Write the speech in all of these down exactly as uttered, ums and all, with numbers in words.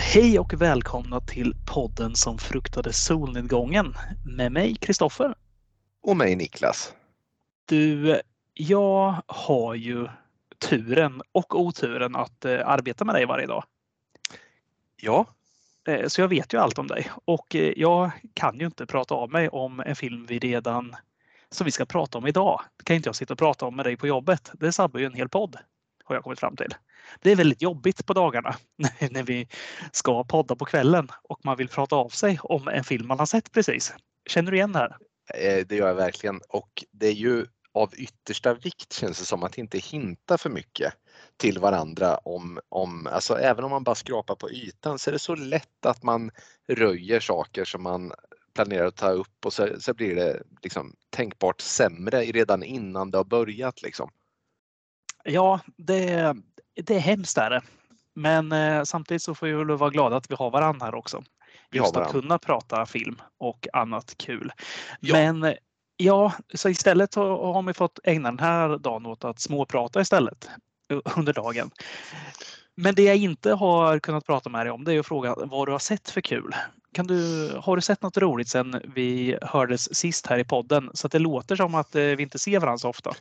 Hej och välkomna till podden som fruktade solnedgången med mig, Kristoffer. Och mig, Niklas. Du, jag har ju turen och oturen att eh, arbeta med dig varje dag. Ja. Eh, så jag vet ju allt om dig och eh, jag kan ju inte prata av mig om en film vi redan som vi ska prata om idag. Det kan inte jag sitta och prata om med dig på jobbet. Det sabbar ju en hel podd, har jag kommit fram till. Det är väldigt jobbigt på dagarna när vi ska podda på kvällen och man vill prata av sig om en film man har sett precis. Känner du igen det här? Det gör jag verkligen, och det är ju av yttersta vikt, känns det som, att inte hinta för mycket till varandra om, om alltså även om man bara skrapar på ytan, så är det så lätt att man röjer saker som man planerar att ta upp, och så, så blir det liksom tänkbart sämre redan innan det har börjat liksom. Ja, det, det är hemskt där. Men eh, samtidigt så får vi väl vara glada att vi har varandra här också. Vi har Just att varandra. kunna prata film och annat kul. Ja. Men ja, så istället har har vi fått ägna den här dagen åt att småprata istället under dagen. Men det jag inte har kunnat prata med dig om, det är att fråga vad du har sett för kul. Kan du, har du sett något roligt sen vi hördes sist här i podden, så att det låter som att eh, vi inte ser varandra så ofta?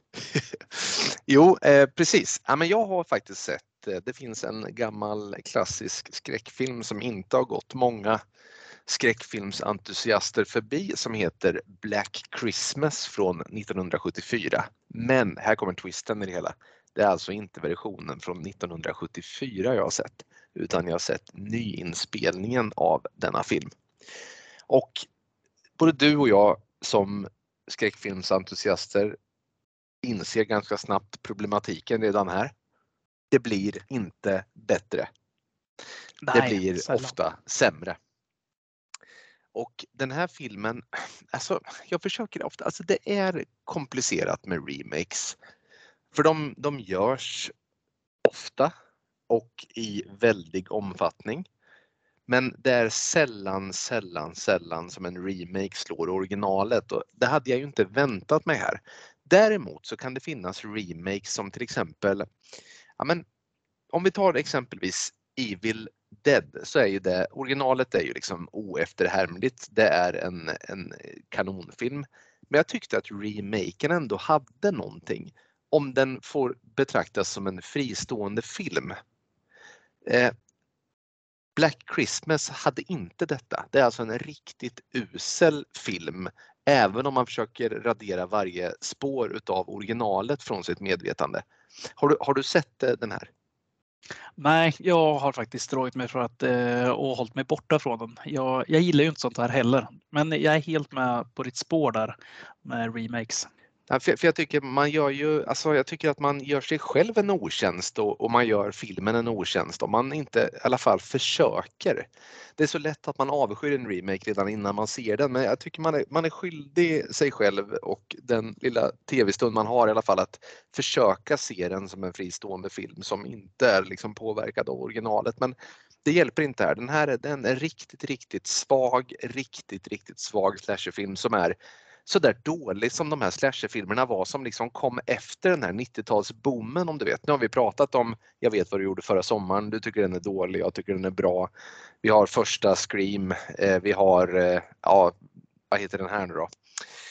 Jo, eh, precis. Ja, men jag har faktiskt sett, eh, det finns en gammal klassisk skräckfilm som inte har gått många skräckfilmsentusiaster förbi, som heter Black Christmas från nittonhundrasjuttiofyra. Men här kommer twisten i det hela. Det är alltså inte versionen från nittonhundrasjuttiofyra jag har sett, utan jag har sett nyinspelningen av denna film. Och både du och jag som skräckfilmsentusiaster inser ganska snabbt problematiken redan här. Det blir inte bättre. Nej, det blir sällan. ofta sämre. Och den här filmen, alltså jag försöker ofta, alltså det är komplicerat med remakes. För de, de görs ofta och i väldig omfattning. Men det är sällan, sällan, sällan som en remake slår originalet, och det hade jag ju inte väntat mig här. Däremot så kan det finnas remakes som till exempel, ja men om vi tar exempelvis Evil Dead, så är ju det, originalet är ju liksom oefterhärmligt. Det är en, en kanonfilm. Men jag tyckte att remaken ändå hade någonting, om den får betraktas som en fristående film. Eh, Black Christmas hade inte detta. Det är alltså en riktigt usel film, även om man försöker radera varje spår utav originalet från sitt medvetande. Har du, har du sett den här? Nej, jag har faktiskt dragit mig för att eh, och hållit mig borta från den. Jag, jag gillar ju inte sånt här heller. Men jag är helt med på ditt spår där med remakes. Ja, för, för jag tycker man gör ju, alltså jag tycker att man gör sig själv en otjänst, och, och man gör filmen en otjänst om man inte i alla fall försöker. Det är så lätt att man avskyr en remake redan innan man ser den, men jag tycker man är, man är skyldig sig själv och den lilla tv-stund man har i alla fall att försöka se den som en fristående film som inte är liksom påverkad av originalet. Men det hjälper inte här. Den här är en riktigt, riktigt svag, riktigt, riktigt svag slasherfilm som är så där dålig som de här slasherfilmerna var som liksom kom efter den här nittio-talsboomen, om du vet. Nu har vi pratat om Jag vet vad du gjorde förra sommaren. Du tycker den är dålig, jag tycker den är bra. Vi har första Scream, eh, vi har, eh, ja, vad heter den här nu då?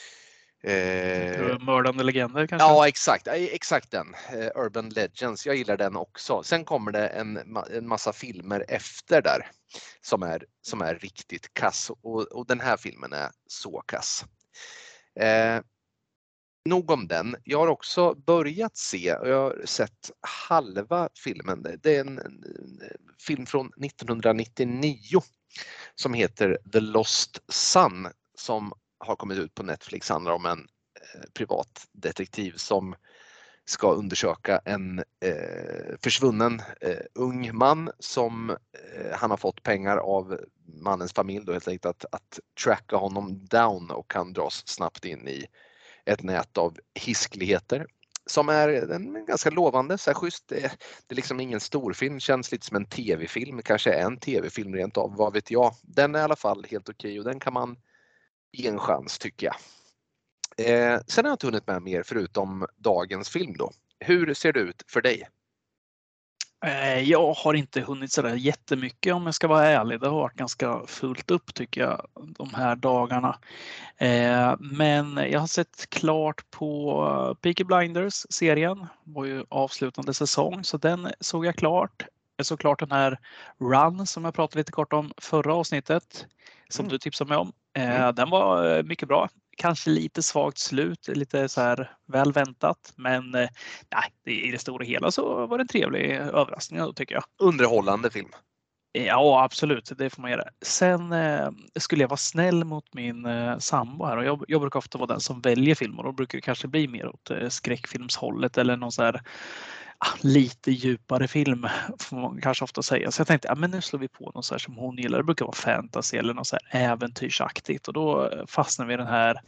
Eh, Mördande legender kanske? Ja, exakt, exakt den. Uh, Urban Legends, jag gillar den också. Sen kommer det en, en massa filmer efter där som är, som är riktigt kass, och, och den här filmen är så kass. Eh, nog om den. Jag har också börjat se, och jag har sett halva filmen. Det är en, en film från nittonhundranittionio som heter The Lost Son, som har kommit ut på Netflix. Handlar om en eh, privatdetektiv som ska undersöka en eh, försvunnen eh, ung man som eh, han har fått pengar av mannens familj då, helt enkelt att, att tracka honom down, och kan dras snabbt in i ett nät av hiskligheter som är en ganska lovande, så här schysst. Det är, det är liksom ingen storfilm, känns lite som en tv-film, kanske en tv-film rent av, vad vet jag. Den är i alla fall helt okej, och den kan man ge en chans, tycker jag. Eh, sen har jag inte hunnit med mer förutom dagens film då. Hur ser det ut för dig? Eh, Jag har inte hunnit sådär jättemycket om jag ska vara ärlig. Det har varit ganska fullt upp tycker jag de här dagarna. Eh, Men jag har sett klart på Peaky Blinders-serien. Det var ju avslutande säsong så den såg jag klart. Jag såg klart den här Run som jag pratade lite kort om förra avsnittet som Mm. du tipsade mig om. Mm. Eh, Den var eh, mycket bra. Kanske lite svagt slut, lite så här väl väntat. Men eh, nej, det- i det stora hela så var det en trevlig överraskning då, tycker jag. Underhållande film. Ja, absolut. Det får man göra. Sen eh, skulle jag vara snäll mot min eh, sambo här och jag, jag brukar ofta vara den som väljer film och då brukar det kanske bli mer åt eh, skräckfilmshållet eller någon så här ah, lite djupare film får man kanske ofta säga. Så jag tänkte, ja, men nu slår vi på något så här som hon gillar. Det brukar vara fantasy eller något så här äventyrsaktigt och då fastnar vi i den här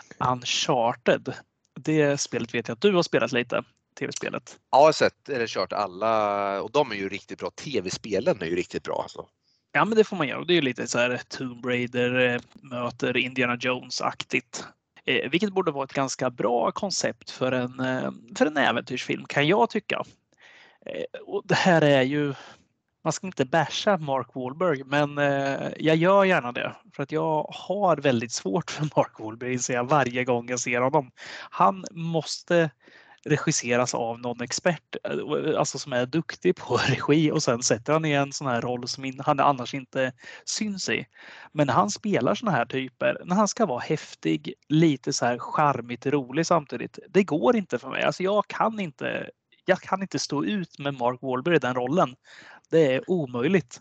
Uncharted. Det spelet vet jag att du har spelat lite, tv-spelet. Ja, jag har sett eller kört alla och de är ju riktigt bra. Tv-spelen är ju riktigt bra. Alltså. Ja, men det får man göra. Det är ju lite så här Tomb Raider eh, möter Indiana Jones-aktigt. Eh, vilket borde vara ett ganska bra koncept för en, eh, för en äventyrsfilm kan jag tycka. Eh, och det här är ju, man ska inte basha Mark Wahlberg, men eh, jag gör gärna det. För att jag har väldigt svårt för Mark Wahlberg, inser jag varje gång jag ser honom. Han måste regisseras av någon expert, alltså som är duktig på regi och sen sätter han i en sån här roll som han annars inte syns i. Men när han spelar såna här typer, när han ska vara häftig, lite så här charmigt rolig samtidigt, det går inte för mig. Alltså jag kan inte, jag kan inte stå ut med Mark Wahlberg i den rollen. Det är omöjligt.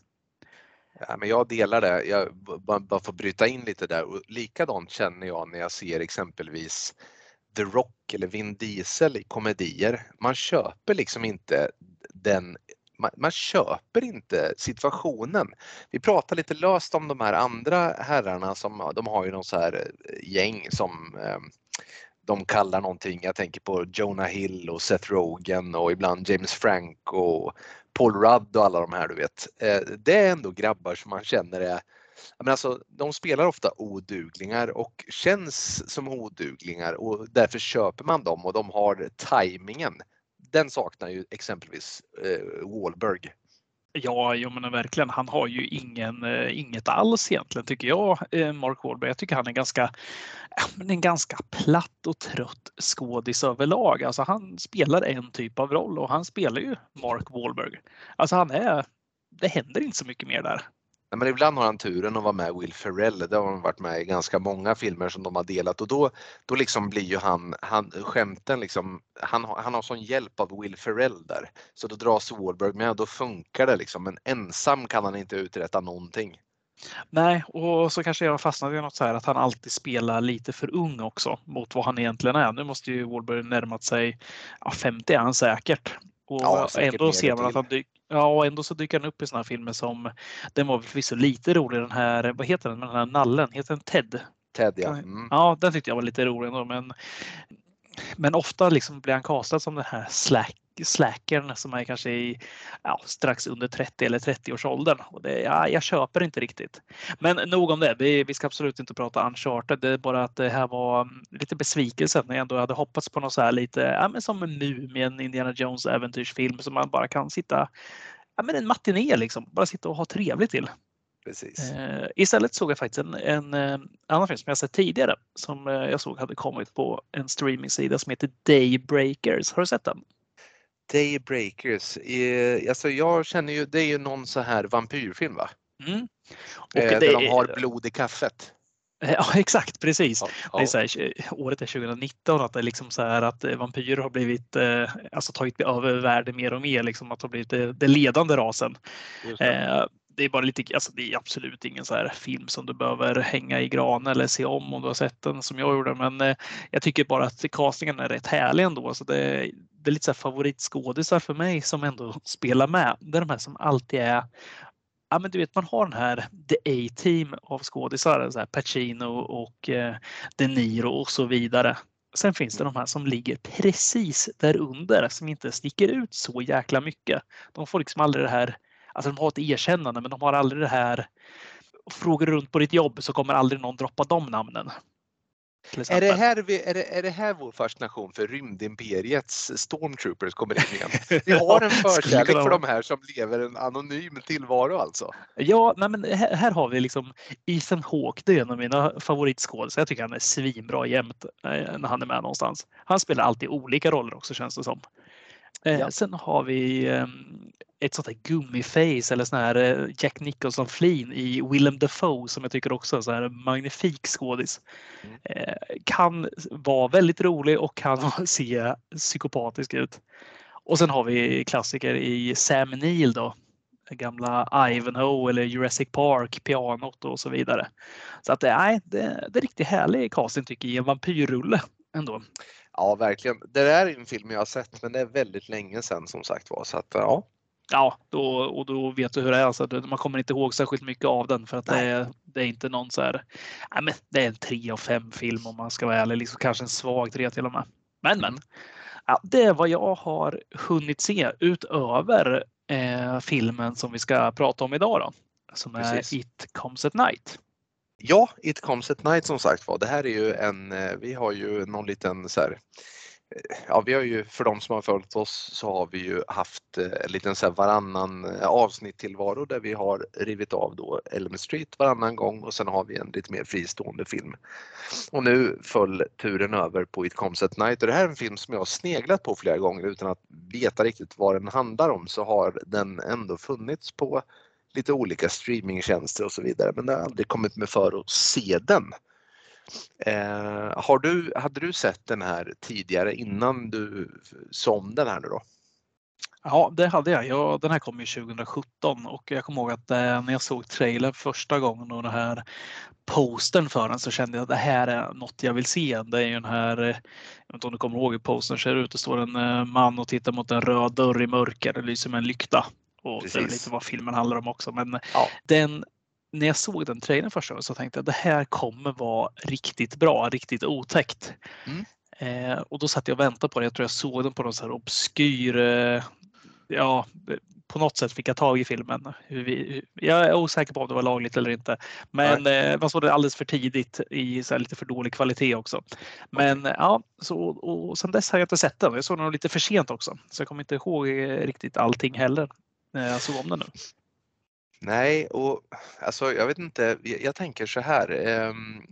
Ja, men jag delar det. Jag bara, bara får bryta in lite där. Och likadant känner jag när jag ser exempelvis The Rock eller Vin Diesel i komedier. Man köper liksom inte den man, man köper inte situationen. Vi pratar lite löst om de här andra herrarna som de har ju någon så här gäng som eh, de kallar någonting. Jag tänker på Jonah Hill och Seth Rogen och ibland James Franco och Paul Rudd och alla de här du vet. Eh, det är ändå grabbar som man känner är men alltså, de spelar ofta oduglingar och känns som oduglingar och därför köper man dem och de har tajmingen. Den saknar ju exempelvis eh, Wahlberg. Ja, jo, men verkligen. Han har ju ingen, eh, inget alls egentligen tycker jag, eh, Mark Wahlberg. Jag tycker han är ganska, ja, men en ganska platt och trött skådis överlag. Alltså han spelar en typ av roll och han spelar ju Mark Wahlberg. Alltså han är, det händer inte så mycket mer där. Nej, men ibland har han turen att vara med Will Ferrell. Det har han varit med i ganska många filmer som de har delat och då, då liksom blir ju han, han skämten liksom, han, han har sån hjälp av Will Ferrell där. Så då dras Wahlberg med och då funkar det liksom. Men ensam kan han inte uträtta någonting. Nej, och så kanske jag har fastnat i något så här att han alltid spelar lite för ung också mot vad han egentligen är. Nu måste ju Wahlberg närmat sig, ja, femtio är han säkert. Och Ja, säkert ändå mer ser man till. att han dyker, ja, och ändå så dyker han upp i såna här filmer som, den var förvisso lite rolig den här, vad heter den, den här nallen, heter den Ted? Ted ja. Mm. Ja, den tyckte jag var lite rolig ändå, men men ofta liksom blir han castad som den här slack, slackern som är kanske i, ja, strax under trettio eller trettio-årsåldern. Och det, ja, jag köper inte riktigt. Men nog om det. Vi, vi ska absolut inte prata Uncharted. Det är bara att det här var lite besvikelse när jag ändå hade hoppats på något så här lite, ja, men som nu med en Indiana Jones äventyrsfilm som man bara kan sitta, ja, men en matiné liksom, bara sitta och ha trevligt till. Precis. Eh, istället såg jag faktiskt en, en, en annan film som jag sett tidigare som eh, jag såg hade kommit på en streamingsida som heter Daybreakers. Har du sett den? Daybreakers. Eh, alltså jag känner ju, det är ju någon så här vampyrfilm va? Mm. Och Eh, det, där de har blod i kaffet. Ja, exakt, precis. Ja, Det är ja. så här, året är tjugonitton att det är liksom så här att vampyrer har blivit, eh, alltså tagit över världen mer och mer, liksom att de har blivit det, det ledande rasen. Just det. Eh, det är bara lite, alltså det är absolut ingen så här film som du behöver hänga i gran eller se om om du har sett den som jag gjorde, men eh, jag tycker bara att castingen är rätt härlig ändå. Så det, det är lite så här favoritskådisar för mig som ändå spelar med. Det är de här som alltid är, ja, men du vet, man har den här The A-team av skådisar, så här Pacino och eh, De Niro och så vidare. Sen finns det de här som ligger precis där under som inte sticker ut så jäkla mycket. De får liksom aldrig det här, alltså de har ett erkännande men de har aldrig det här, frågor runt på ditt jobb så kommer aldrig någon droppa de namnen. till Är det, exempel. här vi, är, det, är det här vår fascination för rymdimperiets Stormtroopers kommer in igen? Vi har en Ja, skulle förkärlek kunna för vara. de här som lever en anonym tillvaro alltså. Ja, nej, men här, här har vi liksom Ethan Hawke. Det är en av mina favoritskådespelare. Jag tycker han är svinbra jämt eh, när han är med någonstans. Han spelar alltid olika roller också, känns det som. Eh, Ja. sen har vi eh, ett sånt här gummiface eller sån här eh, Jack Nicholson Flynn i Willem Dafoe som jag tycker också är så här magnifik skådis. Mm. Eh, kan vara väldigt rolig och kan se psykopatisk ut. Och sen har vi klassiker i Sam Neill då. Gamla Ivanhoe eller Jurassic Park, pianot och så vidare. Så att nej, det, det är riktigt härlig casting tycker jag i en vampyrrulle ändå. Ja, verkligen. Det där är en film jag har sett, men det är väldigt länge sedan som sagt var. Så att, ja. Ja, då, och då vet du hur det är. Alltså, man kommer inte ihåg särskilt mycket av den för att det är, det är inte någon så här. Nej, men det är en tre av fem film om man ska vara ärlig. Liksom, kanske en svag tre till och med. Men, men. Ja, det är vad jag har hunnit se utöver eh, filmen som vi ska prata om idag då. Som är Precis. It Comes at Night. Ja, It Comes at Night som sagt var. Det här är ju en, vi har ju någon liten så här, ja vi har ju för de som har följt oss så har vi ju haft en liten så här varannan avsnitt tillvaro där vi har rivit av då Elm Street varannan gång och sen har vi en lite mer fristående film. Och nu föll turen över på It Comes at Night och det här är en film som jag har sneglat på flera gånger utan att veta riktigt vad den handlar om så har den ändå funnits på lite olika streamingtjänster och så vidare men det har aldrig kommit med för att se den. Eh, har du, hade du sett den här tidigare innan du såg den här nu då? Ja, det hade jag. jag. Den här kom ju tjugo sjutton och jag kommer ihåg att eh, när jag såg trailer första gången och den här postern för den så kände jag att det här är något jag vill se. Det är ju den här, jag vet inte om du kommer ihåg hur postern ser ut. Det står en eh, man och tittar mot en röd dörr i mörker. Det lyser med en lykta. Och Precis. det är lite vad filmen handlar om också. Men Ja. den, när jag såg den trailern första gången så tänkte jag att det här kommer vara riktigt bra, riktigt otäckt. Mm. Eh, och då satt jag och väntade på det. Jag tror jag såg den på någon så här obskyr, eh, ja, på något sätt fick jag tag i filmen. Hur vi, jag är osäker på om det var lagligt eller inte. Men eh, man såg det alldeles för tidigt i så här lite för dålig kvalitet också. Men okay. ja, så, och sen dess har jag inte sett den. Jag såg den lite för sent också. Så jag kommer inte ihåg riktigt allting heller när jag såg om den nu. Nej, och alltså jag vet inte, jag tänker så här. Eh,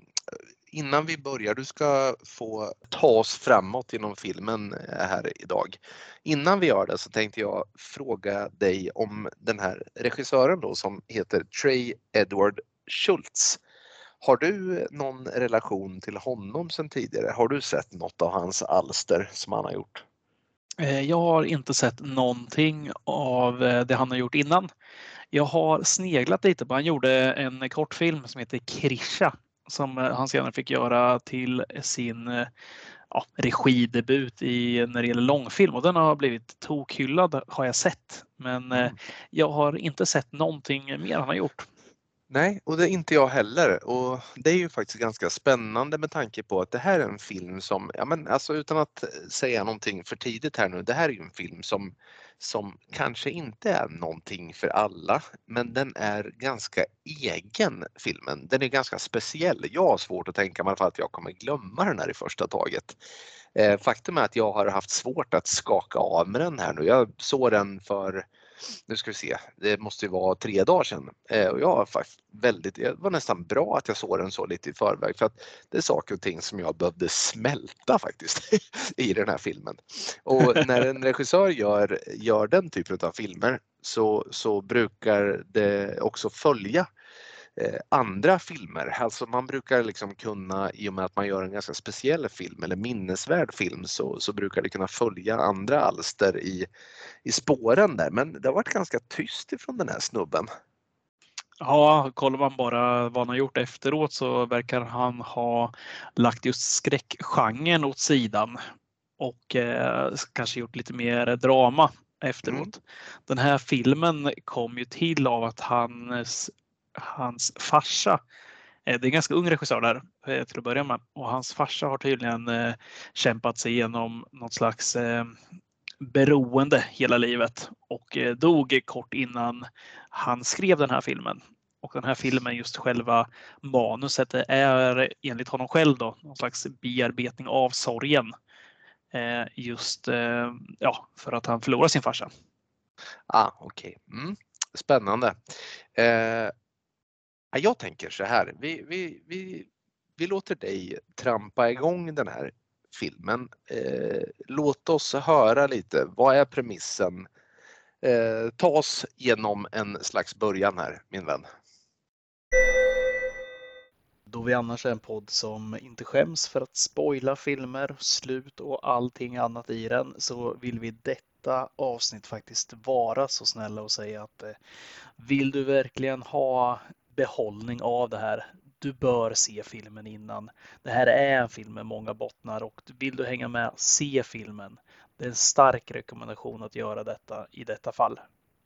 innan vi börjar, du ska få ta oss framåt inom filmen här idag. Innan vi gör det så tänkte jag fråga dig om den här regissören då som heter Trey Edward Shults. Har du någon relation till honom sedan tidigare? Har du sett något av hans alster som han har gjort? Jag har inte sett någonting av det han har gjort innan. Jag har sneglat lite på, han gjorde en kortfilm som heter Krisha som han senare fick göra till sin ja, regidebut i, när det gäller långfilm och den har blivit tokhyllad har jag sett. Men mm. jag har inte sett någonting mer han har gjort. Nej, och det är inte jag heller och det är ju faktiskt ganska spännande med tanke på att det här är en film som, ja men alltså utan att säga någonting för tidigt här nu, det här är ju en film som, som kanske inte är någonting för alla, men den är ganska egen filmen, den är ganska speciell. Jag har svårt att tänka mig att jag kommer glömma den här i första taget. Eh, faktum är att jag har haft svårt att skaka av med den här nu, jag såg den för nu ska vi se, det måste ju vara tre dagar sedan eh, och jag var faktiskt väldigt, det var nästan bra att jag såg den så lite i förväg för att det är saker och ting som jag behövde smälta faktiskt i den här filmen. Och när en regissör gör, gör den typen av filmer så, så brukar det också följa Eh, andra filmer. Alltså man brukar liksom kunna, i och med att man gör en ganska speciell film eller minnesvärd film så, så brukar det kunna följa andra alster i, i spåren där. Men det har varit ganska tyst ifrån den här snubben. Ja, kollar man bara vad han har gjort efteråt så verkar han ha lagt just skräckgenren åt sidan och eh, kanske gjort lite mer drama efteråt. Mm. Den här filmen kom ju till av att hans hans farsa, det är en ganska ung regissör där till att börja med och hans farsa har tydligen eh, kämpat sig igenom något slags eh, beroende hela livet och eh, dog kort innan han skrev den här filmen. Och den här filmen, just själva manuset, det är enligt honom själv då någon slags bearbetning av sorgen. Eh, just eh, ja, för att han förlorar sin farsa. Ah, okej. Okay. Mm. Spännande. Eh, jag tänker så här, vi, vi, vi, vi låter dig trampa igång den här filmen. Eh, låt oss höra lite, vad är premissen? Eh, ta oss genom en slags början här, min vän. Då vi annars är en podd som inte skäms för att spoila filmer, slut och allting annat i den, så vill vi detta avsnitt faktiskt vara så snälla och säga att eh, vill du verkligen ha behållning av det här, du bör se filmen innan. Det här är en film med många bottnar och vill du hänga med, se filmen. Det är en stark rekommendation att göra detta i detta fall.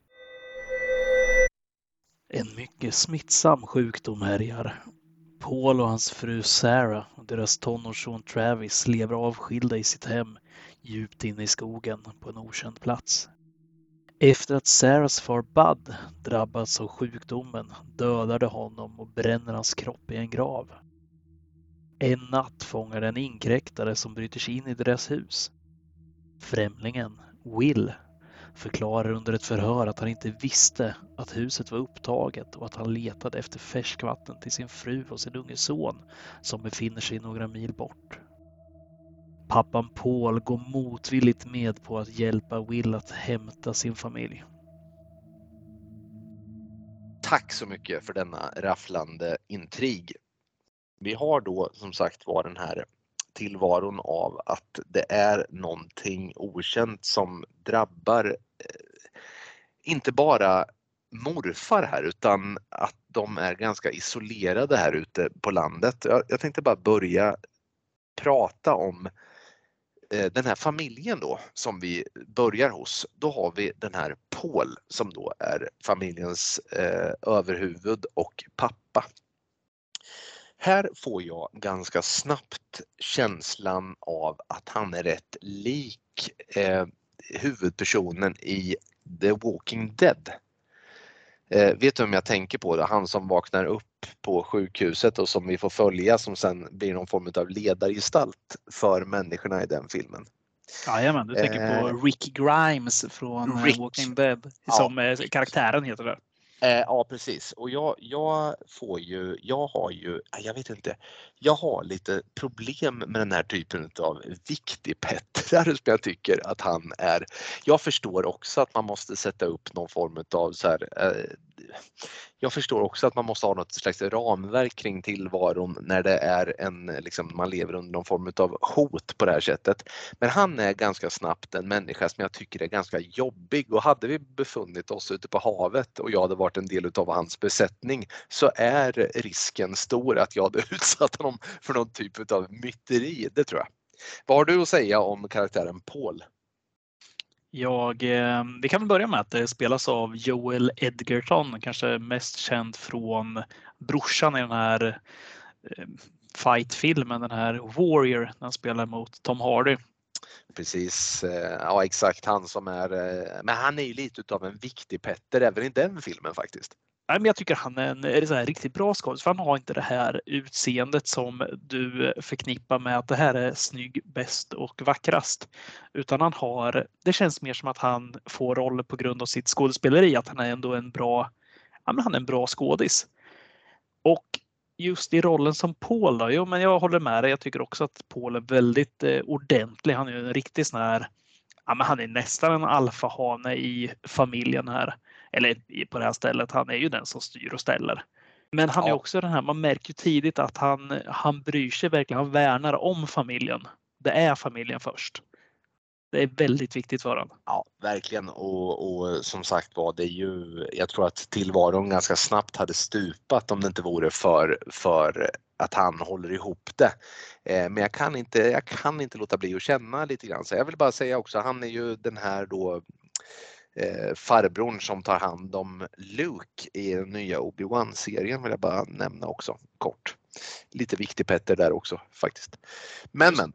En mycket smittsam sjukdom härjar. Paul och hans fru Sarah och deras tonårsson Travis lever avskilda i sitt hem djupt inne i skogen på en okänd plats. Efter att Sarahs far Bud drabbats av sjukdomen dödar de honom och bränner hans kropp i en grav. En natt fångar en inkräktare som bryter sig in i deras hus. Främlingen, Will, förklarar under ett förhör att han inte visste att huset var upptaget och att han letade efter färskvatten till sin fru och sin unge son som befinner sig några mil bort. Pappan Paul går motvilligt med på att hjälpa Will att hämta sin familj. Tack så mycket för denna rafflande intrig. Vi har då som sagt var den här tillvaron av att det är någonting okänt som drabbar eh, inte bara morfar här utan att de är ganska isolerade här ute på landet. Jag, jag tänkte bara börja prata om eh, den här familjen då som vi börjar hos. Då har vi den här Paul som då är familjens eh, överhuvud och pappa. Här får jag ganska snabbt känslan av att han är rätt lik eh, huvudpersonen i The Walking Dead. Eh, vet du om jag tänker på det? Han som vaknar upp på sjukhuset och som vi får följa som sen blir någon form av ledargestalt för människorna i den filmen. Jajamän, du tänker på Eh, Rick Grimes från Rick. Walking Dead som Ja. karaktären heter det. Eh, ja precis och jag, jag får ju, jag har ju, jag vet inte, jag har lite problem med den här typen av viktigpettrar som jag tycker att han är. Jag förstår också att man måste sätta upp någon form av så här, eh, jag förstår också att man måste ha något slags ramverk kring tillvaron när det är en, liksom, man lever under någon form av hot på det här sättet. Men han är ganska snabbt en människa som jag tycker är ganska jobbig och hade vi befunnit oss ute på havet och jag hade varit en del av hans besättning så är risken stor att jag hade utsatt honom för någon typ av myteri, det tror jag. Vad har du att säga om karaktären Paul? Jag, eh, vi kan väl börja med att det spelas av Joel Edgerton, kanske mest känd från brorsan i den här eh, fight-filmen, den här Warrior, när han spelar mot Tom Hardy. Precis, ja exakt, han som är, men han är ju lite av en viktig Petter även i den filmen faktiskt. Nej, men jag tycker han är en, är det så här riktigt bra skådis, för han har inte det här utseendet som du förknippar med att det här är snygg, bäst och vackrast. Utan han har, det känns mer som att han får roll på grund av sitt skådespeleri, att han är ändå en bra, ja, men han är en bra skådis. Och just i rollen som Paul då, jo men jag håller med dig, jag tycker också att Paul är väldigt eh, ordentlig. Han är ju en riktig sån här, ja men han är nästan en alfahane i familjen här. Eller på det här stället, han är ju den som styr och ställer. Men han är också den här, man märker ju tidigt att han, han bryr sig verkligen, han värnar om familjen. Det är familjen först. Det är väldigt viktigt för honom. Ja, verkligen. Och, och som sagt var, det är ju, jag tror att tillvaron ganska snabbt hade stupat om det inte vore för, för att han håller ihop det. Eh, men jag kan, inte, jag kan inte låta bli att känna lite grann. Så jag vill bara säga också, han är ju den här då eh, farbrorn som tar hand om Luke i den nya Obi-Wan-serien, vill jag bara nämna också kort. Lite viktig Petter där också faktiskt. Men men,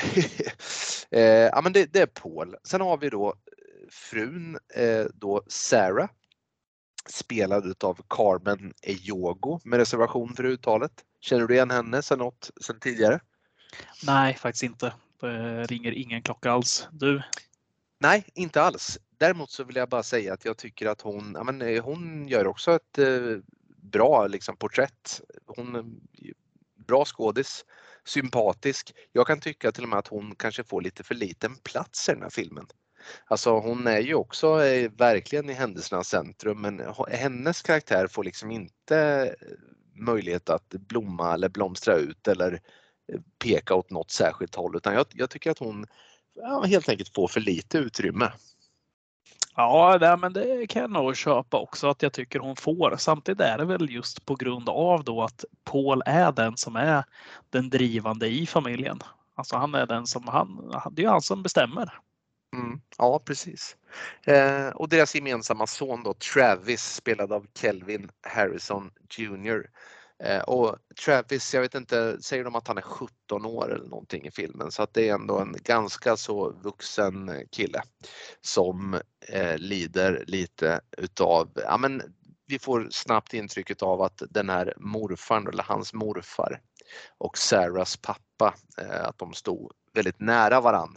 eh, ja, men det, det är Paul. Sen har vi då frun, eh, då Sarah. spelad utav Carmen Ejogo med reservation för uttalet. Känner du igen henne sen något sen tidigare? Nej, faktiskt inte. Det ringer ingen klocka alls. Du? Nej, inte alls. Däremot så vill jag bara säga att jag tycker att hon, ja, men, hon gör också ett eh, bra liksom, porträtt. Hon är bra skådis, sympatisk. Jag kan tycka till och med att hon kanske får lite för liten plats i den här filmen. Alltså hon är ju också eh, verkligen i händelsernas centrum, men hennes karaktär får liksom inte möjlighet att blomma eller blomstra ut eller peka åt något särskilt håll, utan jag, jag tycker att hon ja, helt enkelt får för lite utrymme. Ja, det, men det kan jag nog köpa också att jag tycker hon får. Samtidigt är det väl just på grund av då att Paul är den som är den drivande i familjen. Alltså han är den som han, det är ju han som bestämmer. Mm, ja, precis. Eh, och deras gemensamma son då, Travis, spelad av Kelvin Harrison junior Eh, och Travis, jag vet inte, säger de att han är sjutton år eller någonting i filmen, så att det är ändå en ganska så vuxen kille som eh, lider lite utav, ja men vi får snabbt intrycket av att den här morfaren eller hans morfar och Sarahs pappa, eh, att de stod väldigt nära varann.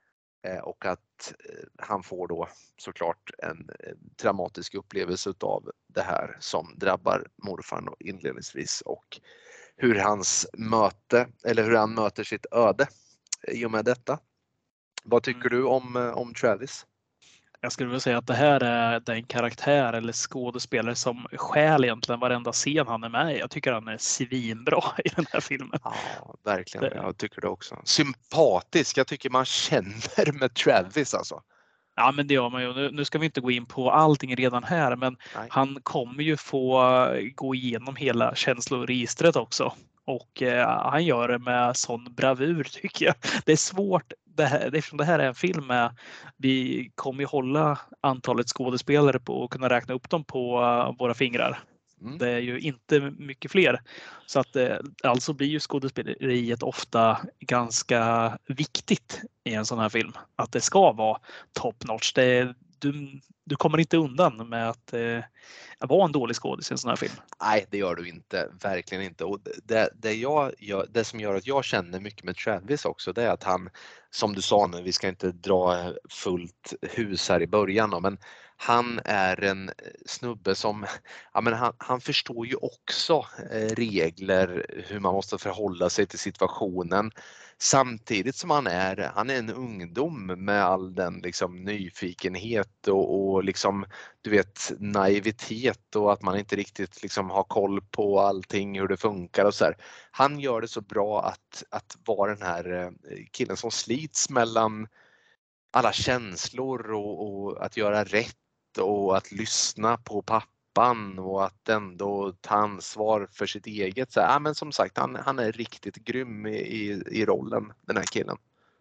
Och att han får då såklart en traumatisk upplevelse utav det här som drabbar morfar inledningsvis och hur hans möte eller hur han möter sitt öde i och med detta. Vad tycker du om, om Travis? Jag skulle vilja säga att det här är den karaktär eller skådespelare som stjäl egentligen varenda scen han är med i. Jag tycker han är svinbra i den här filmen. Ja, verkligen. Jag tycker det också. Sympatisk. Jag tycker man känner med Travis alltså. Ja, men det gör man ju. Nu, nu ska vi inte gå in på allting redan här, men Nej. Han kommer ju få gå igenom hela känsloregistret också. Och eh, han gör det med sån bravur tycker jag. Det är svårt, det här, eftersom det här är en film med, vi kommer ju hålla antalet skådespelare på och kunna räkna upp dem på uh, våra fingrar. Mm. Det är ju inte mycket fler. Så att eh, alltså blir ju skådespeleriet ofta ganska viktigt i en sån här film. Att det ska vara top notch. Det är, du, du kommer inte undan med att eh, vara en dålig skådis i en sån här film. Nej, det gör du inte. Verkligen inte. Och det, det, jag gör, det som gör att jag känner mycket med Travis också, det är att han, som du sa nu, vi ska inte dra fullt hus här i början, men han är en snubbe som, ja men han, han förstår ju också regler, hur man måste förhålla sig till situationen. Samtidigt som han är, han är en ungdom med all den liksom nyfikenhet och, och liksom, du vet, naivitet och att man inte riktigt liksom har koll på allting, hur det funkar och så här. Han gör det så bra att, att vara den här killen som slits mellan alla känslor och, och att göra rätt och att lyssna på pappan och att ändå ta ansvar för sitt eget. Så, ja, men som sagt, han, han är riktigt grym i, i, i rollen, den här killen.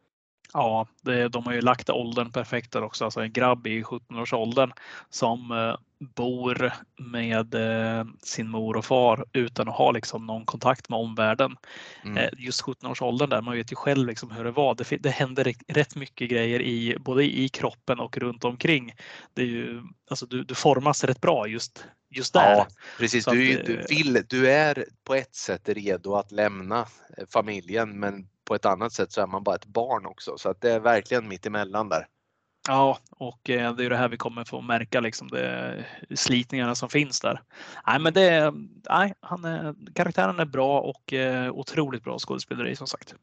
Ja, det, de har ju lagt åldern perfekt där också. Alltså en grabb i sjutton-årsåldern som eh, bor med eh, sin mor och far utan att ha liksom, någon kontakt med omvärlden. Mm. Eh, just sjutton-årsåldern där, man vet ju själv liksom, hur det var. Det, det händer rätt mycket grejer i, både i kroppen och runt omkring. Det är ju, alltså, du, du formas rätt bra just Just där. Ja, precis. Du, att, du, vill, du är på ett sätt redo att lämna familjen, men på ett annat sätt så är man bara ett barn också. Så att det är verkligen mitt emellan där. Ja, och det är det här vi kommer få märka, liksom det, slitningarna som finns där. Nej, men det, nej, han är, karaktären är bra och eh, otroligt bra skådespeleri som sagt.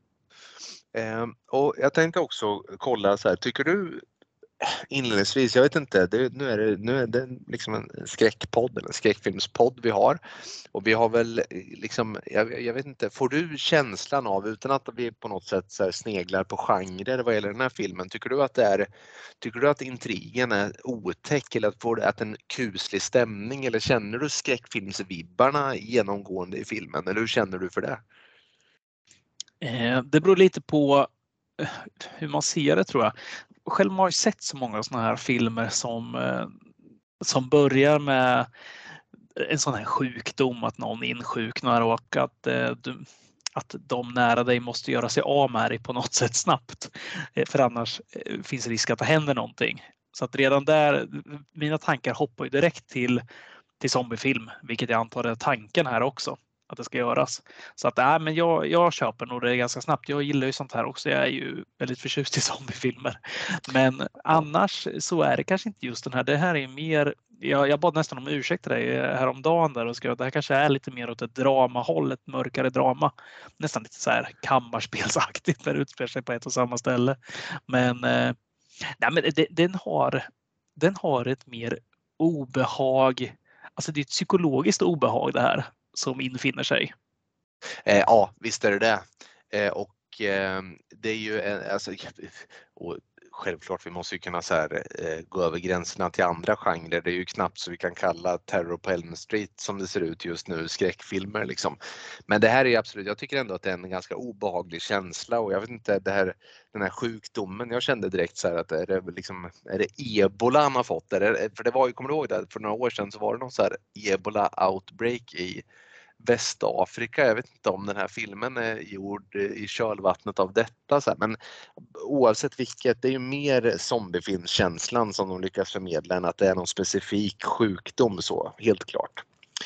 Eh, och jag tänkte också kolla så här, tycker du inledningsvis, jag vet inte, det, nu är det, nu är det liksom en skräckpodd eller en skräckfilmspodd vi har och vi har väl liksom, jag, jag vet inte, får du känslan av, utan att vi på något sätt så här sneglar på genrer vad gäller den här filmen, tycker du att det är, tycker du att intrigen är otäck eller att, får, att en kuslig stämning, eller känner du skräckfilmsvibbarna genomgående i filmen, eller hur känner du för det? Eh, det beror lite på hur man ser det, tror jag. Själv har jag sett så många såna här filmer som, som börjar med en sån här sjukdom, att någon insjuknar och att, du, att de nära dig måste göra sig av med dig på något sätt snabbt. För annars finns risk att det händer någonting. Så att redan där, mina tankar hoppar ju direkt till till zombiefilm, vilket jag antar är tanken här också. Att det ska göras. Så att nej, men jag, jag köper nog det ganska snabbt. Jag gillar ju sånt här också. Jag är ju väldigt förtjust i zombiefilmer. Men annars så är det kanske inte just den här. Det här är mer, jag, jag bad nästan om ursäkt till dig häromdagen där och skrev att det här kanske är lite mer åt ett dramahåll, ett mörkare drama. Nästan lite så här kammarspelsaktigt när det utspelar sig på ett och samma ställe. Men, eh, nej, men det, den, har, den har ett mer obehag. Alltså det är ett psykologiskt obehag det här som infinner sig. Eh, ja, visst är det det. Eh, och eh, det är ju en, alltså, och självklart vi måste ju kunna så här, eh, gå över gränserna till andra genrer. Det är ju knappt så vi kan kalla Terror på Elm Street som det ser ut just nu skräckfilmer liksom. Men det här är absolut, jag tycker ändå att det är en ganska obehaglig känsla och jag vet inte, det här, den här sjukdomen, jag kände direkt så här att är det, liksom, är det ebola han har fått? Är det, för det var ju, kommer du ihåg det, för några år sedan så var det någon så här ebola outbreak i Västafrika. Jag vet inte om den här filmen är gjord i kölvattnet av detta. Så här. Men oavsett vilket, det är ju mer zombiefilmskänslan som de lyckas förmedla än att det är någon specifik sjukdom så, helt klart.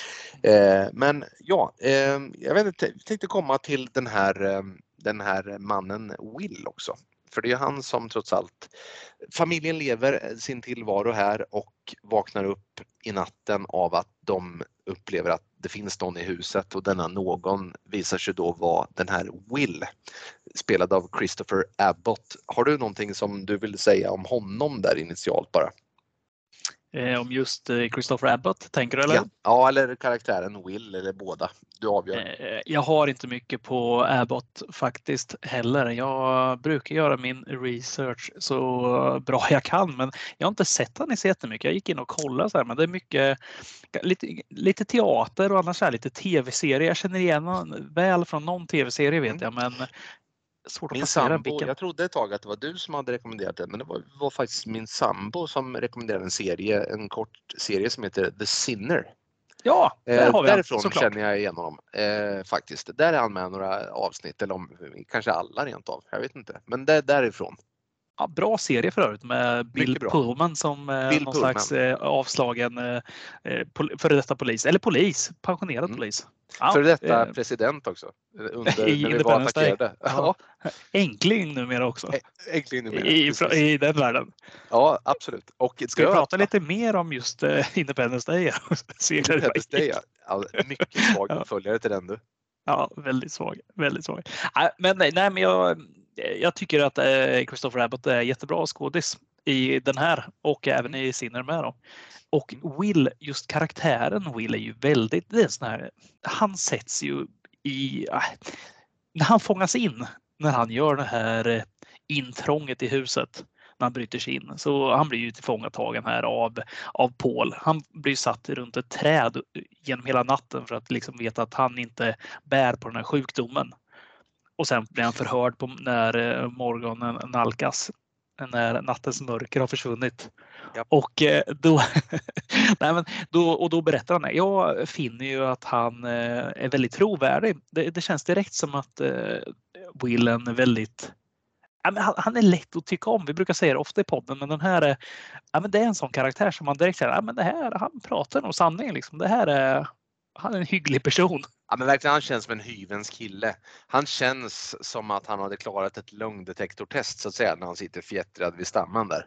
Eh, men ja, eh, jag vet inte, jag tänkte komma till den här, eh, den här mannen Will också. För det är han som trots allt, familjen lever sin tillvaro här och vaknar upp i natten av att de upplever att det finns någon i huset och denna någon visar sig då vara den här Will, spelad av Christopher Abbott. Har du någonting som du vill säga om honom där initialt bara? Eh, om just eh, Christopher Abbott, tänker du eller? Ja, ja, eller karaktären Will eller båda. Du avgör. Eh, jag har inte mycket på Abbott faktiskt heller. Jag brukar göra min research så bra jag kan, men jag har inte sett han i så jättemycket. Jag gick in och kollade så här, men det är mycket lite, lite teater och annars är lite tv-serier. Jag känner igen honom väl från någon tv-serie vet jag, men svårt att Min placera sambo, vilken. jag trodde ett tag att det var du som hade rekommenderat den, men det var, var faktiskt min sambo som rekommenderade en serie, en kort serie som heter The Sinner. Ja, där har vi Därifrån han, känner jag igen honom eh, faktiskt. Där är han med några avsnitt, eller om, kanske alla rent av, jag vet inte. Men där, därifrån. Ja, bra serie för övrigt med Bill Pullman som eh, Bill någon Pullman. slags eh, avslagen eh, före detta polis, eller polis, pensionerad mm. polis. Ja, före detta eh, president också, under, i när vi var attackerade. Ja. Enkling numera också. Enkling numera, I, i, I den världen. Ja, absolut. Och ska död, vi prata lite mer om just uh, Independence Day? Independence Day, ja. Ja, mycket svag uppföljare till den du. Ja, väldigt svag. Väldigt svag. Men, nej, men jag, jag tycker att eh, Christopher Abbott är jättebra skådis i den här och även i Sinner med. Då. Och Will, just karaktären Will är ju väldigt, det är sån här, han sätts ju i, äh, när han fångas in, när han gör det här intrånget i huset, när han bryter sig in, så han blir ju tillfångatagen här av, av Paul. Han blir satt runt ett träd genom hela natten för att liksom veta att han inte bär på den här sjukdomen. Och sen blir han förhörd på när morgonen nalkas, när nattens mörker har försvunnit. Japp. Och då, nej men då, och då berättar han, jag finner ju att han är väldigt trovärdig. Det, det känns direkt som att Willen är väldigt, ja, men han, han är lätt att tycka om. Vi brukar säga det ofta i podden, men den här är, ja, men det är en sån karaktär som man direkt säger, ja, men det här, han pratar nog sanningen liksom. Det här är, han är en hygglig person. Ja, men verkligen, han känns som en hyvens kille. Han känns som att han hade klarat ett lögndetektortest så att säga när han sitter fjättrad vid stammen där.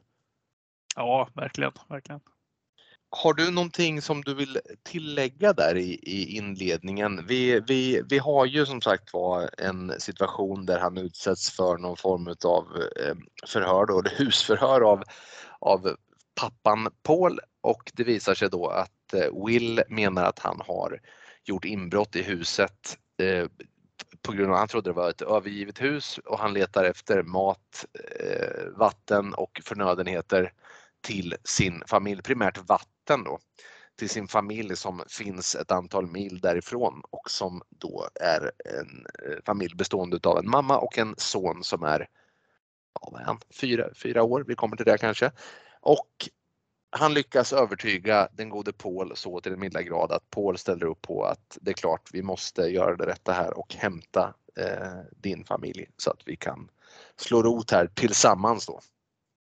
Ja, verkligen, verkligen. Har du någonting som du vill tillägga där i, i inledningen? Vi, vi, vi har ju som sagt var en situation där han utsätts för någon form av förhör, då, husförhör av, av pappan Paul, och det visar sig då att Will menar att han har gjort inbrott i huset eh, på grund av att han trodde det var ett övergivet hus och han letar efter mat, eh, vatten och förnödenheter till sin familj, primärt vatten då, till sin familj som finns ett antal mil därifrån och som då är en familj bestående av en mamma och en son som är, ja, vad är han? Fyra, fyra år, vi kommer till det kanske. Och han lyckas övertyga den gode Paul så till en milda grad att Paul ställer upp på att det är klart vi måste göra det rätta här och hämta eh, din familj så att vi kan slå rot här tillsammans då.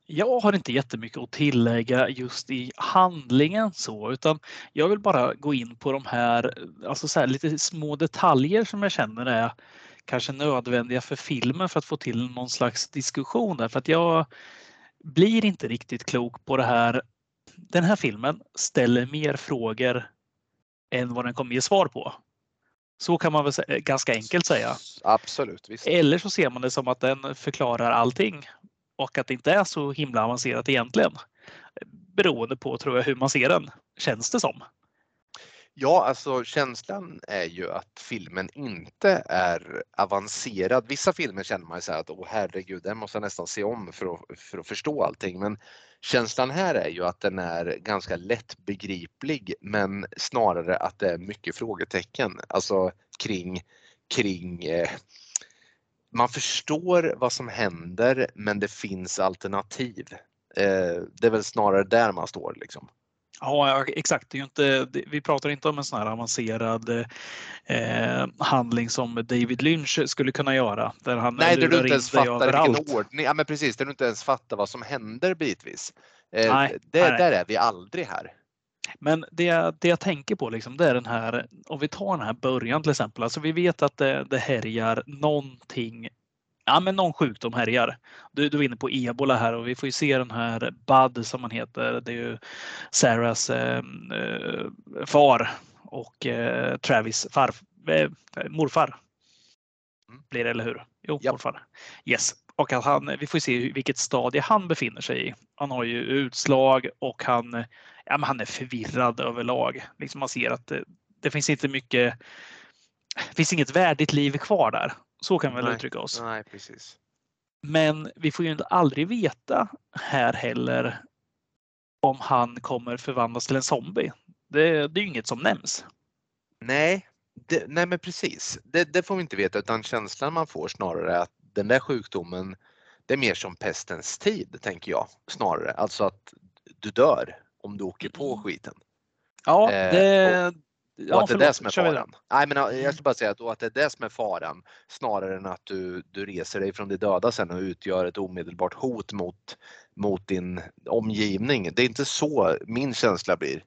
Jag har inte jättemycket att tillägga just i handlingen så, utan jag vill bara gå in på de här, alltså så här lite små detaljer som jag känner är kanske nödvändiga för filmen för att få till någon slags diskussion där. För att jag blir inte riktigt klok på det här. Den här filmen ställer mer frågor än vad den kommer ge svar på. Så kan man väl säga, ganska enkelt säga. Absolut, visst. Eller så ser man det som att den förklarar allting och att det inte är så himla avancerat egentligen. Beroende på, tror jag, hur man ser den, känns det som. Ja, alltså känslan är ju att filmen inte är avancerad. Vissa filmer känner man ju så här att åh herregud, den måste jag nästan se om för att, för att förstå allting. Men känslan här är ju att den är ganska lättbegriplig, men snarare att det är mycket frågetecken. Alltså kring, kring eh, man förstår vad som händer, men det finns alternativ. Eh, det är väl snarare där man står liksom. Ja, exakt. Det är ju inte, vi pratar inte om en sån här avancerad eh, handling som David Lynch skulle kunna göra. Där han Nej, där du inte ens fattar överallt. vilken ordning. Ja, men precis, där du inte ens fattar vad som händer bitvis. Eh, Nej, det, nej. Där är vi aldrig här. Men det, det jag tänker på liksom, det är den här, om vi tar den här början till exempel. Alltså vi vet att det, det härjar någonting. Ja, men någon sjukdom härjar. Du, du är inne på ebola här och vi får ju se den här Bud som han heter. Det är ju Sarahs eh, far och eh, Travis far, eh, morfar. Blir det, eller hur? Jo, Ja. morfar. Yes. Och att han, vi får se vilket stadie han befinner sig i. Han har ju utslag och han, ja, men han är förvirrad överlag. Liksom man ser att det, det finns inte mycket. Det finns inget värdigt liv kvar där. Så kan vi väl Nej, uttrycka oss. Nej, precis. Men vi får ju aldrig veta här heller om han kommer förvandlas till en zombie. Det, det är ju inget som nämns. Nej, det, nej men precis. Det, det får vi inte veta, utan känslan man får snarare är att den där sjukdomen, det är mer som pestens tid, tänker jag. Snarare, alltså att du dör om du åker på skiten. Ja, det... Eh, och, Ja, och att det är förlåt, det som är kör vidare. faran. Nej, men jag ska bara säga att, att det är det som är faran snarare än att du, du reser dig från de döda sen och utgör ett omedelbart hot mot, mot din omgivning. Det är inte så min känsla blir.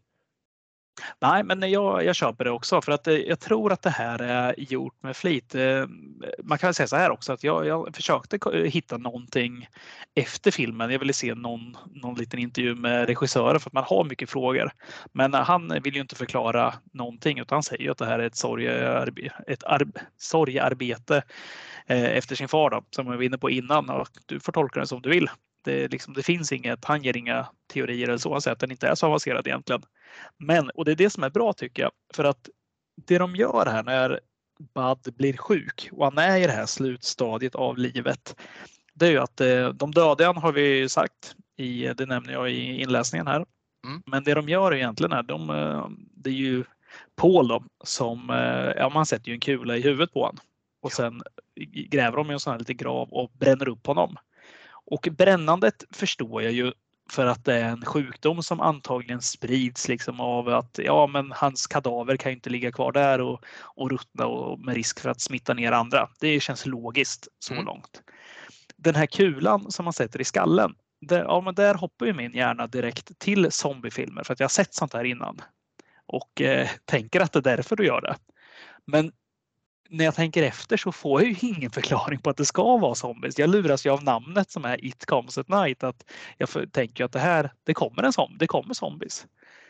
Nej, men jag, jag köper det också för att jag tror att det här är gjort med flit. Man kan väl säga så här också att jag, jag försökte hitta någonting efter filmen. Jag ville se någon, någon liten intervju med regissören för att man har mycket frågor. Men han vill ju inte förklara någonting utan han säger ju att det här är ett sorgearbete, ett arb, sorgearbete efter sin far då, som jag var inne på innan och du får tolka det som du vill. Det, liksom, det finns inget, han ger inga teorier eller så, han säger att den inte är så avancerad egentligen. Men, och det är det som är bra tycker jag, för att det de gör här när Bud blir sjuk och han är i det här slutstadiet av livet, det är ju att de döda har vi sagt, i, det nämner jag i inläsningen här. Mm. Men det de gör egentligen är, de, det är ju Paul då, som, ja man sätter ju en kula i huvudet på honom och sen gräver de i en sån här liten grav och bränner upp honom. Och brännandet förstår jag ju för att det är en sjukdom som antagligen sprids liksom av att ja, men hans kadaver kan ju inte ligga kvar där och, och ruttna och med risk för att smitta ner andra. Det känns logiskt så mm. långt. Den här kulan som man sätter i skallen, där, ja, men där hoppar ju min hjärna direkt till zombiefilmer för att jag har sett sånt här innan och eh, tänker att det är därför du gör det. Men när jag tänker efter så får jag ju ingen förklaring på att det ska vara zombies. Jag luras ju av namnet som är It Comes at Night. Att jag tänker att det här, det kommer en zombie, det kommer zombies.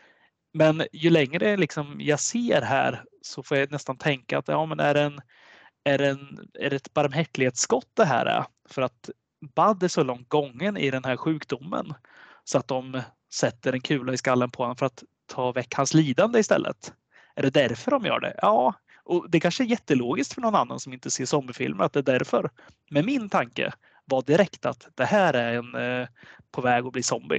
Men ju längre liksom jag ser här så får jag nästan tänka att ja, men är, en, är, en, är det ett barmhärtighetsskott det här är? För att Bud är så långt gången i den här sjukdomen så att de sätter en kula i skallen på honom för att ta väck hans lidande istället. Är det därför de gör det? Ja. Och det kanske är jättelogiskt för någon annan som inte ser zombiefilmer att det är därför. Men min tanke var direkt att det här är en eh, på väg att bli zombie.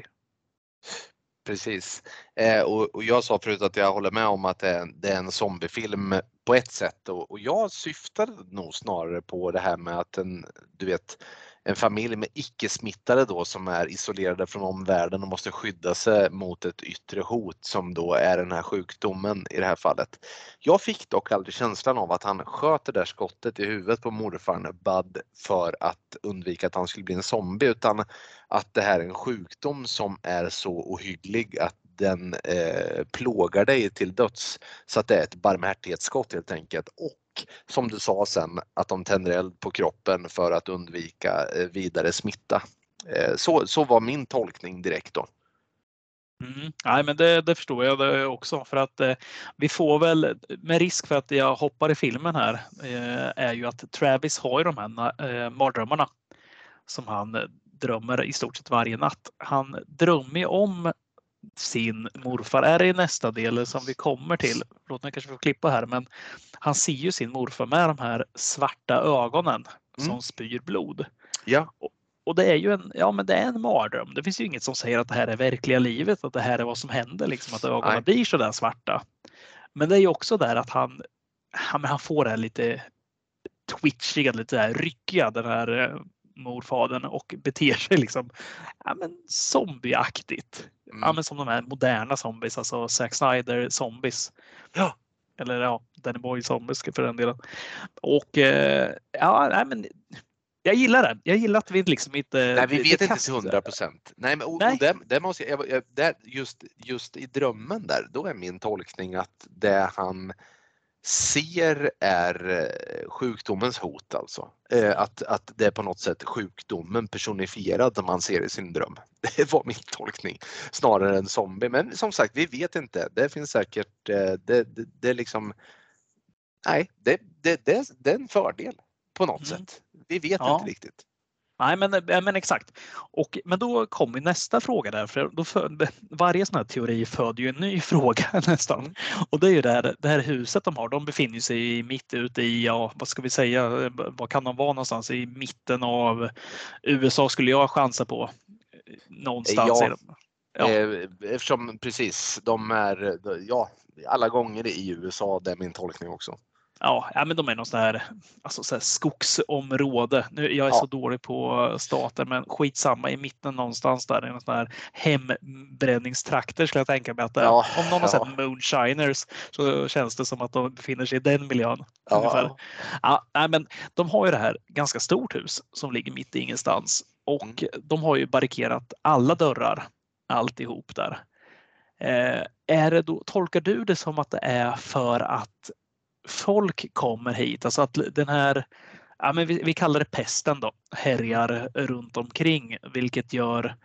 Precis. Eh, och, och jag sa förut att jag håller med om att det är, det är en zombiefilm på ett sätt. Och, och jag syftade nog snarare på det här med att en, du vet, en familj med icke-smittade då som är isolerade från omvärlden och måste skydda sig mot ett yttre hot som då är den här sjukdomen i det här fallet. Jag fick dock aldrig känslan av att han sköt det där skottet i huvudet på morfarn Bud för att undvika att han skulle bli en zombie, utan att det här är en sjukdom som är så ohygglig att den eh, plågar dig till döds, så att det är ett barmhärtighetsskott helt enkelt. Och som du sa sen, att de tänder eld på kroppen för att undvika eh, vidare smitta. Eh, så, så var min tolkning direkt då. Mm. Nej, men det, det förstår jag det också, för att eh, vi får väl, med risk för att jag hoppar i filmen här, eh, är ju att Travis har ju de här eh, mardrömmarna som han drömmer i stort sett varje natt. Han drömmer ju om sin morfar. Är det i nästa del som vi kommer till? Låt mig kanske få klippa här, men han ser ju sin morfar med de här svarta ögonen som Mm. spyr blod. Ja. Och, och det är ju en, ja, men det är en mardröm. Det finns ju inget som säger att det här är verkliga livet, att det här är vad som händer, liksom att ögonen Nej. blir så där svarta. Men det är ju också där att han, han, han får det här lite twitchiga, lite där ryckiga, den här eh, morfadern, och beter sig liksom ja, men zombieaktigt. Mm. Ja, men som de här moderna zombies, alltså Zack Snyder zombies. Ja. Eller ja, Danny Boyle zombies för den delen. Och eh, ja, nej, men jag gillar det. Jag gillar att vi liksom inte... Nej, vi vet inte kastar- till hundra procent. Nej, men och, Nej. och det, det måste jag, jag där, just, just i drömmen där, då är min tolkning att det han ser är eh, sjukdomens hot alltså. Eh, att, att det är på något sätt sjukdomen personifierad som man ser i sin dröm. Det var min tolkning snarare än zombie. Men som sagt, vi vet inte. Det finns säkert, eh, det, det, det är liksom, nej, det, det, det, det är en fördel på något Mm. sätt. Vi vet Ja. inte riktigt. Nej, men, men exakt. Och, men då kommer nästa fråga där. För då för, varje sån här teori föder ju en ny fråga nästan. Mm. Och det är ju det här, det här huset de har. De befinner sig mitt ute i, ja, vad ska vi säga, vad kan de vara någonstans? I mitten av U S A skulle jag chansa på. Någonstans. Ja. i dem. Ja. Eh, Eftersom precis, de är, ja, alla gånger i U S A, det är min tolkning också. Ja, ja, men de är någon sån här, alltså så här skogsområde. Nu, jag är Ja. så dålig på stater, men skitsamma, i mitten någonstans där. En sån här hembränningstrakter skulle jag tänka mig att det är. Ja, Om någon har ja. sett Moonshiners så känns det som att de befinner sig i den miljön. Ja, ungefär. ja. Ja, nej, men de har ju det här ganska stort hus som ligger mitt i ingenstans. Och Mm. de har ju barrikerat alla dörrar, alltihop där. Eh, är det då, tolkar du det som att det är för att folk kommer hit, alltså att den här, ja, men vi, vi kallar det pesten då, härjar runt omkring, vilket gör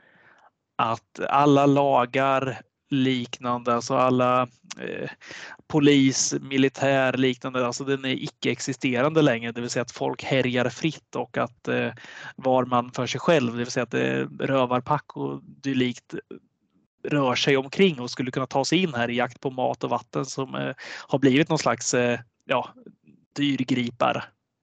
att alla lagar liknande, alltså alla eh, polis, militär liknande, alltså den är icke-existerande längre, det vill säga att folk härjar fritt och att eh, var man för sig själv, det vill säga att eh, rövarpack och dylikt rör sig omkring och skulle kunna ta sig in här i jakt på mat och vatten som eh, har blivit någon slags eh, ja, dyrgripare.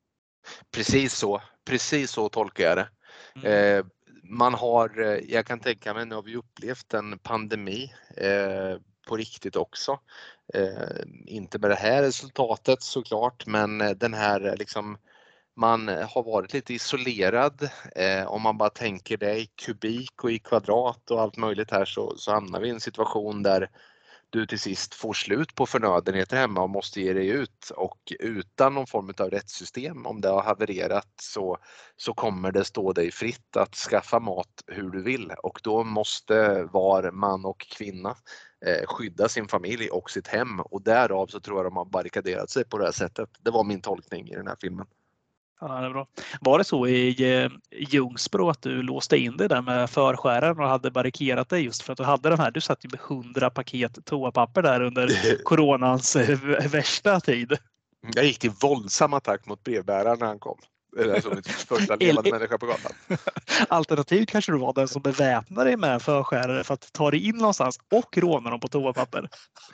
Precis så, precis så tolkar jag det. Mm. Eh, man har, eh, jag kan tänka mig, nu har vi upplevt en pandemi eh, på riktigt också. Eh, inte med det här resultatet såklart, men eh, den här liksom, man har varit lite isolerad. Eh, om man bara tänker det i kubik och i kvadrat och allt möjligt här, så, så hamnar vi i en situation där du till sist får slut på förnödenheter hemma och måste ge dig ut, och utan någon form av rättssystem, om det har havererat, så, så kommer det stå dig fritt att skaffa mat hur du vill, och då måste var man och kvinna eh, skydda sin familj och sitt hem, och därav så tror jag de har barrikaderat sig på det här sättet. Det var min tolkning i den här filmen. Ja, det är bra. Var det så i eh, Ljungsbro att du låste in dig där med förskäraren och hade barrikerat dig just för att du hade den här, du satt ju med hundra paket toapapper där under coronans eh, värsta tid. Jag gick till våldsam attack mot brevbäraren när han kom. Alltså mitt första levande människa på gatan. Alternativt kanske du var den som beväpnade dig med förskärare för att ta dig in någonstans och råna dem på toapapper.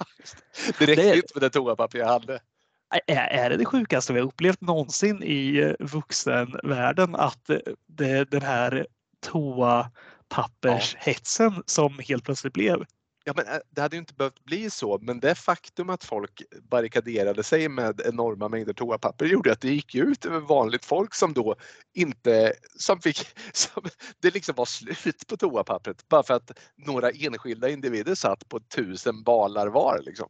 Det räckte Det- inte med det toapapper jag hade. Är, är det det sjukaste vi har upplevt någonsin i eh, vuxenvärlden, att eh, det, den här toapappershetsen som helt plötsligt blev? Ja, men det hade ju inte behövt bli så, men det faktum att folk barrikaderade sig med enorma mängder toapapper gjorde att det gick ut över vanligt folk som då inte, som fick, som, det liksom var slut på toapappret bara för att några enskilda individer satt på tusen balar var liksom.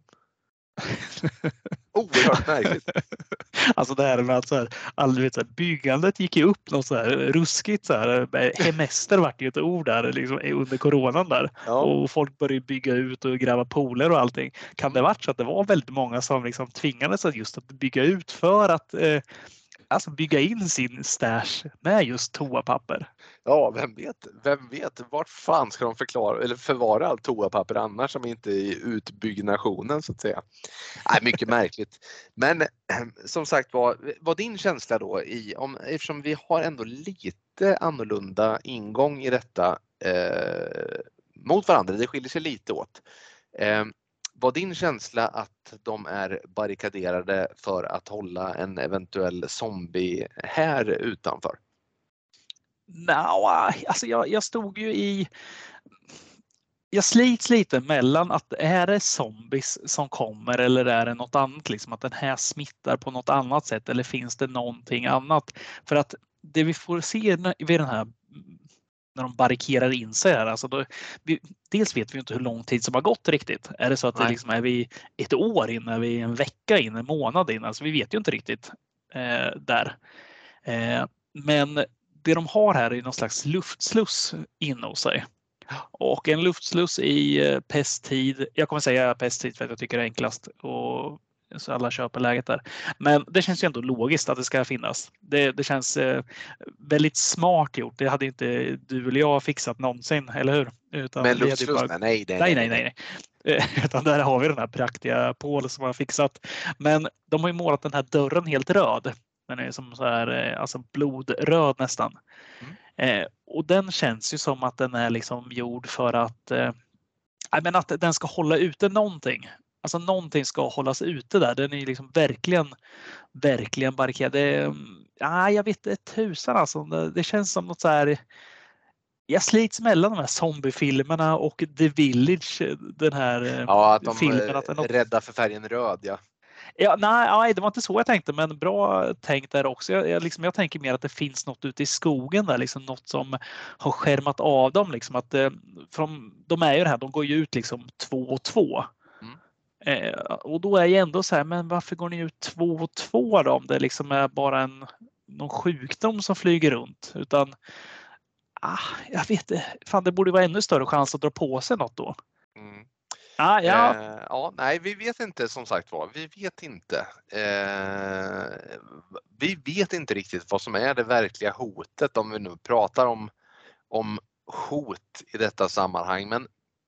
Oerhört märkligt. Alltså det här med att så här, all, vet, så här, byggandet gick ju upp något så här ruskigt. Så här, hemester vart ju ett ord där liksom, under coronan där. Ja. Och folk började bygga ut och gräva pooler och allting. Kan det varit så att det var väldigt många som liksom tvingades att just att bygga ut för att eh, alltså bygga in sin stash med just toapapper? Ja, vem vet? Vem vet? Vart fan ska de förklara eller förvara allt toapapper annars som inte är i utbyggnationen så att säga? Nej, mycket märkligt. Men som sagt var, vad din känsla då i om eftersom vi har ändå lite annorlunda ingång i detta eh, mot varandra. Det skiljer sig lite åt. Eh, var din känsla att de är barrikaderade för att hålla en eventuell zombie här utanför? No, alltså jag, jag stod ju i... Jag slits lite mellan att är det zombies som kommer eller är det något annat, liksom att den här smittar på något annat sätt eller finns det någonting annat? För att det vi får se vid den här när de barrikerar in sig här, alltså då, vi, dels vet vi inte hur lång tid som har gått riktigt. Är det så att det liksom är vi ett år in, är vi en vecka in, en månad in? Alltså vi vet ju inte riktigt eh, där. Eh, men det de har här är någon slags luftsluss inne hos sig. Och en luftsluss i eh, pesttid, jag kommer säga pesttid för att jag tycker det är enklast och så alla köper läget där. Men det känns ju ändå logiskt att det ska finnas. Det, det känns eh, väldigt smart gjort. Det hade inte du eller jag fixat någonsin, eller hur? Utan Men luftsluss? bara... nej, nej, nej, nej, nej, nej. Utan där har vi den här praktiga Paul som har fixat. Men de har ju målat den här dörren helt röd. Den är som så här, alltså blodröd nästan. Mm. Eh, och den känns ju som att den är liksom gjord för att, eh, men att den ska hålla ute någonting. Alltså någonting ska hållas ute där. Den är liksom verkligen, verkligen barrikaderad. Det, ah, jag vet inte tusan alltså. Det, det känns som något så här. Jag slits mellan de här zombiefilmerna och The Village. Den här ja, att de filmen. Att är rädda för färgen röd, ja. Ja, nej, nej, det var inte så jag tänkte, men bra tänkt där också. Jag, jag, liksom, jag tänker mer att det finns något ute i skogen där, liksom något som har skärmat av dem. Liksom, att, eh, från, de är ju det här, de går ju ut liksom två och två. Mm. Eh, och då är jag ändå så här, men varför går ni ut två och två då? Om det liksom är bara en, någon sjukdom som flyger runt. Utan, ah, jag vet inte, fan det borde vara ännu större chans att dra på sig något då. Mm. Ah, ja. Eh, ja, nej, vi vet inte som sagt vad. Vi vet inte. Eh, vi vet inte riktigt vad som är det verkliga hotet om vi nu pratar om, om hot i detta sammanhang. Men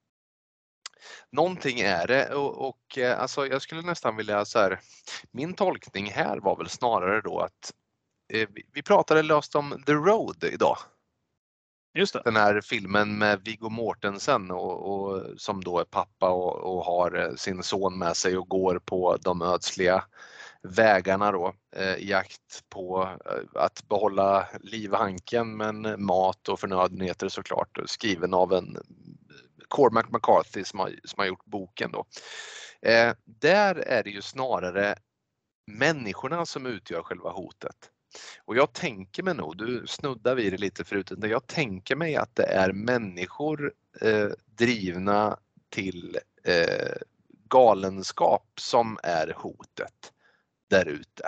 någonting är det och, och alltså, jag skulle nästan vilja så här. Min tolkning här var väl snarare då att eh, vi, vi pratade löst om The Road idag. Just det. Den här filmen med Viggo Mortensen och, och som då är pappa och, och har sin son med sig och går på de ödsliga vägarna då eh, i jakt på eh, att behålla livhanken men mat och förnödenheter såklart, skriven av en Cormac McCarthy som har, som har gjort boken då. Eh, där är det ju snarare människorna som utgör själva hotet. Och jag tänker mig nog, du snuddar vid det lite förut, jag tänker mig att det är människor eh, drivna till eh, galenskap som är hotet där ute.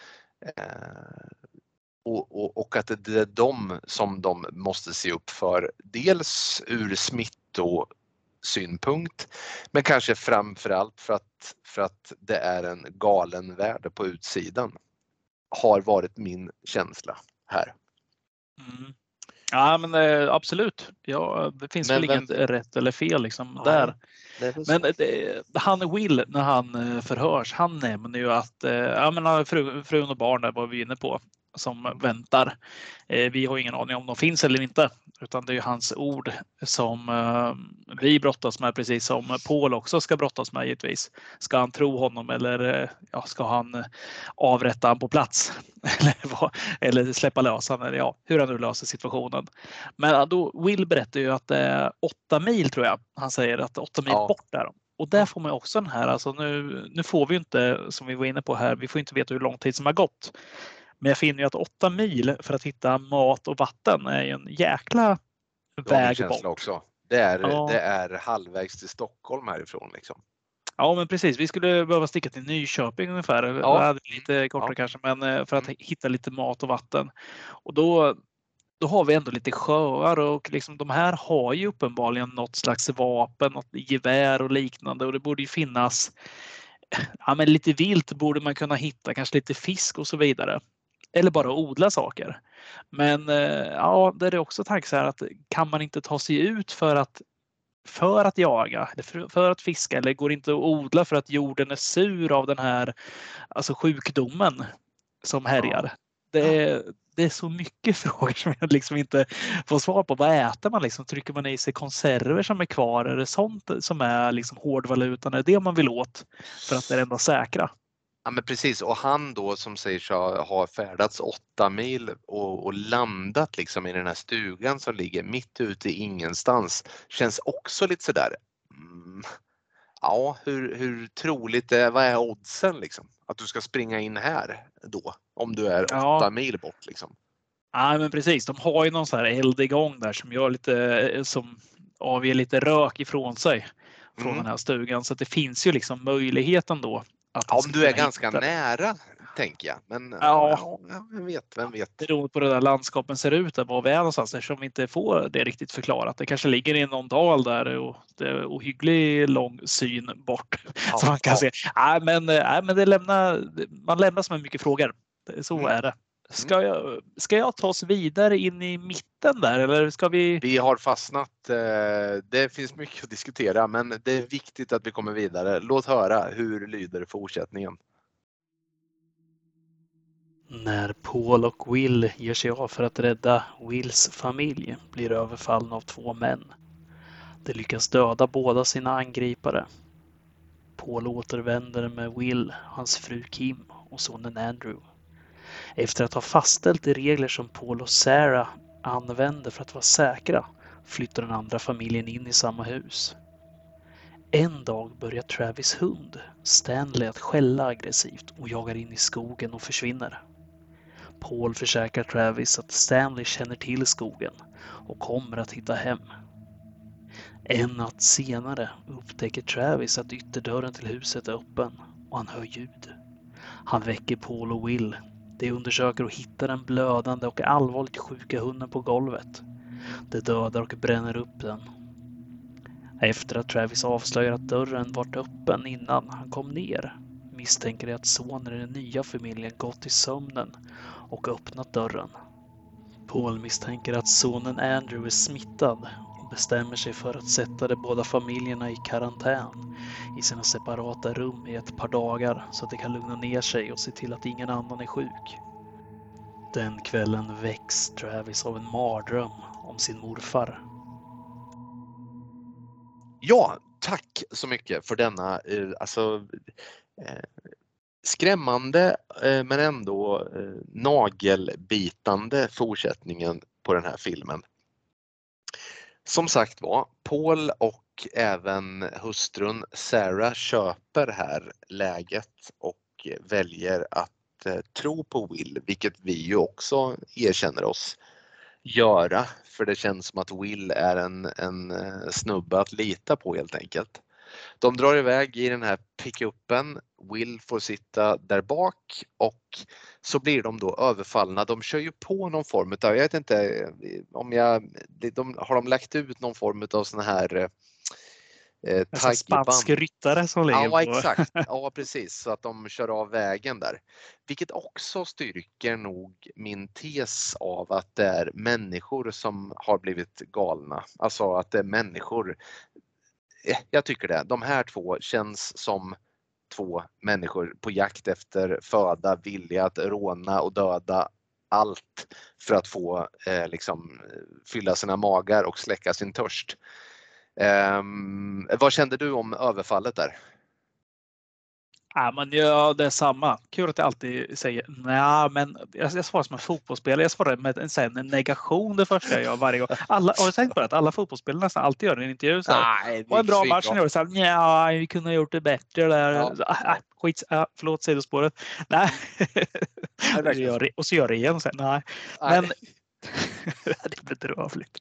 Eh, och, och, och att det är de som de måste se upp för, dels ur smittosynpunkt, men kanske framförallt för att, för att det är en galen värld på utsidan. Har varit min känsla här. Mm. Ja, men eh, absolut. Ja, det finns men väl vem... inget rätt eller fel liksom ja, där. Men det, han Will, när han förhörs, han nämner ju att eh, ja, men fru, frun och barn där var vi inne på som mm. väntar. Eh, vi har ingen aning om de finns eller inte, utan det är ju hans ord som eh, vi brottas med, precis som Paul också ska brottas med givetvis. Ska han tro honom eller ja, ska han avrätta han på plats? eller, vad- eller släppa lös han, eller ja, hur han nu löser situationen. Men då, Will berättar ju att det är åtta mil, tror jag. Han säger att åtta mil Ja. bort är de. Och där får man ju också den här, alltså nu, nu får vi ju inte, som vi var inne på här, vi får inte veta hur lång tid som har gått. Men jag finner ju att åtta mil för att hitta mat och vatten är ju en jäkla Det har min väg känsla bort. också. Det är, Ja. det är halvvägs till Stockholm härifrån liksom. Ja, men precis. Vi skulle behöva sticka till Nyköping ungefär. Ja. Lite kortare Ja. kanske, men eh, för att Mm. hitta lite mat och vatten. Och då, då har vi ändå lite sjöar och liksom, de här har ju uppenbarligen något slags vapen, något gevär och liknande. Och det borde ju finnas, ja, men lite vilt borde man kunna hitta, kanske lite fisk och så vidare. Eller bara odla saker. Men eh, ja, det är också tanke så här att kan man inte ta sig ut för att för att jaga eller för, för att fiska, eller går inte att odla för att jorden är sur av den här, alltså sjukdomen som härjar. Ja. Det är, det är så mycket frågor som jag liksom inte får svar på. Vad äter man liksom? Trycker man i sig konserver som är kvar? Är det sånt som är liksom hårdvalutan? Är det det man vill åt för att det är det enda säkra? Ja, men precis, och han då som säger sig ha ha färdats åtta mil och, och landat liksom i den här stugan som ligger mitt ute i ingenstans känns också lite sådär. Mm, ja, hur, hur troligt är, vad är oddsen liksom? Att du ska springa in här då om du är Ja. åtta mil bort liksom. Ja, men precis. De har ju någon sån här eld igång där som gör lite, som avger lite rök ifrån sig från Mm. den här stugan. Så att det finns ju liksom möjligheten då. Att Ja, de om ska du är kunna ganska hitta det. nära tänker jag. Men Ja. ja, ja, vem vet, vem vet. Beroende på hur det där landskapen ser ut, där var vi är någonstans, eftersom vi inte får det riktigt förklarat. Det kanske ligger i någon dal där och det är ohygglig lång syn bort. Ja, Så man kan ja. se. Nej, men, nej, men det lämnar, man lämnas med mycket frågor. Så Mm. är det. Ska jag, ska jag ta oss vidare in i mitten där, eller ska vi? Vi har fastnat. Det finns mycket att diskutera, men det är viktigt att vi kommer vidare. Låt höra, hur lyder fortsättningen? När Paul och Will ger sig av för att rädda Wills familj blir överfallna av två män. De lyckas döda båda sina angripare. Paul återvänder med Will, hans fru Kim och sonen Andrew. Efter att ha fastställt de regler som Paul och Sarah använder för att vara säkra flyttar den andra familjen in i samma hus. En dag börjar Travis hund, Stanley, att skälla aggressivt och jagar in i skogen och försvinner. Paul försäkrar Travis att Stanley känner till skogen och kommer att hitta hem. En natt senare upptäcker Travis att ytterdörren till huset är öppen och han hör ljud. Han väcker Paul och Will. De undersöker och hittar den blödande och allvarligt sjuka hunden på golvet. De dödar och bränner upp den. Efter att Travis avslöjar att dörren varit öppen innan han kom ner misstänker de att sonen i den nya familjen gått i sömnen och öppnat dörren. Paul misstänker att sonen Andrew är smittad och bestämmer sig för att sätta de båda familjerna i karantän i sina separata rum i ett par dagar så att de kan lugna ner sig och se till att ingen annan är sjuk. Den kvällen väcks Travis av en mardröm om sin morfar. Ja, tack så mycket för denna eh, alltså, eh, skrämmande eh, men ändå eh, nagelbitande fortsättningen på den här filmen. Som sagt var, Paul och även hustrun Sarah köper här läget och väljer att eh, tro på Will, vilket vi ju också erkänner oss göra, för det känns som att Will är en, en eh, snubbe att lita på helt enkelt. De drar iväg i den här pickupen. Will får sitta där bak och så blir de då överfallna. De kör ju på någon form av, jag vet inte om jag, de, har de lagt ut någon form av sån här eh, En spansk ryttare som ligger ja, på. exakt. Ja, precis. Så att de kör av vägen där. Vilket också styrker nog min tes av att det är människor som har blivit galna. Alltså att det är människor. Jag tycker det. De här två känns som två människor på jakt efter föda, vilja att råna och döda allt för att få eh, liksom fylla sina magar och släcka sin törst. Um, vad kände du om överfallet där? Ja, men ja, det är samma. Kul att jag alltid säger nej, men jag, jag svarar som en fotbollsspelare. Jag svarar med en, sen, en negation det första jag gör varje gång. Alla, har du tänkt på det? Att alla fotbollsspelare nästan alltid gör en intervju så här. Nej, Vad en bra svinbra. match ni gör. Så här, ja, vi kunde ha gjort det bättre där. Ja, Så, ah, ja. skit, ah, förlåt sidospåret. Nej. Det är verkligen så. Och så gör det igen. Så här, nej. Nej. Men det är bedrövligt.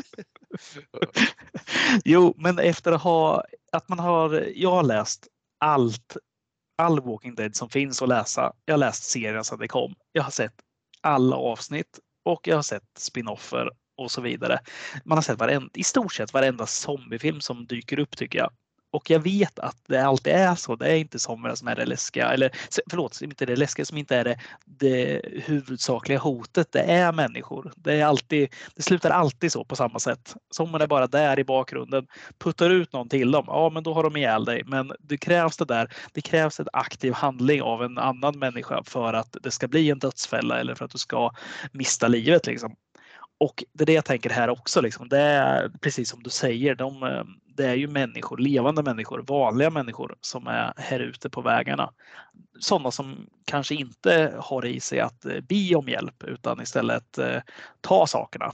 Jo, men efter att ha att man har jag har läst allt all Walking Dead som finns att läsa. Jag har läst serien sedan det kom. Jag har sett alla avsnitt och jag har sett spin-offer och så vidare. Man har sett varenda, i stort sett varenda zombiefilm som dyker upp tycker jag. Och jag vet att det alltid är så. Det är inte zombier som är det läskiga. Eller förlåt, inte det läskiga som inte är det, det huvudsakliga hotet. Det är människor. Det, är alltid, det slutar alltid så på samma sätt. Zombien är bara där i bakgrunden. Puttar ut någon till dem. Ja, men då har de ihjäl dig. Men det krävs det där. Det krävs en aktiv handling av en annan människa för att det ska bli en dödsfälla eller för att du ska mista livet liksom. Och det är det jag tänker här också. Liksom. Det är precis som du säger. De, det är ju människor, levande människor, vanliga människor som är här ute på vägarna. Sådana som kanske inte har i sig att be om hjälp utan istället eh, ta sakerna.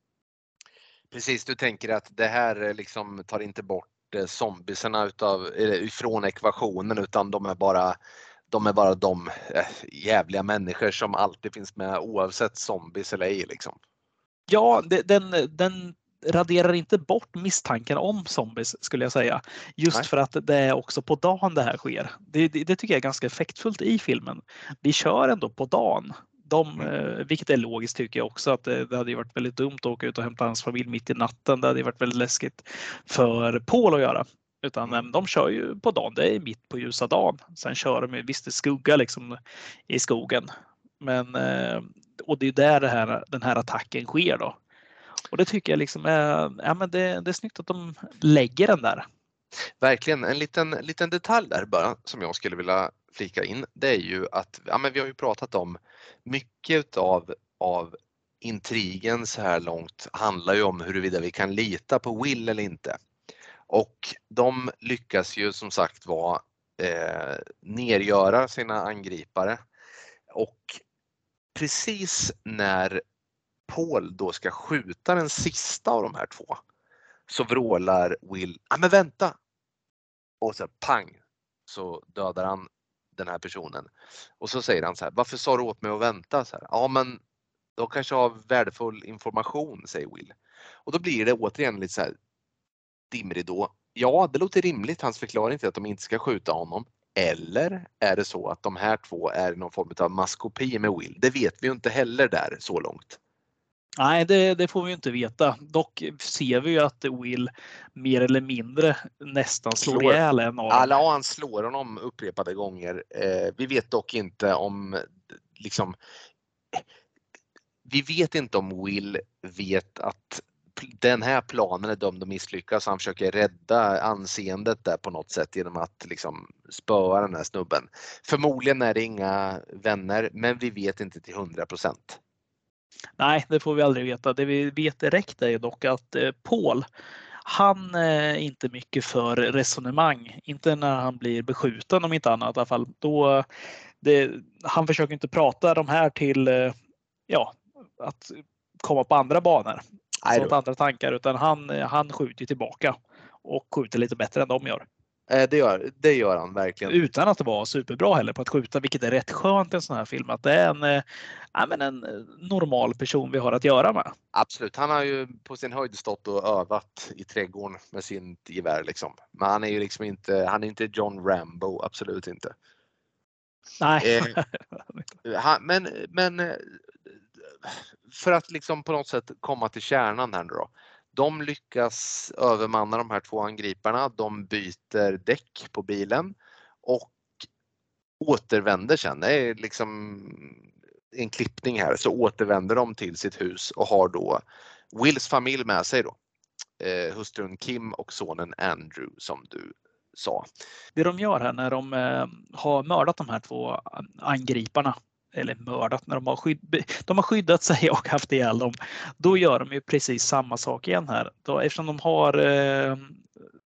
Precis, du tänker att det här liksom tar inte bort zombiesarna utav, ifrån ekvationen utan de är bara de är bara de jävliga människor som alltid finns med oavsett zombies eller ej liksom. Ja, den, den raderar inte bort misstanken om zombies skulle jag säga. Just Nej. För att det är också på dagen det här sker. Det, det, det tycker jag är ganska effektfullt i filmen. Vi kör ändå på dagen. De, mm. Vilket är logiskt tycker jag också. Att det, det hade ju varit väldigt dumt att åka ut och hämta hans familj mitt i natten. Det hade varit väldigt läskigt för Paul att göra. Utan mm. de kör ju på dagen. Det är mitt på ljusa dagen. Sen kör de ju visst i skugga liksom i skogen. Men och det är där det här, den här attacken sker då. Och det tycker jag liksom är, ja, men det, det är snyggt att de lägger den där. Verkligen, en liten, liten detalj där bara som jag skulle vilja flika in. Det är ju att, ja, men vi har ju pratat om mycket av, av intrigen så här långt handlar ju om huruvida vi kan lita på Will eller inte. Och de lyckas ju som sagt vara eh, nergöra sina angripare. Och precis när Paul då ska skjuta den sista av de här två så vrålar Will, ja men vänta! Och så pang så dödar han den här personen. Och så säger han så här, varför sa du åt mig att vänta? Så här, ja men de kanske har värdefull information, säger Will. Och då blir det återigen lite så här dimridå. Ja, det låter rimligt, hans förklaring till att de inte ska skjuta honom. Eller är det så att de här två är någon form av maskopi med Will? Det vet vi ju inte heller där så långt. Nej, det, det får vi inte veta. Dock ser vi ju att Will mer eller mindre nästan slår, slår. ihjäl en av dem. Alla han slår honom upprepade gånger. Eh, vi vet dock inte om liksom. Vi vet inte om Will vet att den här planen är dömd att misslyckas. Han försöker rädda anseendet där på något sätt genom att liksom spöa den här snubben. Förmodligen är det inga vänner, men vi vet inte till hundra procent. Nej, det får vi aldrig veta. Det vi vet direkt är dock att Paul, han är inte mycket för resonemang. Inte när han blir beskjuten om inte annat i alla fall. Då, det, han försöker inte prata de här till ja, att komma på andra banor. Alltså andra tankar, utan han, han skjuter tillbaka och skjuter lite bättre än de gör. Det gör, det gör han verkligen. Utan att det var superbra heller på att skjuta, vilket är rätt skönt i en sån här film. Att det är en, ja, men en normal person vi har att göra med. Absolut, han har ju på sin höjd stått och övat i trädgården med sin gevär liksom. Men han är ju liksom inte, han är inte John Rambo, absolut inte. Nej. Eh, han, men, men för att liksom på något sätt komma till kärnan här då. De lyckas övermanna de här två angriparna. De byter däck på bilen och återvänder sen. Det är liksom en klippning här. Så återvänder de till sitt hus och har då Wills familj med sig då. Eh, hustrun Kim och sonen Andrew som du sa. Det de gör här när de eh, har mördat de här två angriparna, eller mördat, när de har, skydd, de har skyddat sig och haft ihjäl dem, då gör de ju precis samma sak igen här. Då, eftersom de har eh,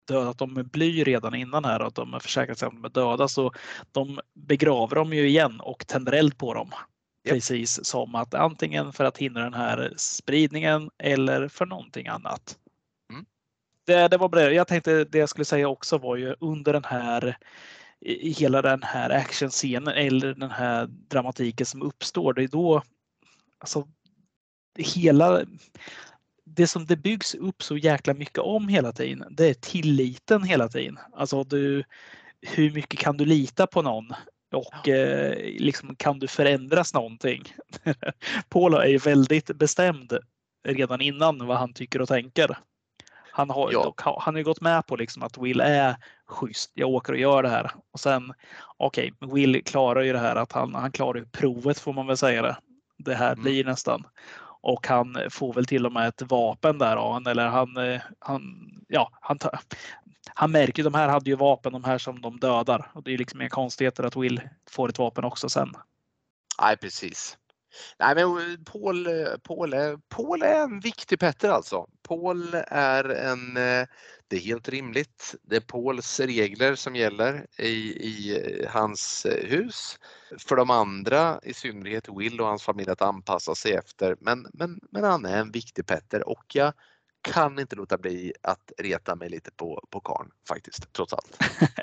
dödat dem med bly redan innan här och att de har försäkrat sig att de är döda, så de begraver dem ju igen och tänder eld på dem. Yep. Precis som att antingen för att hindra den här spridningen eller för någonting annat. Mm. Det, det var bra. Jag tänkte det jag skulle säga också var ju under den här hela den här actionscenen eller den här dramatiken som uppstår. Det är då alltså hela det som det byggs upp så jäkla mycket om hela tiden. Det är tilliten hela tiden. Alltså du, hur mycket kan du lita på någon? Och eh, liksom, kan du förändras någonting? Paul är ju väldigt bestämd redan innan vad han tycker och tänker. Han har, Ja. dock, han har ju gått med på liksom att Will är schysst. Jag åker och gör det här. Och sen, okej, okay, Will klarar ju det här att han, han klarar ju provet får man väl säga det. Det här Mm. blir nästan. Och han får väl till och med ett vapen där av han, eller han, han, ja, han, han märker ju, de här hade ju vapen, de här som de dödar. Och det är liksom en konstigheter att Will får ett vapen också sen. Nej, precis. Nej, men Paul, Paul, är, Paul är en viktig Petter alltså. Paul är en, det är helt rimligt. Det är Pauls regler som gäller i, i hans hus. För de andra, i synnerhet Will och hans familj, att anpassa sig efter. Men, men, men han är en viktig Petter och jag kan inte låta bli att reta mig lite på, på karn faktiskt, trots allt.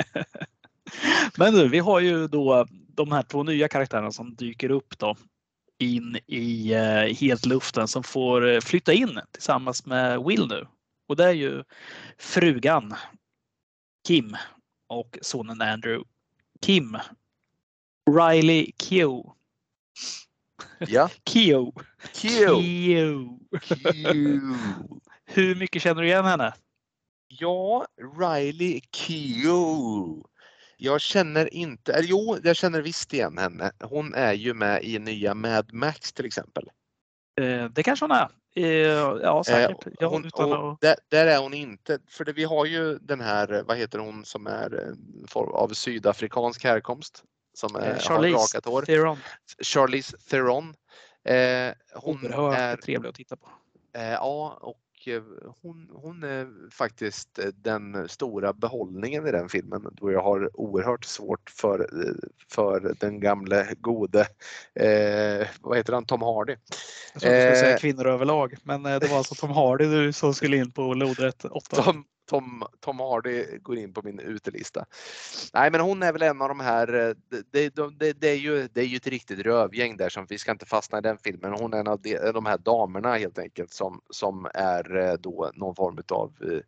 Men nu, vi har ju då de här två nya karaktärerna som dyker upp då in i eh, helt luften som får flytta in tillsammans med Will nu. Och det är ju frugan Kim och sonen Andrew. Kim. Riley Keough. Ja. Keough. Keough. Keough. Hur mycket känner du igen henne? Ja, Riley Keough. Jag känner inte, eller jo, jag känner visst igen henne. Hon är ju med i nya Mad Max till exempel. Eh, det kanske hon är. Eh, ja, säkert. Eh, ja, hon, utan och att... där, där är hon inte, för det, vi har ju den här, vad heter hon som är av sydafrikansk härkomst? Som är, har rakat hår. Theron. Charlize Theron. Eh, hon Oerhört är trevlig att titta på. Eh, ja, och hon, hon är faktiskt den stora behållningen i den filmen då jag har oerhört svårt för, för den gamle gode, eh, vad heter han, Tom Hardy. Jag trodde du skulle säga kvinnor överlag, men det var alltså Tom Hardy du som skulle in på lodrätt åtta. Tom, Tom, Tom Hardy går in på min utelista. Nej, men hon är väl en av de här, det, det, det, det, är, ju, det är ju ett riktigt rövgäng där som vi ska inte fastna i den filmen. Hon är en av de, de här damerna helt enkelt som, som är då någon form av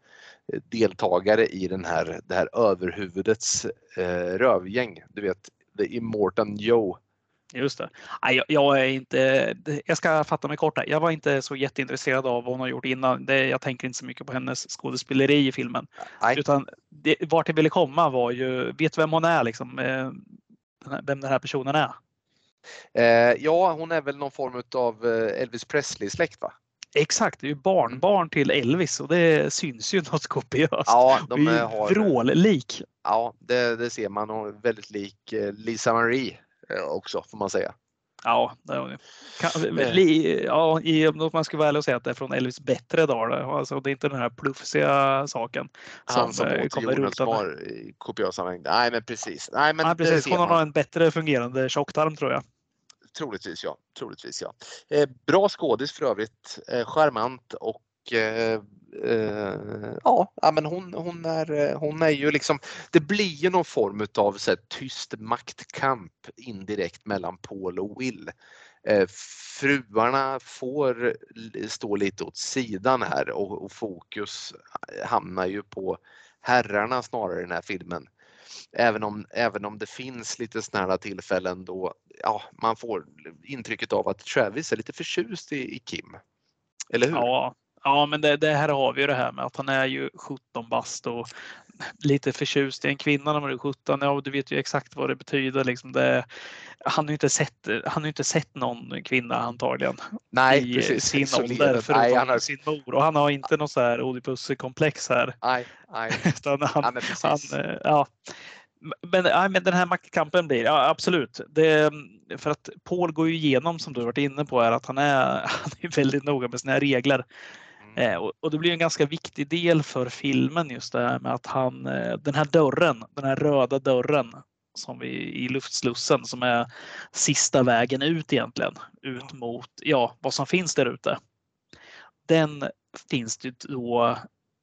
deltagare i den här, det här överhuvudets eh, rövgäng. Du vet, The Immortan Joe. Just det. Jag, jag är inte, jag ska fatta mig kort här. Jag var inte så jätteintresserad av vad hon har gjort innan. Det, jag tänker inte så mycket på hennes skådespeleri i filmen. Nej. Utan det, vart jag ville komma var ju, vet du vem hon är liksom? Vem den här personen är? Eh, ja, hon är väl någon form av Elvis Presley-släkt, va? Exakt, det är ju barnbarn mm. till Elvis och det syns ju något kopiöst. Ja, de det är har vrållik. Ja, det, det ser man, och väldigt lik Lisa Marie också får man säga. Ja, det kan, li, ja i, om man ska vara ärlig och säga att det är från Elvis bättre dagar. Alltså, det är inte den här plufsiga saken. Han som åt jordens mar i kopiösa mängder. Nej, men precis. Nej, men ja, precis. Hon har en bättre fungerande tjocktarm tror jag. Troligtvis ja, troligtvis ja. Eh, bra skådis för övrigt, eh, charmant och eh, eh, ja, men hon, hon, är, hon är ju liksom, det blir ju någon form av så här, tyst maktkamp indirekt mellan Paul och Will. Eh, fruarna får stå lite åt sidan här och, och fokus hamnar ju på herrarna snarare i den här filmen. Även om, även om det finns lite sådana här tillfällen då ja, man får intrycket av att Travis är lite förtjust i, i Kim. Eller hur? Ja, ja men det, det här har vi ju det här med att han är ju sjutton bast och lite förtjust i en kvinna när man är sjutton. Ja, du vet ju exakt vad det betyder. Liksom det, han har ju inte sett, han har inte sett någon kvinna antagligen. Nej, i precis. sin så ålder förutom nej, han har... sin mor. Och han har inte någon så här Oedipus-komplex här. Nej, nej. Utan han, ja, men han, ja. Men, ja, men den här maktkampen blir, ja absolut. Det, för att Paul går ju igenom, som du har varit inne på, är att han är, han är väldigt noga med sina regler. Mm. Eh, och, och det blir en ganska viktig del för filmen just det här med att han, eh, den här dörren, den här röda dörren som vi i luftslussen som är sista vägen ut egentligen, ut mot ja, vad som finns där ute. Den finns det då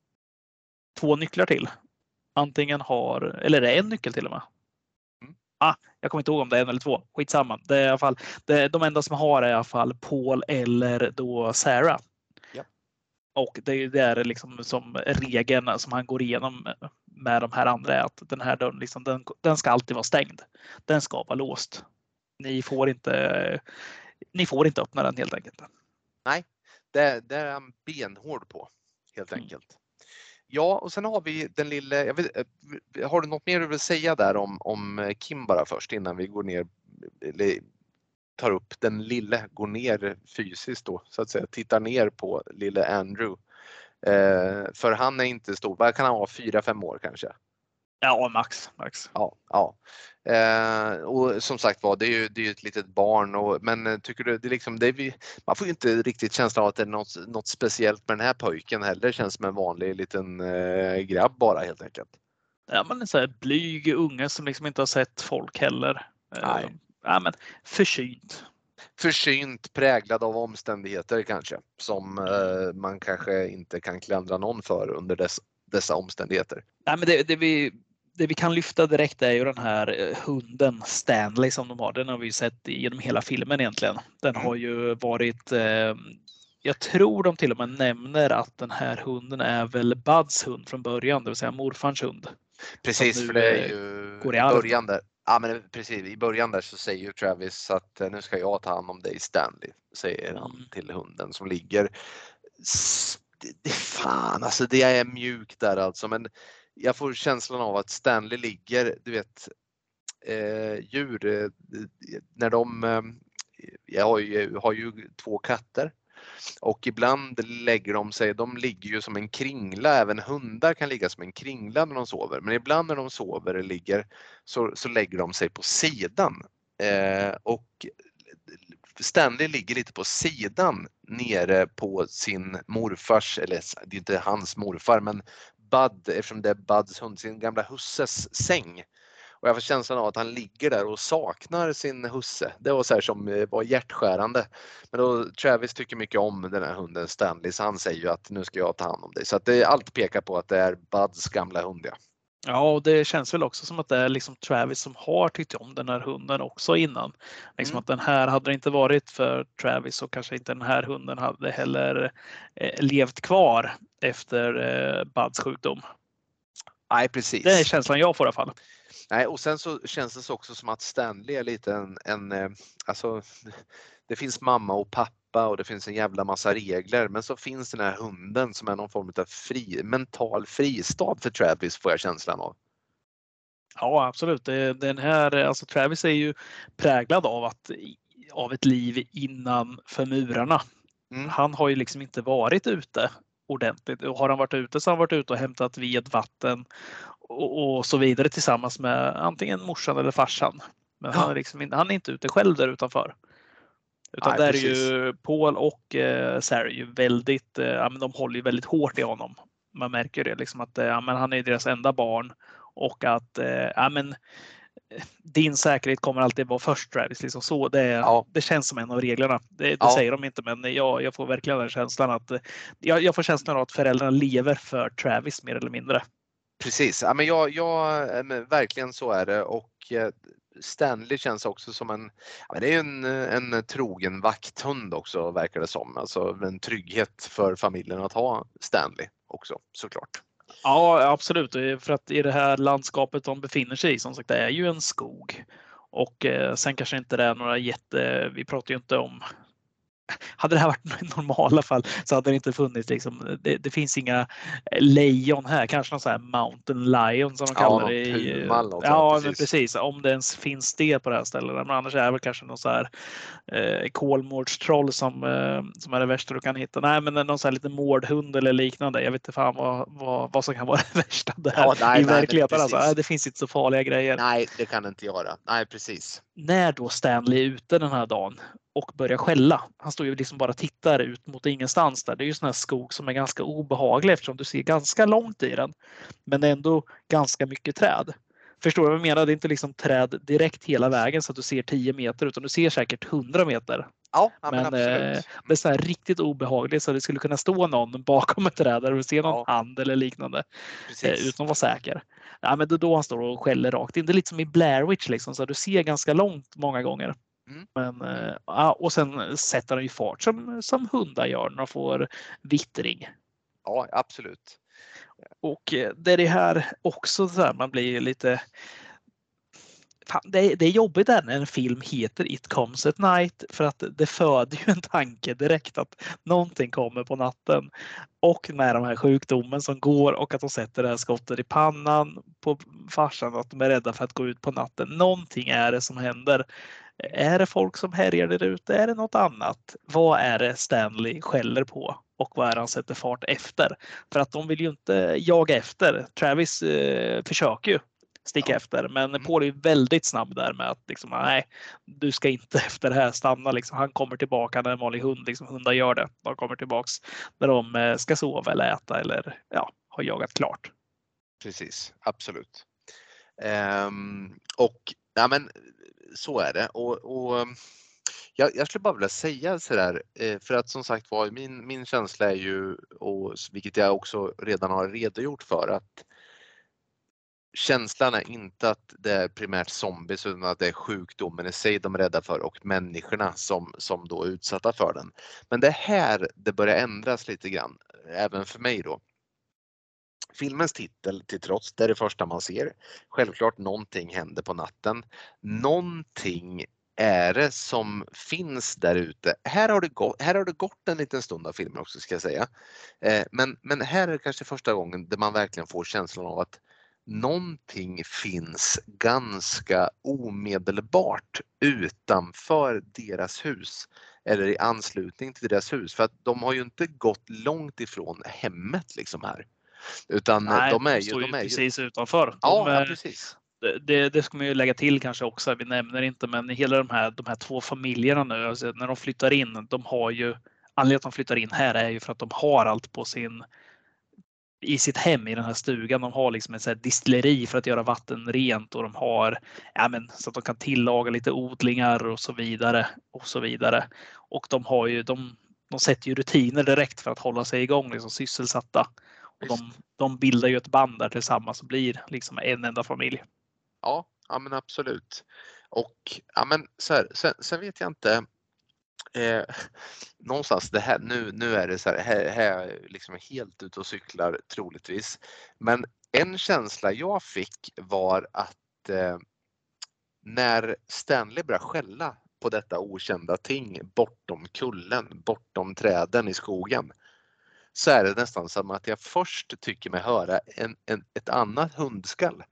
två nycklar till. Antingen har, eller är det en nyckel till och med? Mm. Ah, jag kommer inte ihåg om det är en eller två. Skitsamma. Det är i alla fall, det, de enda som har är i alla fall Paul eller då Sarah. Ja. Och det är ju där liksom som regeln som han går igenom med de här andra är att den här dörren liksom, den, den ska alltid vara stängd. Den ska vara låst. Ni får inte, ni får inte öppna den helt enkelt. Nej, det, det är han benhård på helt enkelt. Mm. Ja, och sen har vi den lilla, jag vet, har du något mer du vill säga där om, om Kim bara först innan vi går ner, eller tar upp den lille, går ner fysiskt då så att säga, tittar ner på lille Andrew. Eh, för han är inte stor, vad kan han vara, fyra, fem år kanske? Ja, max. max. Ja, ja. Eh, och som sagt var, det är ju, det är ju ett litet barn. Och, men tycker du, det är liksom, det är vi, man får ju inte riktigt känslan av att det är något, något speciellt med den här pojken heller. Det känns som en vanlig liten eh, grabb bara helt enkelt. Ja, man är så här blyg unge som liksom inte har sett folk heller. Nej. Eh, ja, men försynt. Försynt, präglad av omständigheter kanske. Som eh, man kanske inte kan klandra någon för under dess, dessa omständigheter. Nej, men det, det vi Det vi kan lyfta direkt är ju den här hunden Stanley som de har. Den har vi ju sett genom hela filmen egentligen. Den har ju varit, eh, jag tror de till och med nämner att den här hunden är väl Buds hund från början, det vill säga morfars hund. Precis, för det är ju går i, i början där. Ja, men precis, i början där så säger ju Travis att nu ska jag ta hand om dig Stanley, säger mm. han till hunden som ligger. Det, det, fan, alltså det är mjukt där alltså, men jag får känslan av att Stanley ligger, du vet, eh, djur, eh, när de, eh, jag har ju, har ju två katter och ibland lägger de sig, de ligger ju som en kringla, även hundar kan ligga som en kringla när de sover, men ibland när de sover eller ligger så, så lägger de sig på sidan eh, och Stanley ligger lite på sidan nere på sin morfars, eller det är inte hans morfar, men Bud, eftersom det är Buds hund, sin gamla husses säng. Och jag får känslan av att han ligger där och saknar sin husse. Det var så här som var hjärtskärande. Men då Travis tycker mycket om den här hunden Stanley, så han säger ju att nu ska jag ta hand om dig. Så att det allt pekar på att det är Buds gamla hund. Ja. Ja, och det känns väl också som att det är liksom Travis som har tyckt om den här hunden också innan. Liksom mm. att den här, hade det inte varit för Travis så kanske inte den här hunden hade heller eh, levt kvar efter eh, Buds sjukdom. Nej, precis. Det är känslan jag får i alla fall. Nej, och sen så känns det också som att Stanley är lite en, en eh, alltså det finns mamma och pappa och det finns en jävla massa regler, men så finns den här hunden som är någon form av fri, mental fristad för Travis, får jag känslan av. Ja, absolut. Den här, alltså Travis är ju präglad av att av ett liv innanför murarna. Mm. Han har ju liksom inte varit ute ordentligt. Och har han varit ute så har han varit ute och hämtat ved, vatten och, och så vidare tillsammans med antingen morsan eller farsan. Men ja. han, är liksom, han är inte ute själv där utanför. Utan Nej, där precis. är ju Paul och eh, Sarah ju väldigt, eh, ja, men de håller ju väldigt hårt i honom. Man märker det liksom att ja, men han är deras enda barn och att eh, ja, men, din säkerhet kommer alltid vara först, Travis. Liksom så. Det, ja. det känns som en av reglerna. Det, det ja. säger de inte, men jag, jag får verkligen den känslan att jag, jag får känslan av att föräldrarna lever för Travis mer eller mindre. Precis, ja, men jag, jag, verkligen så är det, och Stanley känns också som en, ja, det är en, en trogen vakthund också, verkar det som. Alltså en trygghet för familjen att ha Stanley också, såklart. Ja, absolut. För att i det här landskapet de befinner sig i, som sagt, det är ju en skog. Och eh, sen kanske inte det är några jätte, vi pratar ju inte om, hade det här varit i normala fall så hade det inte funnits liksom, det, det finns inga lejon här, kanske någon sån här mountain lion som de kallar ja, det i, ja precis. Men precis, om det ens finns det på det här stället, men annars är det väl kanske någon så här eh, kolmårdstroll som, eh, som är det värsta du kan hitta. Nej, men någon så här liten mårdhund eller liknande, jag vet inte fan vad, vad, vad som kan vara det värsta där ja, nej, i nej, verkligheten. Alltså, nej, det finns inte så farliga grejer. Nej, det kan det inte göra. Nej, precis. När då Stanley är ute den här dagen och börjar skälla. Han står ju liksom liksom bara tittar ut mot ingenstans där. Det är ju sån här skog som är ganska obehaglig eftersom du ser ganska långt i den. Men ändå ganska mycket träd. Förstår du vad jag menar? Det är inte liksom träd direkt hela vägen så att du ser tio meter utan du ser säkert hundra meter. Ja, ja men, men absolut. eh, det är så här riktigt obehagligt så det skulle kunna stå någon bakom ett träd där och se någon Ja. hand eller liknande. Precis. Eh, utan att vara säker. Ja, men då, då han står och skäller rakt in. Det är lite som i Blair Witch liksom, så du ser ganska långt många gånger. Mm. Men, eh, ja, och sen sätter han ju fart som, som hundar gör när de får vittring. Ja, absolut. Och eh, det är det här också så här, man blir lite... Fan, det, är, det är jobbigt där när en film heter It comes at night för att det föder ju en tanke direkt att någonting kommer på natten. Och med de här sjukdomen som går och att de sätter det här skottet i pannan på farsan att de är rädda för att gå ut på natten. Någonting är det som händer. Är det folk som härjar där ute? Är det något annat? Vad är det Stanley skäller på? Och vad är det han sätter fart efter? För att de vill ju inte jaga efter. Travis eh, försöker ju sticka ja. efter. Men mm. Paul är väldigt snabb där med att liksom, nej, du ska inte efter det här stanna. Liksom. Han kommer tillbaka när en vanlig hund, liksom, hundar gör det. De kommer tillbaks när de ska sova eller äta eller ja, har jagat klart. Precis, absolut. Um, och ja, men så är det. Och, och jag, jag skulle bara vilja säga sådär, för att som sagt var, min, min känsla är ju, och vilket jag också redan har redogjort för, att känslan är inte att det är primärt zombies utan att det är sjukdomen i sig de är rädda för och människorna som, som då är utsatta för den. Men det är här det börjar ändras lite grann, även för mig då. Filmens titel till trots, det är det första man ser. Självklart någonting händer på natten. Någonting är det som finns där ute. Här har det gått, här har det gått en liten stund av filmen också ska jag säga. Eh, men, men här är det kanske första gången där man verkligen får känslan av att någonting finns ganska omedelbart utanför deras hus eller i anslutning till deras hus. För att de har ju inte gått långt ifrån hemmet liksom här. Utan Nej, de är de ju, står ju de är precis ju... utanför. De, ja, ja, precis. Det, det ska man ju lägga till kanske också, vi nämner inte, men hela de här, de här två familjerna nu, alltså när de flyttar in, de har ju, anledningen att de flyttar in här är ju för att de har allt på sin, i sitt hem i den här stugan. De har liksom ett så här distilleri för att göra vatten rent och de har, ja men så att de kan tillaga lite odlingar och så vidare och så vidare. Och de har ju, de, de sätter ju rutiner direkt för att hålla sig igång, liksom sysselsatta. Och de, de bildar ju ett band där tillsammans och blir liksom en enda familj. Ja, ja men absolut. Och ja, men så här, sen, sen vet jag inte. Eh, någonstans det här nu, nu är det så här, här, här liksom helt ute och cyklar troligtvis. Men en känsla jag fick var att eh, när Stanley börjar skälla på detta okända ting bortom kullen, bortom träden i skogen, så är det nästan som att jag först tycker mig höra en, en, ett annat hundskall.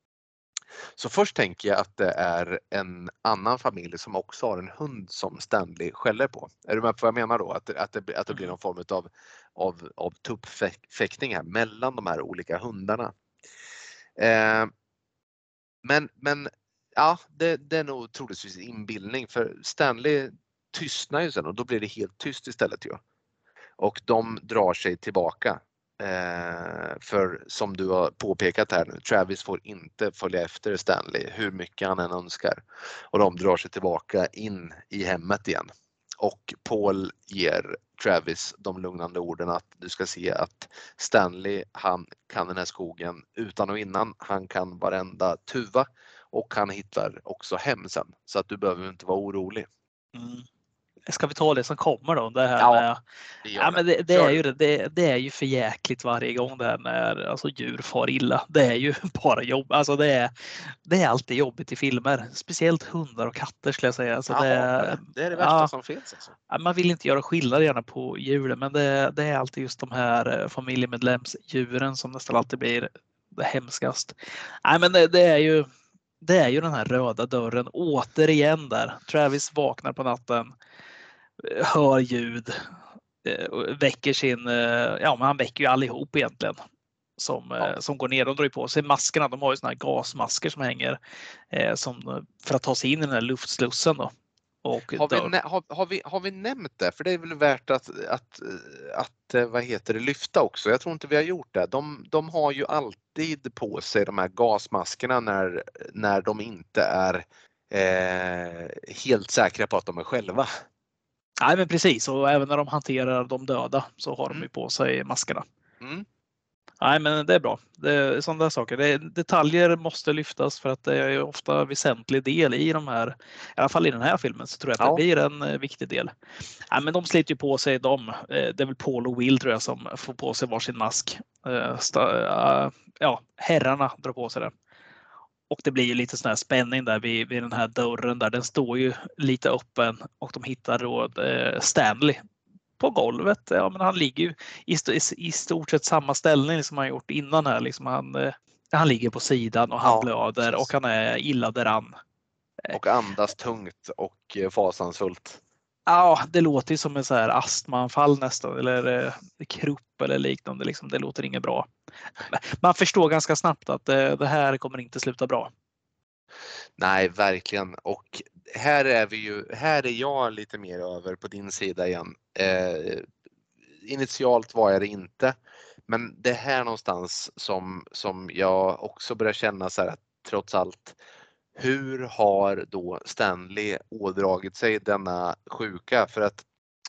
Så först tänker jag att det är en annan familj som också har en hund som Stanley skäller på. Är du med på vad jag menar då? Att, att, det, att det blir någon form av, av, av tuppfäktning här mellan de här olika hundarna. Eh, men, men ja, det, det är nog troligtvis inbildning för Stanley tystnar ju sen och då blir det helt tyst istället ju. Och de drar sig tillbaka. Eh, för som du har påpekat här nu, Travis får inte följa efter Stanley hur mycket han än önskar. Och de drar sig tillbaka in i hemmet igen. Och Paul ger Travis de lugnande orden att du ska se att Stanley, han kan den här skogen utan och innan. Han kan varenda tuva och han hittar också hem sen. Så att du behöver inte vara orolig. Mm. Ska vi ta det som kommer då? Det här ja, med, det, ja, men det, det, är ju det, det, det är ju för jäkligt varje gång det här när alltså, djur far illa. Det är ju bara jobb. Alltså, det, är, det är alltid jobbigt i filmer. Speciellt hundar och katter skulle jag säga. Alltså, Jaha, det, är, det är det värsta ja, som finns. Alltså. Man vill inte göra skillnad gärna på djuren, men det, det är alltid just de här familjemedlemsdjuren som nästan alltid blir det hemskast. Nej, men det, det är ju det är ju den här röda dörren återigen där. Travis vaknar på natten, hör ljud, väcker sin, ja men han väcker ju allihop egentligen som, ja. som går ner. De drar ju på sig maskerna, de har ju såna här gasmasker som hänger som, för att ta sig in i den här luftslussen då. och Har vi, dör. nä- har, har, vi, har vi nämnt det? För det är väl värt att, att, att eh, vad heter det, lyfta också. Jag tror inte vi har gjort det. De, de har ju alltid på sig de här gasmaskerna när, när de inte är eh, helt säkra på att de är själva. Nej, men precis. Och även när de hanterar de döda så har de Mm. ju på sig maskerna. Mm. Nej, men det är bra. Det är sådana där saker. Det är, detaljer måste lyftas för att det är ofta en väsentlig del i de här, i alla fall i den här filmen, så tror jag att Ja. det blir en eh, viktig del. Nej, men de sliter ju på sig dem. Eh, Det är väl Paul och Will tror jag som får på sig varsin mask. Eh, sta- eh, Ja, herrarna drar på sig det. Och det blir ju lite sån här spänning där vid, vid den här dörren där. Den står ju lite öppen och de hittar då eh, Stanley på golvet. Ja, men han ligger ju i, st- i stort sett samma ställning som han gjort innan här. Liksom han, eh, han ligger på sidan och han Ja, blöder precis. och han är illa däran. Och andas tungt och eh, fasansfullt. Ja, det låter ju som en så här astmaanfall nästan eller eh, krupp eller liknande. Liksom. Det låter inget bra. Man förstår ganska snabbt att eh, det här kommer inte sluta bra. Nej, verkligen. Och här är vi ju, här är jag lite mer över på din sida igen. Eh, initialt var jag det inte, men det är här någonstans som, som jag också börjar känna så här att trots allt, hur har då Stanley ådragit sig denna sjuka? För att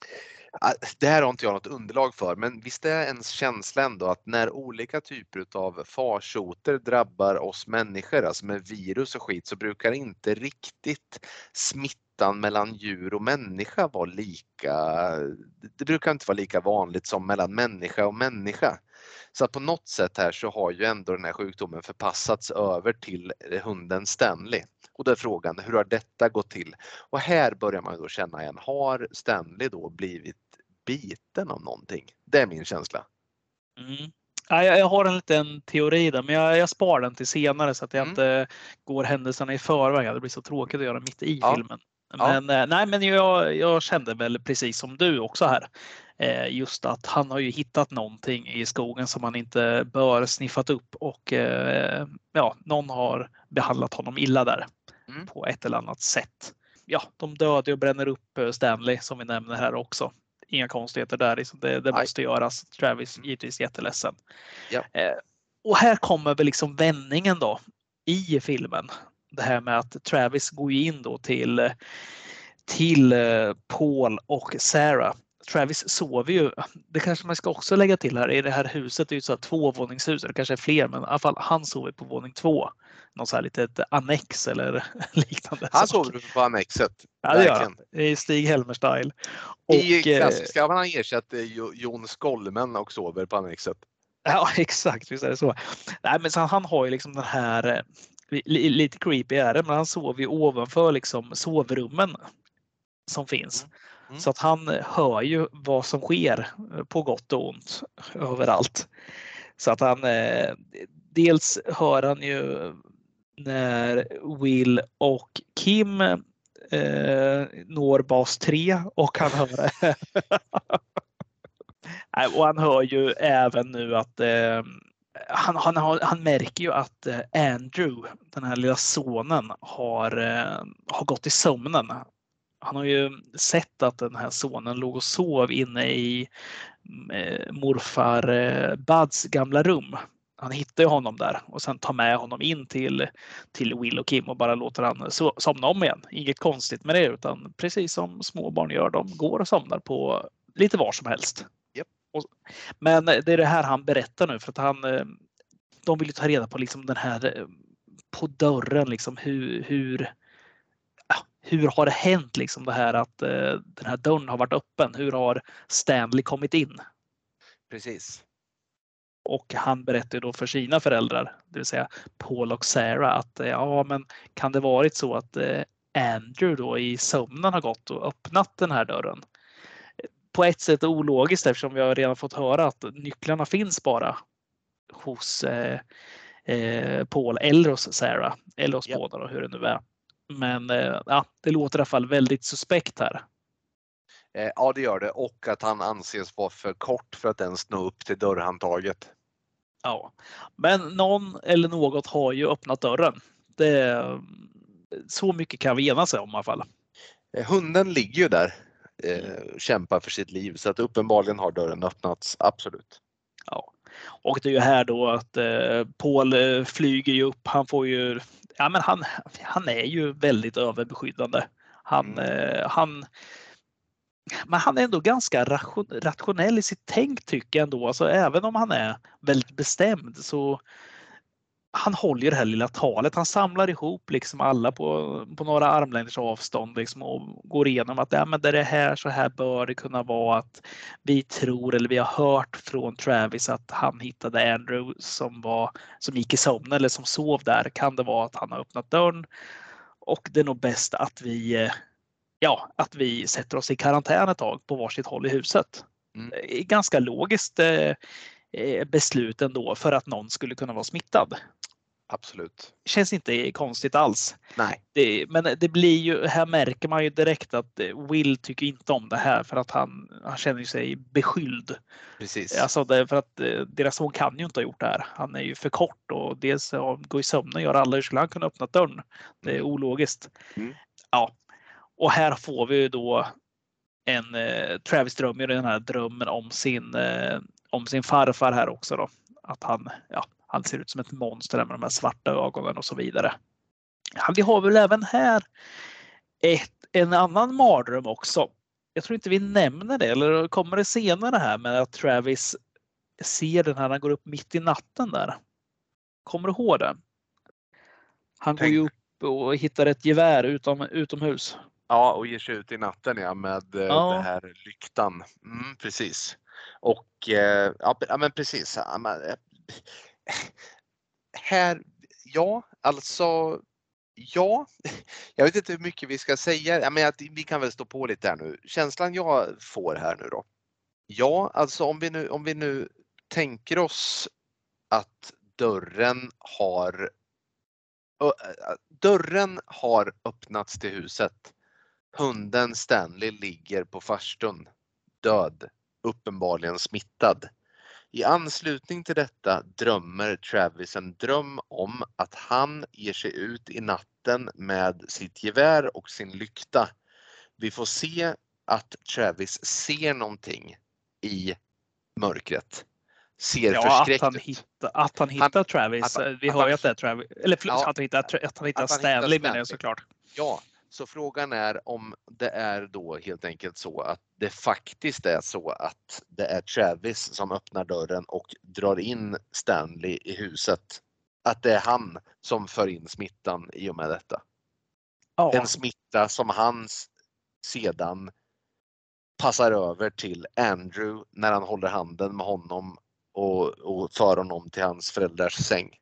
det här har inte jag något underlag för, men visst är ens känsla ändå att när olika typer av farsoter drabbar oss människor, alltså med virus och skit, så brukar inte riktigt smittan mellan djur och människa vara lika, det brukar inte vara lika vanligt som mellan människa och människa. Så att på något sätt här så har ju ändå den här sjukdomen förpassats över till hunden Stanley. Och då är frågan, hur har detta gått till? Och här börjar man då känna igen, har Stanley då blivit biten av någonting? Det är min känsla. Mm. Ja, jag, jag har en liten teori där, men jag, jag spar den till senare så att jag Mm. inte går händelserna i förväg. Det blir så tråkigt att göra mitt i Ja. filmen. Ja. Men, eh, nej, men jag, jag kände väl precis som du också här. Eh, just att han har ju hittat någonting i skogen som han inte bör sniffat upp och eh, ja, någon har behandlat honom illa där Mm. på ett eller annat sätt. Ja, de dödar och bränner upp Stanley som vi nämner här också. Inga konstigheter där. Liksom det, det måste göras. Travis givetvis jätteledsen. Ja. Eh, och här kommer väl liksom vändningen då i filmen. Det här med att Travis går in då till, till Paul och Sarah. Travis sover ju, det kanske man ska också lägga till här, i det här huset är ju så här tvåvåningshus, det kanske är fler, men i alla fall han sover på våning två. Någon så här litet annex eller liknande. Han sover på annexet. Ja, det gör han. I Stig Helmer-style. I klassiska har han ersatt Jon Skolmen och sover på annexet. Ja, exakt. Visst är det så. Nej, men så han har ju liksom den här, lite creepy är det, men han sover ju ovanför liksom sovrummen som finns. Mm. Mm. Så att han hör ju vad som sker på gott och ont överallt. Så att han, dels hör han ju när Will och Kim eh, når bas tre och han hör och han hör ju även nu att eh, han, han, han märker ju att Andrew, den här lilla sonen, har, eh, har gått i sömnen. Han har ju sett att den här sonen låg och sov inne i eh, morfar eh, Buds gamla rum. Han hittar ju honom där och sen tar med honom in till, till Will och Kim och bara låter han so- somna om igen. Inget konstigt med det, utan precis som små barn gör, de går och somnar på lite var som helst. Yep. Och, men det är det här han berättar nu, för att han, de vill ju ta reda på liksom den här på dörren, liksom hur, hur hur har det hänt liksom det här att eh, den här dörren har varit öppen? Hur har Stanley kommit in? Precis. Och han berättar då för sina föräldrar, det vill säga Paul och Sarah, att eh, ja, men kan det varit så att eh, Andrew då i sömnen har gått och öppnat den här dörren? På ett sätt ologiskt eftersom vi har redan fått höra att nycklarna finns bara hos eh, eh, Paul eller hos Sarah eller hos Yep. båda då, hur det nu är. Men ja, det låter i alla fall väldigt suspekt här. Ja, det gör det. Och att han anses vara för kort för att ens nå upp till dörrhandtaget. Ja, men någon eller något har ju öppnat dörren. Det, så mycket kan vi ena sig om i alla fall. Eh, hunden ligger ju där, eh, kämpar för sitt liv, så att uppenbarligen har dörren öppnats, absolut. Ja. Och det är ju här då att eh, Paul eh, flyger ju upp. Han får ju, ja men han, han är ju väldigt överbeskyddande. Han, Mm. eh, han, men han är ändå ganska ration, rationell i sitt tänk tycker jag ändå. Alltså, även om han är väldigt bestämd så han håller ju det här lilla talet. Han samlar ihop liksom alla på, på några armlängders avstånd liksom och går igenom att ja, men det är det här, så här bör det kunna vara, att vi tror eller vi har hört från Travis att han hittade Andrew som, var, som gick i sömn eller som sov där. Kan det vara att han har öppnat dörren? Och det är nog bäst att vi, ja, att vi sätter oss i karantän ett tag på varsitt håll i huset. Mm. Ganska logiskt eh, beslut ändå för att någon skulle kunna vara smittad. Absolut. Känns inte konstigt alls. Nej. Det, men det blir ju, här märker man ju direkt att Will tycker inte om det här för att han, han känner sig beskylld. Precis. Alltså det, för att deras son kan ju inte ha gjort det här. Han är ju för kort och dels gå i sömn och göra alla. Hur skulle han kunna öppna dörren? Det är ologiskt. Mm. Ja. Och här får vi ju då en eh, Travis drömmer den här drömmen om sin, eh, om sin farfar här också då. Att han, ja, han ser ut som ett monster med de här svarta ögonen och så vidare. Ja, vi har väl även här ett, en annan mardröm också. Jag tror inte vi nämner det, eller kommer det senare här med att Travis ser den här, han går upp mitt i natten där. Kommer du ihåg det? Han Tänk. går ju upp och hittar ett gevär utom, utomhus. Ja, och ger sig ut i natten ja, med Ja. det här lyktan. Mm, precis. Och eh, ja, men precis. Ja, men, eh, här, ja, alltså, ja, jag vet inte hur mycket vi ska säga. Ja, men vi kan väl stå på lite här nu. Känslan jag får här nu då. Ja, alltså om vi nu, om vi nu tänker oss att dörren har dörren har öppnats till huset. Hunden Stanley ligger på farstun, död, uppenbarligen smittad. I anslutning till detta drömmer Travis en dröm om att han ger sig ut i natten med sitt gevär och sin lykta. Vi får se att Travis ser någonting i mörkret. Ser ja, förskräckt att han ut. Hittar, att han hittar han, Travis. Att, vi att hör han, ju att det är Travis. Eller förlåt, ja, att han hittar, att han hittar att han Stanley, hittar menar jag såklart. Ja, så frågan är om det är då helt enkelt så att det faktiskt är så att det är Travis som öppnar dörren och drar in Stanley i huset. Att det är han som för in smittan i och med detta. Ja. En smitta som han sedan passar över till Andrew när han håller handen med honom och, och för honom till hans föräldrars säng.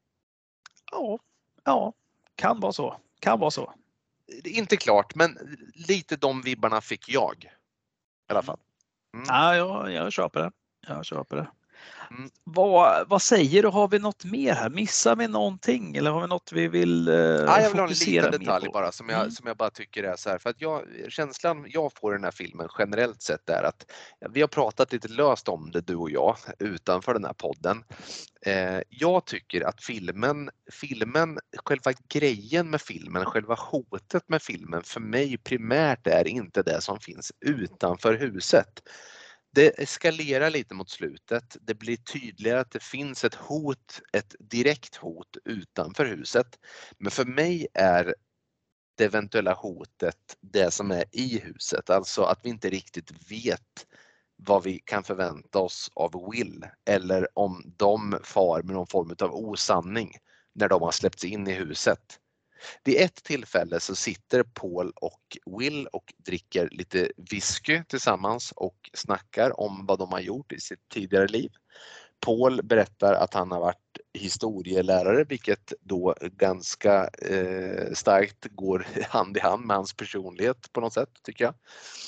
Ja, ja, kan vara så. Kan vara så. Inte klart, men lite de vibbarna fick jag. I alla fall. Mm. Ja, jag, jag köper det. Jag köper det. Mm. Vad, vad säger du? Har vi något mer här? Missar vi någonting? Eller har vi något vi vill eh, ja, jag vill fokusera ha en liten detalj på? bara som jag, Mm. som jag bara tycker är så här. För att jag, känslan jag får i den här filmen generellt sett är att vi har pratat lite löst om det du och jag utanför den här podden. Eh, jag tycker att filmen, filmen, själva grejen med filmen, själva hotet med filmen för mig primärt är inte det som finns utanför huset. Det eskalerar lite mot slutet. Det blir tydligare att det finns ett hot, ett direkt hot utanför huset. Men för mig är det eventuella hotet det som är i huset. Alltså att vi inte riktigt vet vad vi kan förvänta oss av Will eller om de far med någon form av osanning när de har släppts in i huset. Vid ett tillfälle så sitter Paul och Will och dricker lite whisky tillsammans och snackar om vad de har gjort i sitt tidigare liv. Paul berättar att han har varit historielärare, vilket då ganska eh, starkt går hand i hand med hans personlighet på något sätt tycker jag.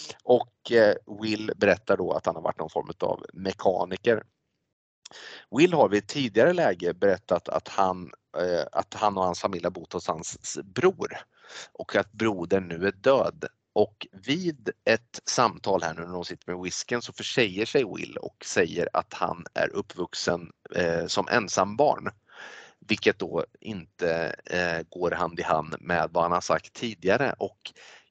Och eh, Will berättar då att han har varit någon form av mekaniker. Will har vid ett tidigare läge berättat att han, eh, att han och hans familj har bott hos hans bror och att brodern nu är död. Och vid ett samtal här nu när de sitter med whisken så försäger sig Will och säger att han är uppvuxen eh, som ensam barn. Vilket då inte eh, går hand i hand med vad han har sagt tidigare. Och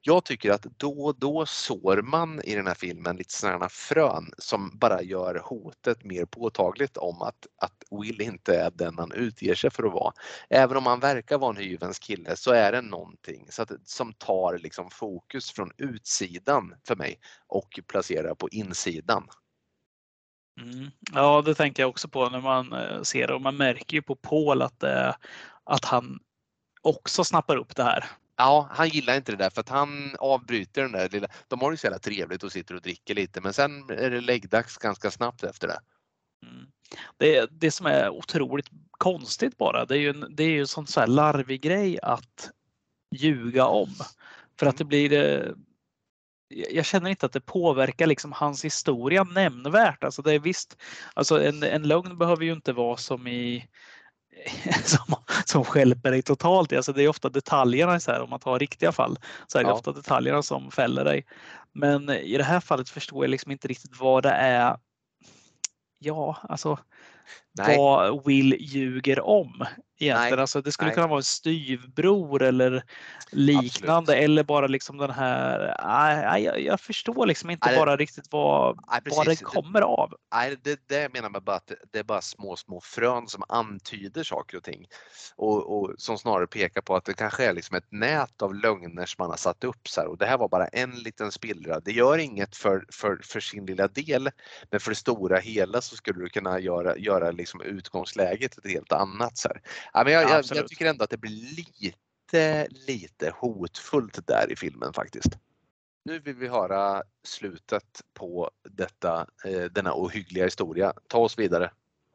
jag tycker att då och då sår man i den här filmen lite sådana frön som bara gör hotet mer påtagligt om att, att Will inte är den han utger sig för att vara. Även om han verkar vara en hyvens kille så är det någonting så att, som tar liksom fokus från utsidan för mig och placerar på insidan. Mm. Ja, det tänker jag också på när man ser det och man märker ju på Paul att, eh, att han också snappar upp det här. Ja, han gillar inte det där för att han avbryter den där lilla, de har ju så jävla trevligt och sitter och dricker lite men sen är det läggdags ganska snabbt efter det. Mm. Det, det som är otroligt konstigt bara, det är ju en, det är ju en sån så här larvig grej att ljuga om. För att det blir, jag känner inte att det påverkar liksom hans historia nämnvärt. Alltså det är visst, alltså en, en lögn behöver ju inte vara som i som, som stjälper dig totalt. Alltså det är ofta detaljerna så här, om man tar riktiga fall så är det Ja. ofta detaljerna som fäller dig. Men i det här fallet förstår jag liksom inte riktigt vad det är. Ja, alltså Nej. vad Will ljuger om egentligen. Nej. Alltså, det skulle Nej. kunna vara en styvbror eller liknande. Absolut. Eller bara liksom den här. Nej, jag, jag förstår liksom inte Nej, bara riktigt vad, nej, vad det kommer av. Nej, det, det menar man bara att det är bara små, små frön som antyder saker och ting. Och, och som snarare pekar på att det kanske är liksom ett nät av lögner som man har satt upp så här. Och det här var bara en liten spillra. Det gör inget för, för, för sin lilla del. Men för det stora hela så skulle du kunna göra, göra liksom utgångsläget ett helt annat. Så här. Ja, men jag, Ja, jag, jag tycker ändå att det blir lite, lite hotfullt där i filmen faktiskt. Nu vill vi höra slutet på detta, eh, denna ohyggliga historia. Ta oss vidare.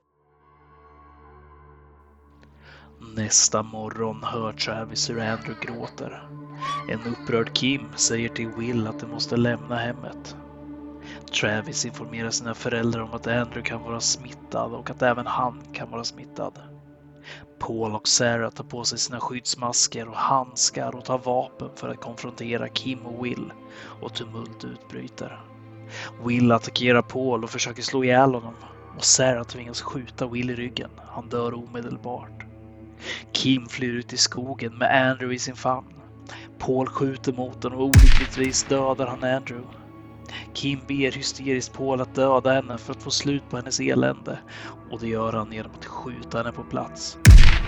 Nästa morgon hör Travis hur Andrew gråter. En upprörd Kim säger till Will att de måste lämna hemmet. Travis informerar sina föräldrar om att Andrew kan vara smittad och att även han kan vara smittad. Paul och Sarah tar på sig sina skyddsmasker och handskar och tar vapen för att konfrontera Kim och Will och tumult utbryter. Will attackerar Paul och försöker slå ihjäl honom och Sarah tvingas skjuta Will i ryggen. Han dör omedelbart. Kim flyr ut i skogen med Andrew i sin famn. Paul skjuter mot den och olyckligtvis dödar han Andrew. Kim ber hysteriskt Paul att döda henne för att få slut på hennes elände och det gör han genom att skjuta henne på plats.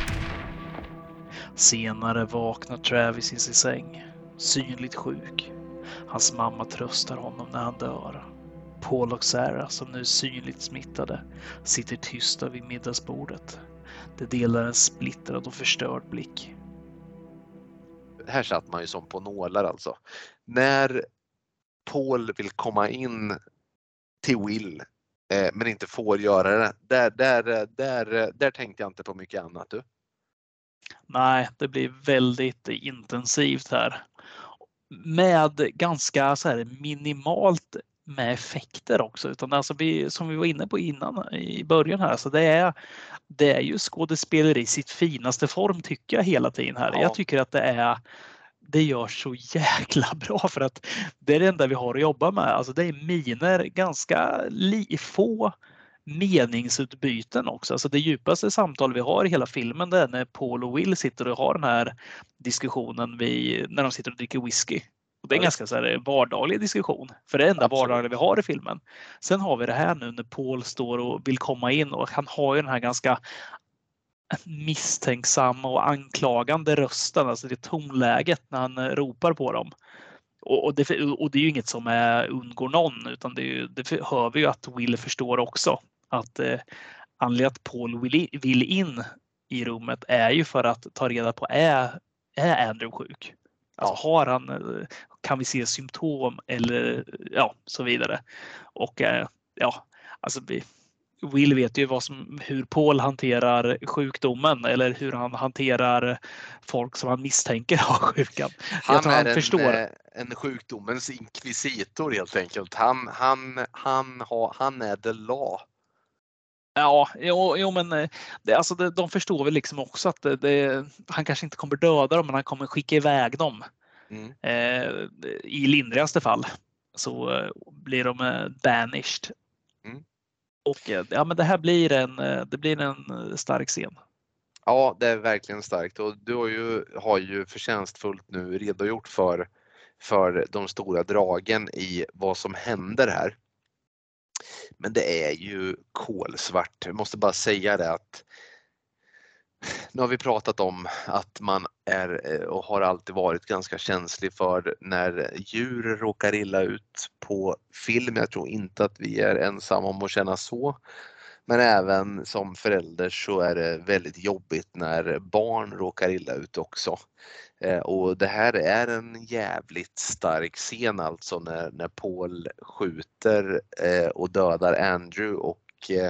Senare vaknar Travis i sin säng, synligt sjuk. Hans mamma tröstar honom när han dör. Paul och Sarah, som nu är synligt smittade, sitter tysta vid middagsbordet. De delar en splittrad och förstörd blick. Här satt man ju som på nålar alltså. När Paul vill komma in till Will eh, men inte får göra det. Där, där, där, där tänkte jag inte på mycket annat. Du. Nej, det blir väldigt intensivt här. Med ganska så här minimalt med effekter också. Utan alltså vi, som vi var inne på innan i början här. Så det är, det är ju skådespeleri i sitt finaste form tycker jag hela tiden här. Ja. Jag tycker att det är det görs så jäkla bra för att det är det enda vi har att jobba med. Alltså det är miner, ganska li, få meningsutbyten också. Alltså det djupaste samtal vi har i hela filmen det är när Paul och Will sitter och har den här diskussionen vi, när de sitter och dricker whisky. Och det är en ganska så här vardaglig diskussion. För det är enda vardagliga vi har i filmen. Sen har vi det här nu när Paul står och vill komma in och han har ju den här ganska misstänksamma och anklagande rösten, alltså det tonläget när han ropar på dem. Och, och, det, och det är ju inget som är undgår någon utan det, är ju, det hör vi ju att Will förstår också. Att eh, anledningen att Paul vill, vill in i rummet är ju för att ta reda på är, är Andrew sjuk? Alltså har han, kan vi se symptom eller ja, så vidare. Och eh, ja, alltså vi Will vet ju vad som, hur Paul hanterar sjukdomen eller hur han hanterar folk som han misstänker har sjukan. Han är han en, förstår. en sjukdomens inkvisitor helt enkelt. Han, han, han, har, han är the law. Ja, jo, jo men det, alltså det, de förstår väl liksom också att det, det, han kanske inte kommer döda dem men han kommer skicka iväg dem. Mm. Eh, I lindrigaste fall så eh, blir de eh, banished. Mm. Och ja, men det här blir en, det blir en stark scen. Ja, det är verkligen starkt och du har ju, har ju förtjänstfullt nu redogjort för för de stora dragen i vad som händer här. Men det är ju kolsvart. Jag måste bara säga det att nu har vi pratat om att man är och har alltid varit ganska känslig för när djur råkar illa ut på film. Jag tror inte att vi är ensamma om att känna så. Men även som förälder så är det väldigt jobbigt när barn råkar illa ut också. Och det här är en jävligt stark scen alltså när, när Paul skjuter och dödar Andrew och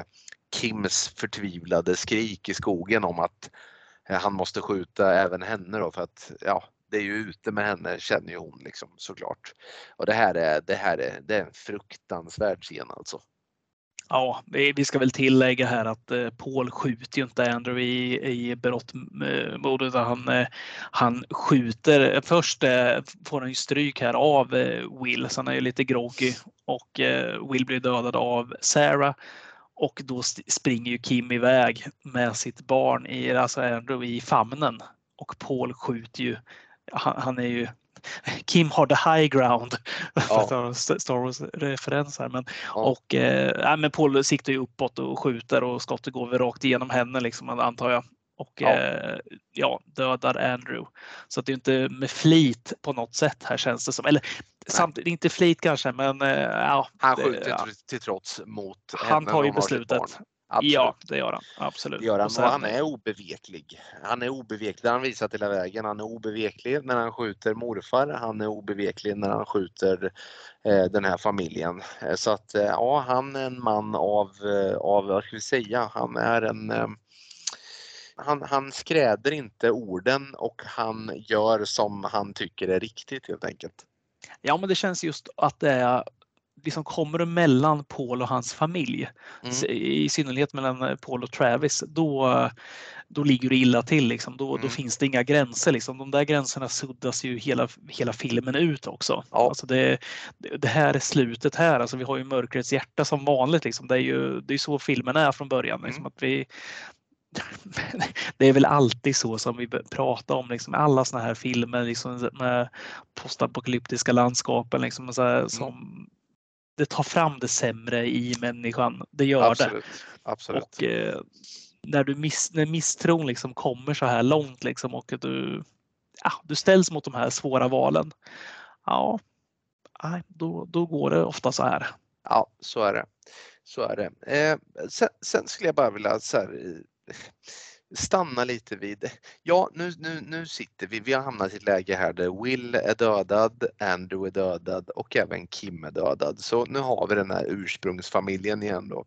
Kims förtvivlade skrik i skogen om att han måste skjuta även henne då för att ja, det är ju ute med henne känner ju hon liksom såklart. Och det här är, det här är, det är en fruktansvärd scen alltså. Ja, vi ska väl tillägga här att Paul skjuter ju inte Andrew i, i brottmord utan han, han skjuter. Först får han ju stryk här av Will, så han är ju lite groggy och Will blir dödad av Sarah. Och då springer ju Kim iväg med sitt barn, i, alltså Andrew, i famnen. Och Paul skjuter ju, han, han är ju, Kim har the high ground. Ja. Star Wars-referens här. Men, ja. Och, eh, men Paul siktar ju uppåt och skjuter och skottet går väl rakt igenom henne liksom, antar jag. Och ja. Eh, ja, dödar Andrew. Så att det är inte med flit på något sätt här känns det som. Eller samtidigt inte flit kanske, men eh, ja. Han skjuter ja. till trots mot Han tar ju beslutet. Absolut. Ja, det gör han. Absolut. Det gör han. Och sen, och han är obeveklig. Han är obeveklig. Han visat hela vägen. Han är obeveklig när han skjuter morfar. Han är obeveklig när han skjuter eh, den här familjen. Så att eh, ja, han är en man av, eh, av vad ska vi säga, han är en eh, han, han skräder inte orden och han gör som han tycker är riktigt helt enkelt. Ja, men det känns just att det är liksom kommer mellan Paul och hans familj, mm. i synnerhet mellan Paul och Travis, då, då ligger det illa till. Liksom. Då, mm. då finns det inga gränser. Liksom. De där gränserna suddas ju hela, hela filmen ut också. Ja. Alltså det, det här är slutet här. Alltså vi har ju Mörkrets hjärta som vanligt. Liksom. Det är ju det är så filmen är från början. Liksom. Mm. Att vi, det är väl alltid så som vi pratar om liksom, alla såna här filmer liksom, med postapokalyptiska landskapen liksom, så här, mm. som det tar fram det sämre i människan. Det gör absolut, det. Absolut. Och eh, när du miss, när misstron liksom kommer så här långt liksom, och du, ja, du ställs mot de här svåra valen. Ja, då, då går det ofta så här. Ja, så är det. Så är det. Eh, sen, sen skulle jag bara vilja så här, stanna lite vid, ja nu, nu, nu sitter vi, vi har hamnat i ett läge här där Will är dödad, Andrew är dödad och även Kim är dödad. Så nu har vi den här ursprungsfamiljen igen då.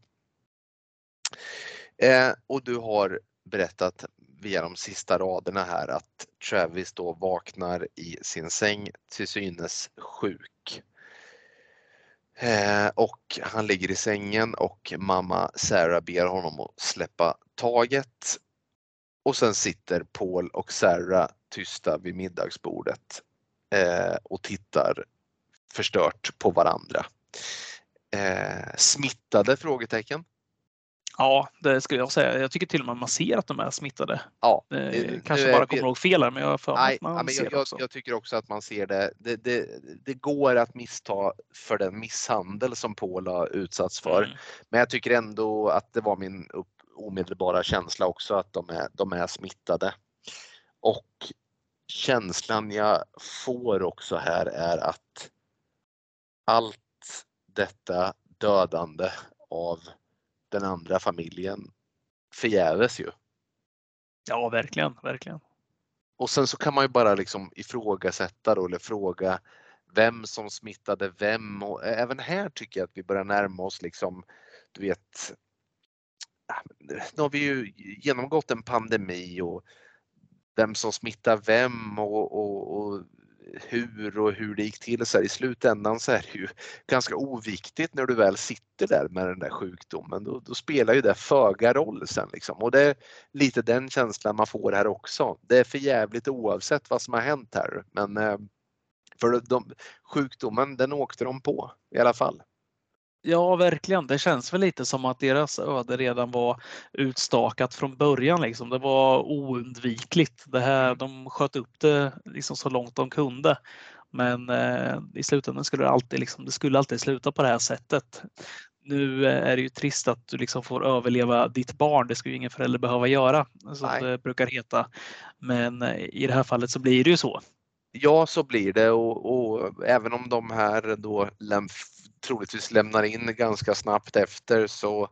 Eh, och du har berättat via de sista raderna här att Travis då vaknar i sin säng till synes sjuk. Eh, och han ligger i sängen och mamma Sarah ber honom att släppa taget. Och sen sitter Paul och Sarah tysta vid middagsbordet eh, och tittar förstört på varandra. Eh, smittade? Frågetecken. Ja, det skulle jag säga. Jag tycker till och med man ser att de är smittade. Ja, eh, kanske bara kommer ihåg fel här, men jag för nej, man ja, men ser jag, också. jag tycker också att man ser det. Det, det. det går att missta för den misshandel som Paul har utsatts för. Mm. Men jag tycker ändå att det var min upp, omedelbara känsla också att de är, de är smittade. Och känslan jag får också här är att allt detta dödande av den andra familjen förgäves ju. Ja, verkligen, verkligen. Och sen så kan man ju bara liksom ifrågasätta då, eller fråga vem som smittade vem. Och även här tycker jag att vi börjar närma oss liksom, du vet, nu har vi ju genomgått en pandemi och vem som smittar vem och, och, och hur och hur det gick till. Så här, i slutändan så är det ju ganska oviktigt när du väl sitter där med den där sjukdomen. Då, då spelar ju det föga roll sen liksom. Och det är lite den känslan man får här också. Det är för jävligt oavsett vad som har hänt här. Men för de, sjukdomen, den åkte de på i alla fall. Ja, verkligen. Det känns väl lite som att deras öde redan var utstakat från början. Liksom. Det var oundvikligt. Det här, de sköt upp det liksom så långt de kunde. Men eh, i slutändan skulle det alltid, liksom, det skulle alltid sluta på det här sättet. Nu är det ju trist att du liksom får överleva ditt barn. Det ska ju ingen förälder behöva göra, som Nej. det brukar heta. Men i det här fallet så blir det ju så. Ja, så blir det och, och även om de här då läm, troligtvis lämnar in ganska snabbt efter så,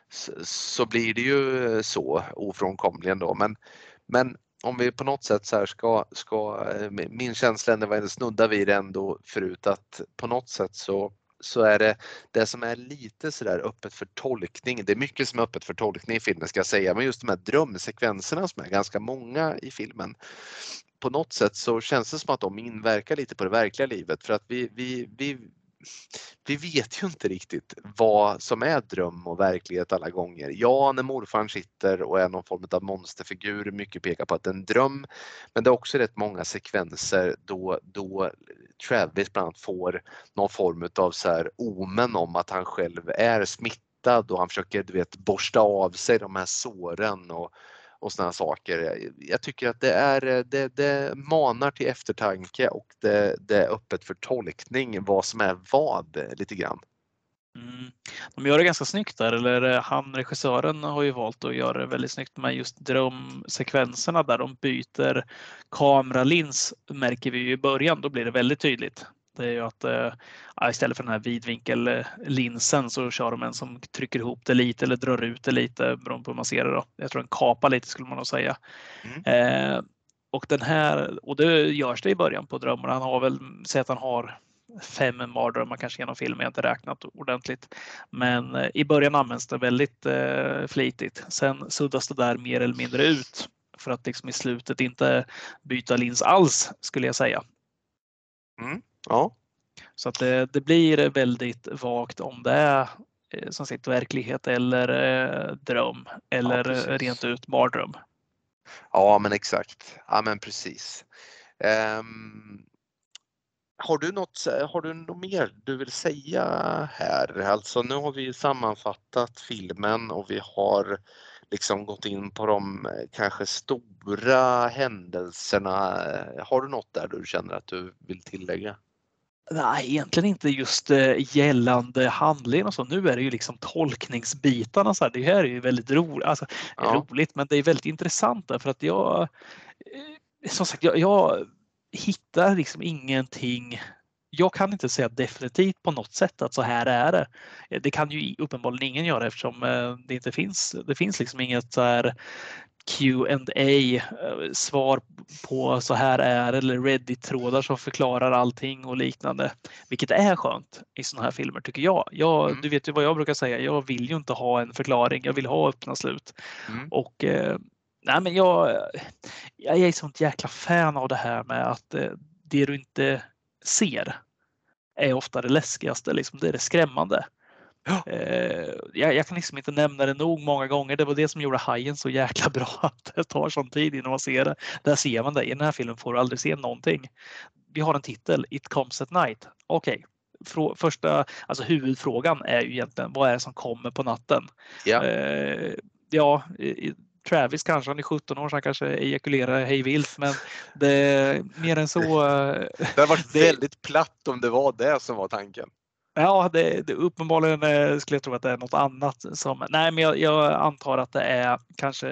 så blir det ju så ofrånkomligen då. Men, men om vi på något sätt så här ska, ska min känsla, det var en snudda vid det ändå förut, att på något sätt så så är det det som är lite så där öppet för tolkning. Det är mycket som är öppet för tolkning i filmen ska jag säga, men just de här drömsekvenserna som är ganska många i filmen. På något sätt så känns det som att de inverkar lite på det verkliga livet, för att vi, vi, vi, vi vet ju inte riktigt vad som är dröm och verklighet alla gånger. Ja, när morfar sitter och är någon form av monsterfigur, mycket pekar på att det är en dröm, men det är också rätt många sekvenser då, då Travis bland annat får någon form av så här omen om att han själv är smittad och han försöker, du vet, borsta av sig de här såren och och såna saker. Jag tycker att det är det, det manar till eftertanke och det, det är öppet för tolkning vad som är vad lite grann. Mm. De gör det ganska snyggt där, eller han regissören har ju valt att göra det väldigt snyggt med just drömsekvenserna där de byter kameralins, märker vi ju i början, då blir det väldigt tydligt. Det är ju att äh, istället för den här vidvinkellinsen så kör de en som trycker ihop det lite eller drar ut det lite beroende på hur man ser det då. Jag tror den kapar lite skulle man nog säga. Mm. Eh, och den här, och det görs det i början på drömmarna. Han har väl, säg att han har fem mardrömmar kanske genom filmen, jag har inte räknat ordentligt. Men eh, i början används det väldigt eh, flitigt. Sen suddas det där mer eller mindre ut för att liksom i slutet inte byta lins alls skulle jag säga. Mm. Ja. Så att det, det blir väldigt vagt om det är eh, som sagt verklighet eller eh, dröm eller ja, rent ut mardröm. Ja, men exakt. Ja, men precis. Um, har du något, har du något mer du vill säga här? Alltså nu har vi sammanfattat filmen och vi har liksom gått in på de kanske stora händelserna. Har du något där du känner att du vill tillägga? Nej, egentligen inte just gällande handling och så. Nu är det ju liksom tolkningsbitarna. Så här. Det här är ju väldigt roligt, alltså, ja. roligt, men det är väldigt intressant för att jag, som sagt, jag, jag hittar liksom ingenting. Jag kan inte säga definitivt på något sätt att så här är det. Det kan ju uppenbarligen ingen göra eftersom det inte finns. Det finns liksom inget så här Q and A svar på så här är eller Reddit-trådar som förklarar allting och liknande. Vilket är skönt i såna här filmer tycker jag. jag mm. Du vet ju vad jag brukar säga. Jag vill ju inte ha en förklaring. Jag vill ha öppna slut. Mm. Och eh, nej, men jag, jag är sånt jäkla fan av det här med att eh, det du inte ser är ofta det läskigaste. Liksom. Det är det skrämmande. Ja. Eh, jag, jag kan liksom inte nämna det nog många gånger. Det var det som gjorde Hajen så jäkla bra. Att det tar sån tid innan man ser det. Där ser man det. I den här filmen får du aldrig se någonting. Vi har en titel, It comes at night. Okej. Okay. Första, alltså huvudfrågan är ju egentligen vad är det som kommer på natten? Ja, eh, ja Travis kanske, han är sjutton år så han kanske ejakulerar hej vilt, men det mer än så. Det har varit det, väldigt platt om det var det som var tanken. Ja, det, det uppenbarligen skulle jag tro att det är något annat som, nej men jag, jag antar att det är kanske,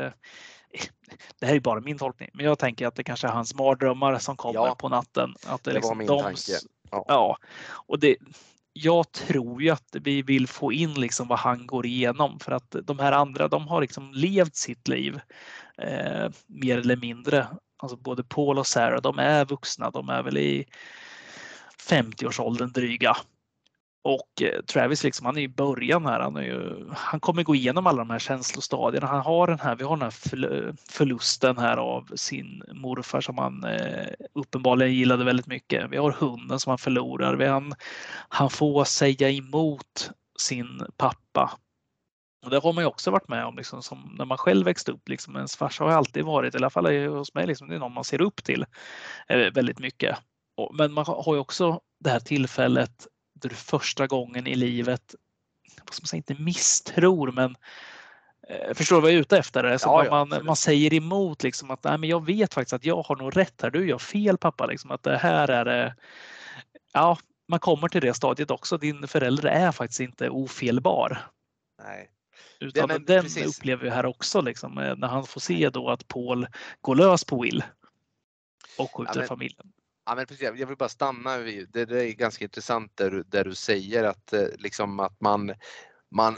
det här är bara min tolkning, men jag tänker att det kanske är hans mardrömmar som kommer ja, på natten. Att det, det liksom var min de, tanke. Ja. ja, och det, jag tror ju att vi vill få in liksom vad han går igenom för att de här andra, de har liksom levt sitt liv eh, mer eller mindre. Alltså både Paul och Sarah, de är vuxna, de är väl i femtio-årsåldern dryga. Och Travis liksom, han är i början här, han, är ju, han kommer gå igenom alla de här känslostadierna. Han har den här, vi har den här förlusten här av sin morfar som han eh, uppenbarligen gillade väldigt mycket. Vi har hunden som han förlorar. Vi han, han får säga emot sin pappa. Och det har man ju också varit med om liksom, som när man själv växte upp. Liksom, ens farsa har alltid varit, i alla fall hos mig, liksom, det är någon man ser upp till eh, väldigt mycket. Och, men man har ju också det här tillfället där du första gången i livet, vad ska man säga, inte misstror, men eh, förstår du vad jag är ute efter? Alltså ja, man, ja, man säger emot liksom att nej, men jag vet faktiskt att jag har nog rätt här, du gör fel pappa. Liksom, att det här är det, ja, man kommer till det stadiet också. Din förälder är faktiskt inte ofelbar. Nej. Utan men den precis. upplever vi här också liksom, när han får se då att Paul går lös på Will och skjuter Ja, men- familjen. Ja, men precis, jag vill bara stanna vid, det, det är ganska intressant där, du- där du säger att, eh, liksom att man, man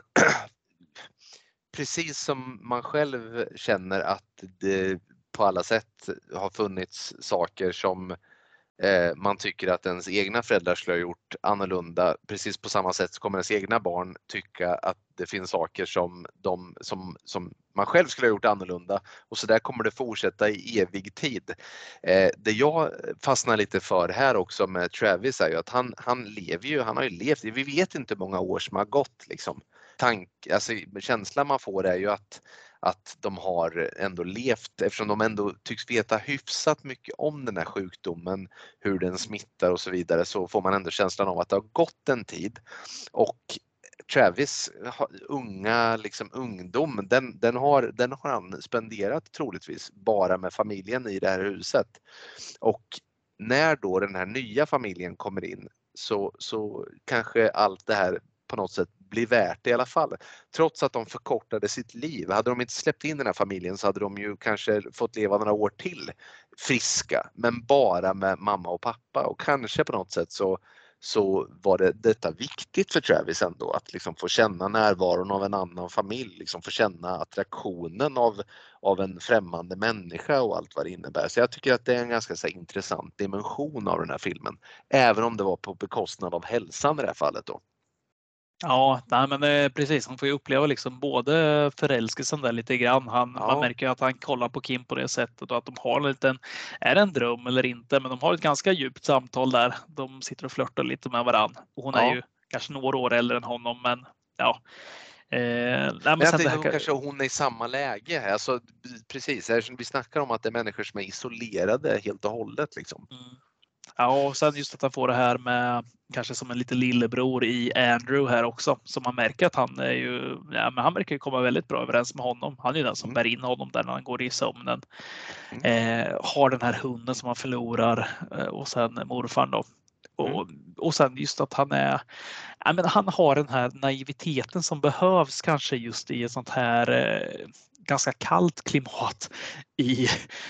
precis som man själv känner att det på alla sätt har funnits saker som eh, man tycker att ens egna föräldrar skulle ha gjort annorlunda. Precis på samma sätt så kommer ens egna barn tycka att det finns saker som, de, som, som man själv skulle ha gjort annorlunda, och så där kommer det fortsätta i evig tid. Eh, det jag fastnar lite för här också med Travis är ju att han, han lever ju, han har ju levt, vi vet inte hur många år som har gått liksom. Tank, alltså, känslan man får är ju att att de har ändå levt, eftersom de ändå tycks veta hyfsat mycket om den här sjukdomen, hur den smittar och så vidare, så får man ändå känslan av att det har gått en tid. Och Travis unga liksom ungdom, den, den, har, den har han spenderat troligtvis bara med familjen i det här huset. Och när då den här nya familjen kommer in så, så kanske allt det här på något sätt blir värt det i alla fall. Trots att de förkortade sitt liv. Hade de inte släppt in den här familjen så hade de ju kanske fått leva några år till friska, men bara med mamma och pappa, och kanske på något sätt så så var det detta viktigt för Travis ändå, att liksom få känna närvaron av en annan familj, liksom få känna attraktionen av, av en främmande människa och allt vad det innebär. Så jag tycker att det är en ganska så här, intressant dimension av den här filmen, även om det var på bekostnad av hälsan i det här fallet då. Ja, nej, men eh, precis. Han får ju uppleva liksom både förälskelsen där lite grann. Han, Ja. Man märker att han kollar på Kim på det sättet och att de har en liten, är det en dröm eller inte, men de har ett ganska djupt samtal där. De sitter och flörtar lite med varann. Och hon Ja. är ju kanske några år äldre än honom, men ja. Eh, nej, men Men jag sen det tänkte här, kanske hon är i samma läge här. Alltså, precis, här, vi snackar om att det är människor som är isolerade helt och hållet. Liksom. mm. Ja, och sen just att han får det här med kanske som en liten lillebror i Andrew här också. Så man märker att han är ju, ja, men han verkar ju komma väldigt bra överens med honom. Han är ju den som Mm. bär in honom där när han går i sömnen. Mm. Eh, har den här hunden som han förlorar eh, och sen morfar då. Och, Mm. och sen just att han är, ja, men han har den här naiviteten som behövs kanske just i ett sånt här eh, ganska kallt klimat i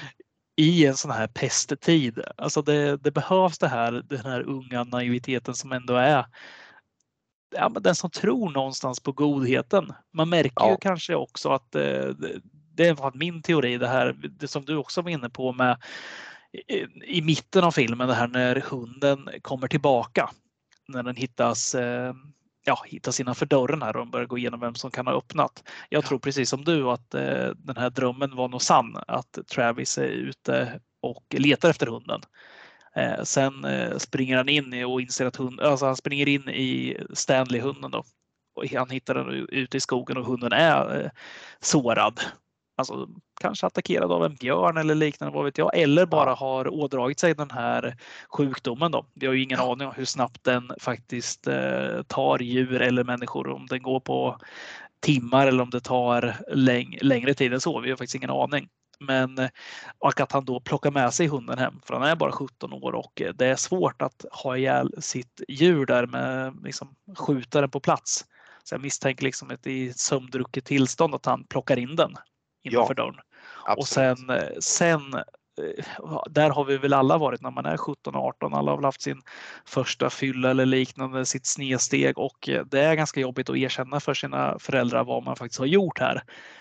i en sån här pesttid. Alltså det, det behövs det här, den här unga naiviteten som ändå är, ja, men den som tror någonstans på godheten. Man märker Ja. ju kanske också att eh, det är min teori, det här det som du också var inne på med i, i mitten av filmen, det här när hunden kommer tillbaka, när den hittas eh, ja, hittas innanför dörren här och de börjar gå igenom vem som kan ha öppnat. Jag Ja. tror precis som du att eh, den här drömmen var nog sann, att Travis är ute och letar efter hunden. Eh, sen eh, springer han in i och inser att hund, alltså han springer in i Stanley-hunden då. Och han hittar den ute i skogen och hunden är eh, sårad. Alltså kanske attackerad av en björn eller liknande, vad vet jag. Eller bara Ja. har ådragit sig den här sjukdomen då. Vi har ju ingen Ja. aning om hur snabbt den faktiskt eh, tar djur eller människor. Om den går på timmar eller om det tar läng längre tid än så. Vi har faktiskt ingen aning. Men och att han då plockar med sig hunden hem, för han är bara sjutton år och det är svårt att ha ihjäl sitt djur där med liksom skjuta den på plats. Så jag misstänker liksom ett i sömndrucket tillstånd att han plockar in den innanför Ja, dörren. absolut. Och sen, sen där har vi väl alla varit när man är sjutton arton. Alla har väl haft sin första fylla eller liknande, sitt snedsteg, och det är ganska jobbigt att erkänna för sina föräldrar vad man faktiskt har gjort här.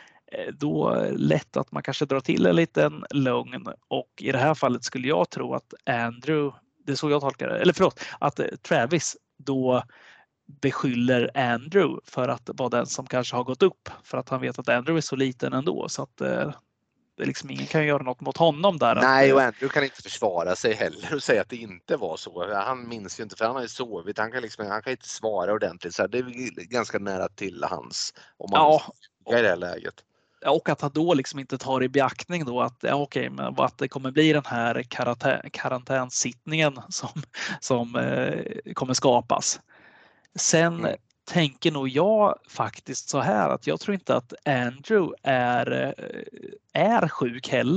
Då är det lätt att man kanske drar till en liten lögn, och i det här fallet skulle jag tro att Andrew, det är så jag tolkar det, eller förlåt, att Travis då beskyller Andrew för att vara den som kanske har gått upp, för att han vet att Andrew är så liten ändå, så att det är liksom ingen kan göra något mot honom där. Nej, att, och Andrew kan inte försvara sig heller och säga att det inte var så. Han minns ju inte, för han har ju sovit. Han kan, liksom, han kan inte svara ordentligt. Så det är ganska nära till hans, om man ja, ska i det här läget. och att han då liksom inte tar i beaktning då att, ja, okej, men att det kommer bli den här karantän, karantänsittningen som, som eh, kommer skapas. Sen Mm. tänker nog jag faktiskt så här att jag tror inte att Andrew är, är sjuk heller.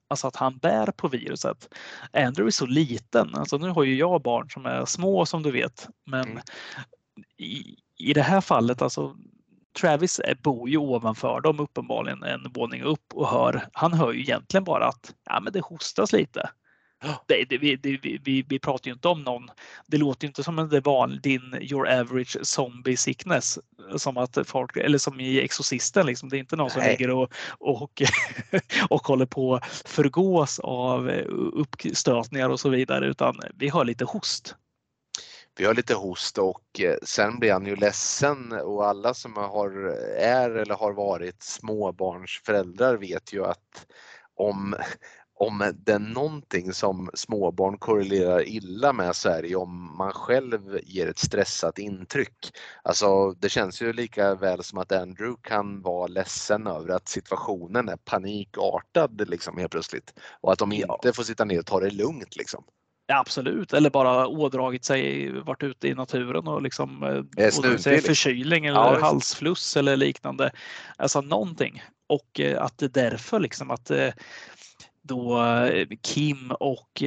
Alltså att han bär på viruset. Andrew är så liten. Alltså nu har ju jag barn som är små som du vet. Men Mm. i, i det här fallet, alltså Travis bor ju ovanför dem uppenbarligen en våning upp och hör, han hör ju egentligen bara att ja, men det hostas lite. Det, det, vi, det, vi, vi pratar ju inte om någon, det låter ju inte som en det van, din your average zombie sickness som att folk, eller som i Exorcisten liksom. Det är inte någon som Nej. ligger och, och, och håller på förgås av uppstötningar och så vidare, utan vi hör lite host. Vi har lite host och sen blir han ju ledsen, och alla som har, är eller har varit småbarnsföräldrar vet ju att om, om det är någonting som småbarn korrelerar illa med så är det om man själv ger ett stressat intryck. Alltså det känns ju lika väl som att Andrew kan vara ledsen över att situationen är panikartad liksom helt plötsligt, och att de inte Ja. får sitta ner och ta det lugnt liksom. Ja, absolut, eller bara ådragit sig, varit ute i naturen och liksom ådragit sig Snurrig. förkylning eller Ja, halsfluss eller liknande. Alltså någonting. Och att det därför liksom att då Kim och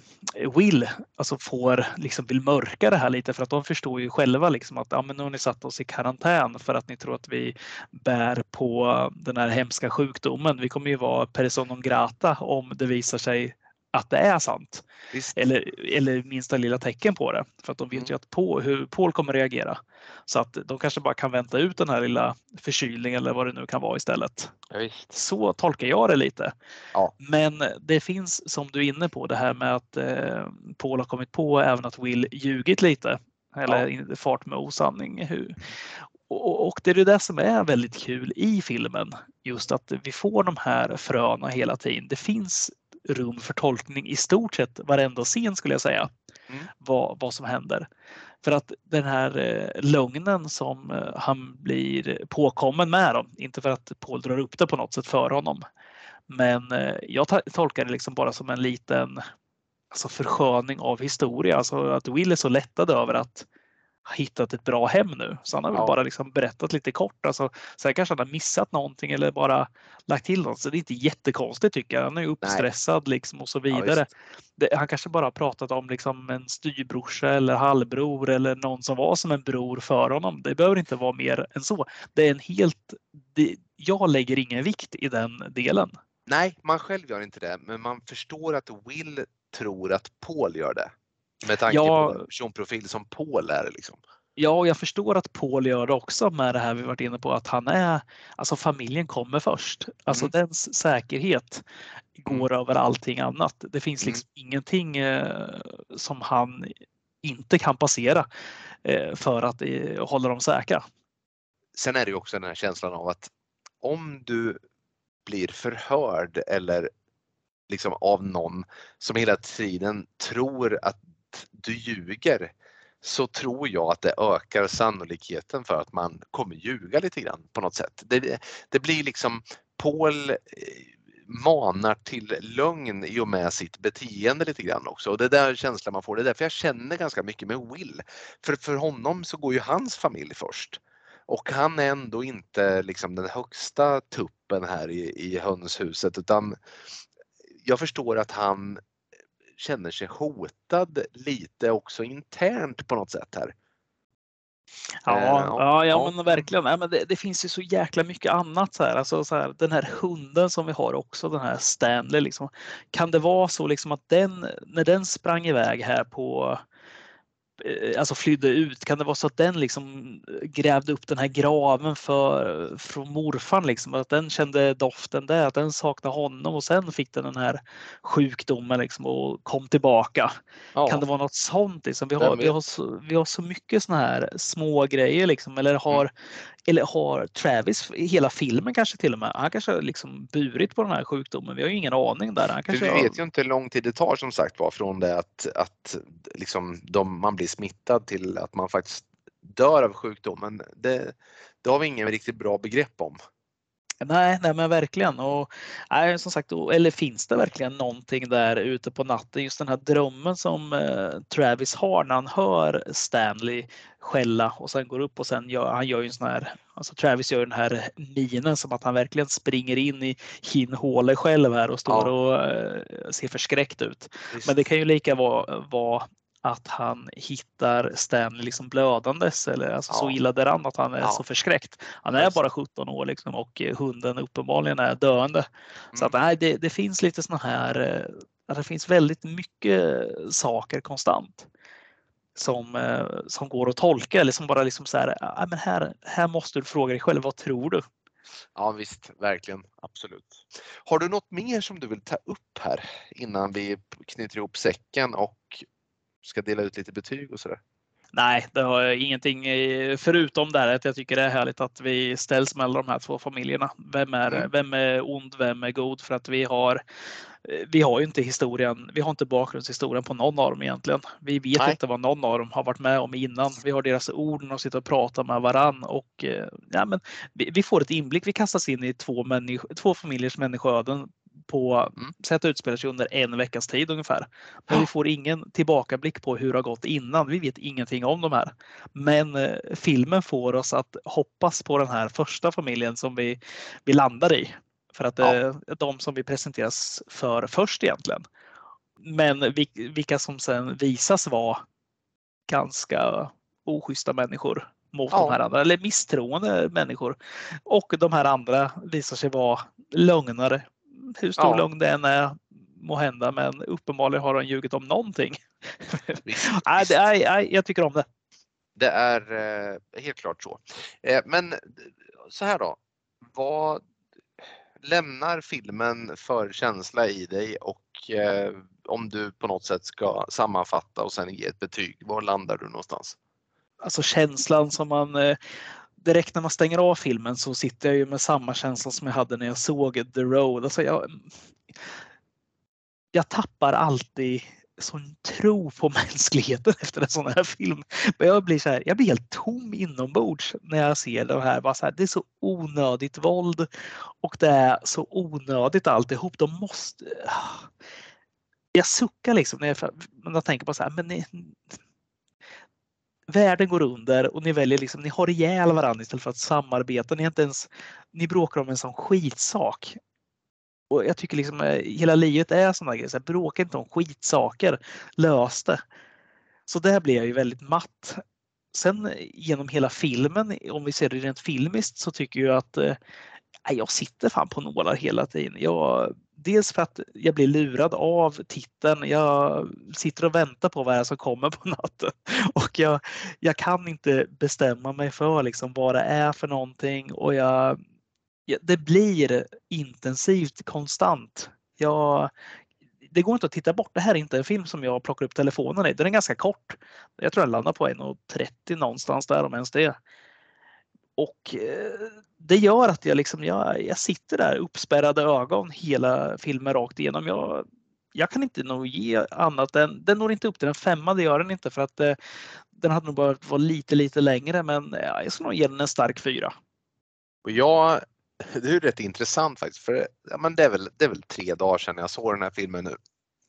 Will alltså får liksom vill mörka det här lite, för att de förstår ju själva liksom att ja, men nu har ni satt oss i karantän för att ni tror att vi bär på den här hemska sjukdomen. Vi kommer ju vara persona non grata om det visar sig att det är sant. visst. Eller, eller minsta lilla tecken på det. För att de vet Mm. ju att på, hur Paul kommer reagera. Så att de kanske bara kan vänta ut den här lilla förkylningen eller vad det nu kan vara istället. Ja, visst. Så tolkar jag det lite. Ja. Men det finns, som du är inne på, det här med att eh, Paul har kommit på även att Will ljugit lite. Eller ja. Fart med osanning. Hur, och, och det är det som är väldigt kul i filmen. Just att vi får de här fröna hela tiden. Det finns rum för tolkning i stort sett varenda scen skulle jag säga. Mm. Vad, vad som händer. För att den här eh, lögnen som eh, han blir påkommen med dem, inte för att Paul drar upp det på något sätt för honom. Men eh, jag ta- tolkar det liksom bara som en liten alltså försköning av historia. Alltså att Will är så lättad över att hittat ett bra hem nu. Så han har väl ja. bara liksom berättat lite kort. Alltså, sen kanske han har missat någonting eller bara lagt till något. Så det är inte jättekonstigt tycker jag. Han är uppstressad liksom och så vidare. Ja, det, han kanske bara har pratat om liksom en styrbrorsa eller halvbror eller någon som var som en bror för honom. Det behöver inte vara mer än så. Det är en helt... Det, jag lägger ingen vikt i den delen. Nej, man själv gör inte det. Men man förstår att Will tror att Paul gör det. Med tanke ja, på den personprofil som Paul är liksom. Ja, och jag förstår att Paul gör det också med det här vi varit inne på, att han är, alltså familjen kommer först. Alltså mm. dens säkerhet går mm. över allting annat. Det finns liksom mm. ingenting eh, som han inte kan passera eh, för att eh, hålla dem säkra. Sen är det ju också den här känslan av att om du blir förhörd eller liksom av någon som hela tiden tror att du ljuger, så tror jag att det ökar sannolikheten för att man kommer ljuga lite grann på något sätt. Det, det blir liksom, Paul manar till lögn i och med sitt beteende lite grann också. Och det där känslan man får, det är därför jag känner ganska mycket med Will. För för honom så går ju hans familj först. Och han är ändå inte liksom den högsta tuppen här i, i hönshuset, utan jag förstår att han känner sig hotad lite också internt på något sätt här. Ja, ja, ja, men verkligen. Ja, men det, det finns ju så jäkla mycket annat så här. Alltså, så här, den här hunden som vi har också, den här Stanley. Liksom. Kan det vara så liksom att den, när den sprang iväg här på alltså flydde ut, kan det vara så att den liksom grävde upp den här graven för från morfan liksom, att den kände doften där, att den saknade honom och sen fick den den här sjukdomen liksom och kom tillbaka. Ja. Kan det vara något sånt liksom? Vi har, vi har, så, vi har så mycket såna här små grejer liksom, eller har mm. eller har Travis hela filmen kanske till och med, han kanske har liksom burit på den här sjukdomen, vi har ju ingen aning där. Han kanske För vi vet har... ju inte hur lång tid det tar som sagt var från det att, att liksom de, man blir smittad till att man faktiskt dör av sjukdomen. Det, det har vi ingen riktigt bra begrepp om. Nej, nej men verkligen. Och, nej, som sagt, eller finns det verkligen någonting där ute på natten? Just den här drömmen som eh, Travis har när han hör Stanley skälla och sen går upp och sen gör han gör ju en sån här, alltså Travis gör den här minen som att han verkligen springer in i hinhålet själv här och står Ja. och eh, ser förskräckt ut. Visst. Men det kan ju lika vara, vara att han hittar Stanley liksom blödandes eller alltså Ja. så illa däran att han är Ja. så förskräckt. Han är Just. bara sjutton år liksom och hunden uppenbarligen är döende. Så att, Mm. nej, det, det finns lite såna här, att det finns väldigt mycket saker konstant som, som går att tolka eller som bara liksom så här, ja, men här, här måste du fråga dig själv, vad tror du? Ja visst, verkligen, absolut. Har du något mer som du vill ta upp här innan vi knyter ihop säcken och ska dela ut lite betyg och sådär? Nej, det har jag ingenting förutom det här att jag tycker det är härligt att vi ställs mellan de här två familjerna. Vem är, Mm. vem är ond, vem är god? För att vi har, vi har ju inte historien, vi har inte bakgrundshistorien på någon av dem egentligen. Vi vet Nej. inte vad någon av dem har varit med om innan. Vi har deras ord när de sitter och pratar med varann och ja, men vi, vi får ett inblick. Vi kastas in i två, människ- två familjers människoöden på Mm. sätt att utspela sig under en veckas tid ungefär. Men vi får ingen tillbakablick på hur det har gått innan. Vi vet ingenting om de här. Men eh, filmen får oss att hoppas på den här första familjen som vi, vi landar i. För att det är de som vi presenteras för först egentligen. Men vilka som sen visas vara ganska oschyssta människor mot Ja. de här andra, eller misstroende människor. Och de här andra visar sig vara lögnare. Hur stor Ja. lögn det än är må hända, men uppenbarligen har de ljugit om någonting. Visst, nej, visst. det är, jag tycker om det. Det är eh, helt klart så. Eh, men så här då, vad lämnar filmen för känsla i dig och eh, om du på något sätt ska sammanfatta och sen ge ett betyg, var landar du någonstans? Alltså känslan som man eh, direkt när man stänger av filmen så sitter jag ju med samma känsla som jag hade när jag såg The Road. Alltså jag, jag tappar alltid sån tro på mänskligheten efter en sån här film. Men jag blir så här, jag blir helt tom inombords när jag ser det här. Bara så här, det är så onödigt våld och det är så onödigt alltihop. De måste... Jag suckar liksom när jag, när jag tänker på så här, men ni, världen går under och ni väljer liksom, ni har ihjäl varandra istället för att samarbeta. Ni, inte ens, ni bråkar om en sån skitsak. Och jag tycker liksom hela livet är sådana grejer. Så här, bråka inte om skitsaker. Lös det. Så där blir jag ju väldigt matt. Sen genom hela filmen, om vi ser det rent filmiskt, så tycker jag att eh, jag sitter fan på nålar hela tiden. Jag, dels för att jag blir lurad av titeln. Jag sitter och väntar på vad det är som kommer på natten. Och jag, jag kan inte bestämma mig för liksom vad det är för någonting. Och jag, det blir intensivt konstant. Jag, det går inte att titta bort. Det här är inte en film som jag plockar upp telefonen i. Den är ganska kort. Jag tror den landar på en trettio någonstans där om ens det. Och det gör att jag, liksom, jag, jag sitter där uppspärrade ögon hela filmen rakt igenom. Jag, jag kan inte nog ge annat än, den når inte upp till en femma, det gör den inte för att eh, den hade nog behövt vara lite lite längre, men ja, jag ska nog ge den en stark fyra. Och jag, det är rätt intressant faktiskt, för ja, men det, är väl, det är väl tre dagar sedan jag såg den här filmen nu.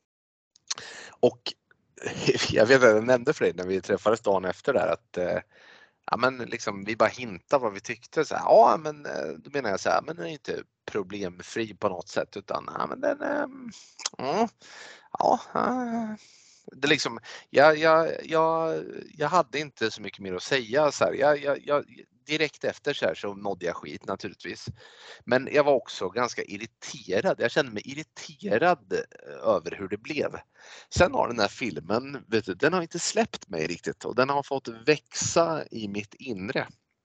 Och jag vet att jag nämnde för dig när vi träffades dagen efter där att eh, ja, men liksom, vi bara hintar vad vi tyckte. Så här, ja, men då menar jag så här, men den är inte problemfri på något sätt utan ja, men den är, mm, ja, det liksom, jag, jag, jag, jag hade inte så mycket mer att säga. Så här, jag, jag, jag, direkt efter så här så nådde jag skit naturligtvis. Men jag var också ganska irriterad. Jag kände mig irriterad över hur det blev. Sen har den här filmen, vet du, den har inte släppt mig riktigt och den har fått växa i mitt inre.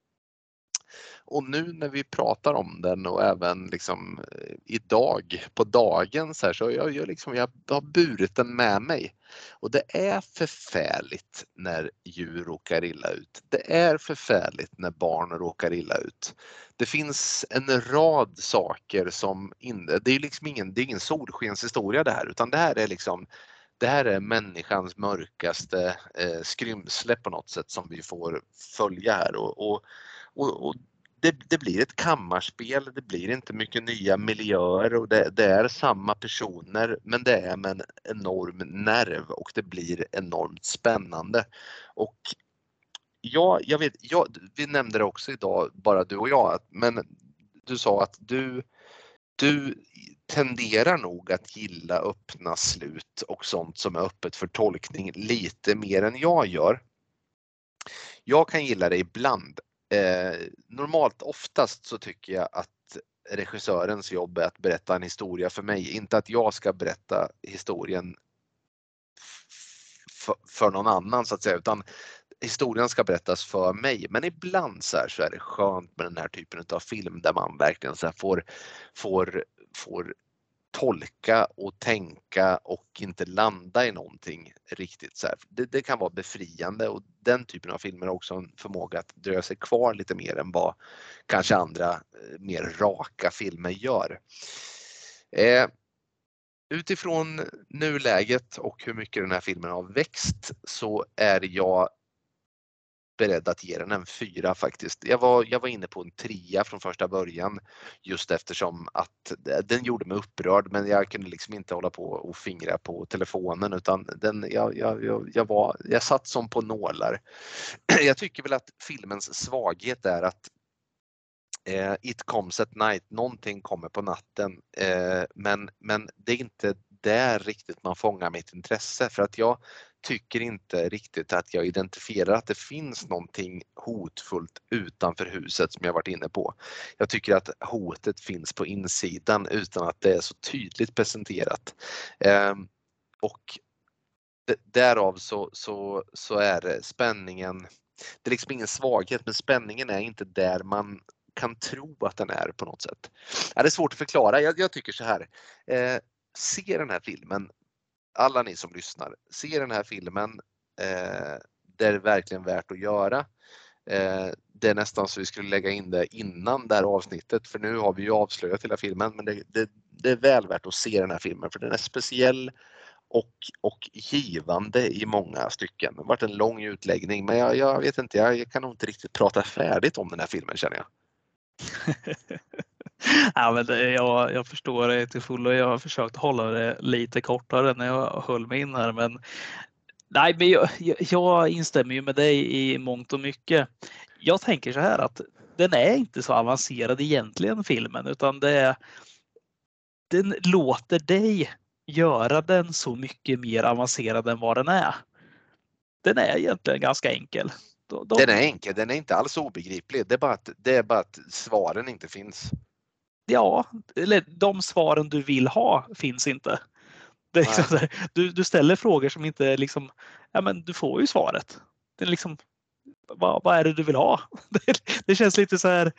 Och nu när vi pratar om den och även liksom idag på dagen så här så jag, jag, liksom, jag har burit den med mig. Och det är förfärligt när djur råkar illa ut. Det är förfärligt när barn råkar illa ut. Det finns en rad saker som inte, det är liksom ingen, det är ingen solskenshistoria det här utan det här är liksom det här är människans mörkaste eh, skrymsle på något sätt som vi får följa här och, och, och, och det, det blir ett kammarspel, det blir inte mycket nya miljöer och det, det är samma personer, men det är med en enorm nerv och det blir enormt spännande. Och ja, jag vet, jag, vi nämnde det också idag, bara du och jag, men du sa att du, du tenderar nog att gilla öppna slut och sånt som är öppet för tolkning lite mer än jag gör. Jag kan gilla det ibland. Eh, normalt oftast så tycker jag att regissörens jobb är att berätta en historia för mig, inte att jag ska berätta historien f- för någon annan så att säga, utan historien ska berättas för mig. Men ibland så, här, så är det skönt med den här typen av film där man verkligen så här får, får, får tolka och tänka och inte landa i någonting riktigt. Så här. Det, det kan vara befriande och den typen av filmer har också en förmåga att dröja sig kvar lite mer än vad kanske andra mer raka filmer gör. Eh, utifrån nuläget och hur mycket den här filmen har växt så är jag beredd att ge den en fyra faktiskt. Jag var, jag var inne på en trea från första början just eftersom att den gjorde mig upprörd, men jag kunde liksom inte hålla på och fingra på telefonen utan den, jag, jag, jag, jag, var, jag satt som på nålar. Jag tycker väl att filmens svaghet är att eh, it comes at night, någonting kommer på natten, eh, men, men det är inte där riktigt man fångar mitt intresse för att jag tycker inte riktigt att jag identifierar att det finns någonting hotfullt utanför huset som jag varit inne på. Jag tycker att hotet finns på insidan utan att det är så tydligt presenterat. Eh, och därav så, så, så är det spänningen, det är liksom ingen svaghet, men spänningen är inte där man kan tro att den är på något sätt. Ja, det är svårt att förklara. Jag, jag tycker så här. Eh, se den här filmen, alla ni som lyssnar, se den här filmen. Eh, det är verkligen värt att göra. Eh, det är nästan så vi skulle lägga in det innan det här avsnittet, för nu har vi ju avslöjat hela filmen, men det, det, det är väl värt att se den här filmen för den är speciell och, och givande i många stycken. Det har varit en lång utläggning, men jag, jag vet inte, jag, jag kan nog inte riktigt prata färdigt om den här filmen känner jag. Ja, men det, jag, jag förstår det till fullo. Jag har försökt hålla det lite kortare när jag höll mig in här. Men, nej, men jag, jag, jag instämmer ju med dig i mångt och mycket. Jag tänker så här att den är inte så avancerad egentligen filmen, utan det är, den låter dig göra den så mycket mer avancerad än vad den är. Den är egentligen ganska enkel. De, de, Den är enkel, den är inte alls obegriplig. Det är bara att, det är bara att svaren inte finns. Ja, eller de svaren du vill ha finns inte. Det är liksom så här, du, du ställer frågor som inte liksom, ja men du får ju svaret. Det är liksom, vad, vad är det du vill ha? Det, det känns lite så här,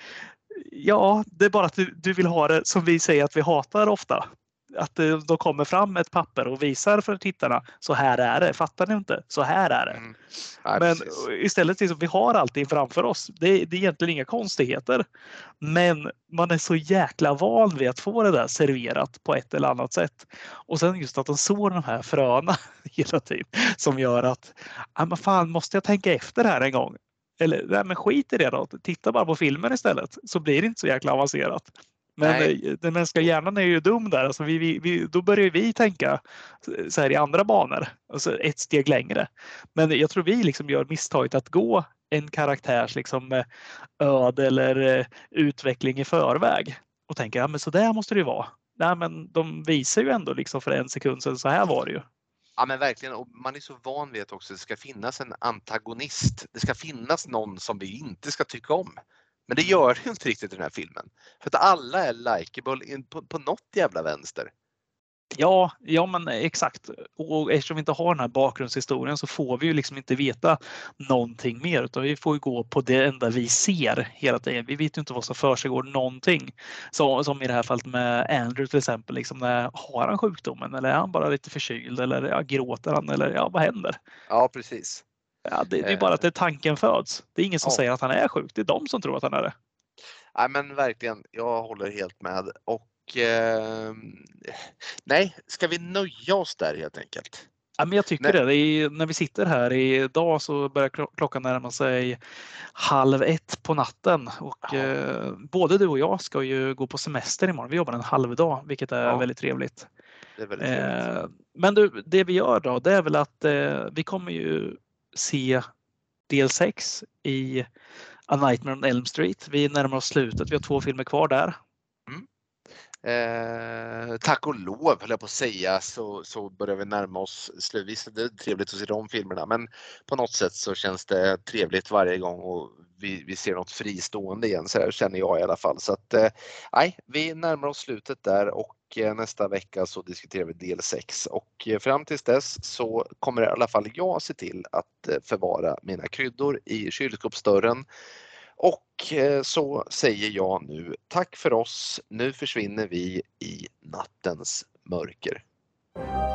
ja det är bara att du, du vill ha det som vi säger att vi hatar ofta. Att de kommer fram ett papper och visar för tittarna, så här är det, fattar ni inte? Så här är det. Mm. Nej, men precis. istället liksom, vi har allting framför oss. Det, det är egentligen inga konstigheter. Men man är så jäkla van vid att få det där serverat på ett eller annat sätt. Och sen just att de sår de här fröna hela tiden som gör att, ja men fan, måste jag tänka efter här en gång? Eller nej, men skit i det då. Titta bara på filmen istället så blir det inte så jäkla avancerat. Men Nej. den mänskliga hjärnan är ju dum där. Alltså vi, vi, vi, då börjar vi tänka så här i andra banor. Alltså ett steg längre. Men jag tror vi liksom gör misstaget att gå en karaktärs liksom öde eller utveckling i förväg. Och tänka, ja men så där måste det ju vara. Nej men de visar ju ändå liksom för en sekund sedan, så här var det ju. Ja men verkligen, och man är så van vid att också det ska finnas en antagonist. Det ska finnas någon som vi inte ska tycka om. Men det gör det ju inte riktigt i den här filmen. För att alla är likeable på, på något jävla vänster. Ja, ja men exakt. Och eftersom vi inte har den här bakgrundshistorien så får vi ju liksom inte veta någonting mer, utan vi får ju gå på det enda vi ser hela tiden. Vi vet ju inte vad som försiggår någonting. Så, som i det här fallet med Andrew till exempel. Liksom, när, har han sjukdomen eller är han bara lite förkyld eller ja, gråter han eller ja, vad händer? Ja, precis. Ja, det, det är bara att det, tanken föds. Det är ingen som Ja. säger att han är sjuk. Det är de som tror att han är det. Nej men verkligen, jag håller helt med. Och eh, nej, ska vi nöja oss där helt enkelt? Ja, men jag tycker Nej. det. det är, när vi sitter här idag så börjar klockan närma sig halv ett på natten. Och Ja. eh, både du och jag ska ju gå på semester imorgon. Vi jobbar en halvdag, vilket är Ja. väldigt trevligt. Det är väldigt trevligt. Eh, men du, det vi gör då, det är väl att eh, vi kommer ju se del sex i A Nightmare on Elm Street. Vi närmar oss slutet. Vi har två filmer kvar där. Mm. Eh, tack och lov, höll jag på att säga, så, så börjar vi närma oss slut. Visst, det är trevligt att se de filmerna, men på något sätt så känns det trevligt varje gång och vi, vi ser något fristående igen, så här känner jag i alla fall. Så att, eh, nej, vi närmar oss slutet där och eh, nästa vecka så diskuterar vi del sex och eh, fram tills dess så kommer i alla fall jag se till att eh, förvara mina kryddor i kylskåpsdörren. Och eh, så säger jag nu tack för oss. Nu försvinner vi i nattens mörker.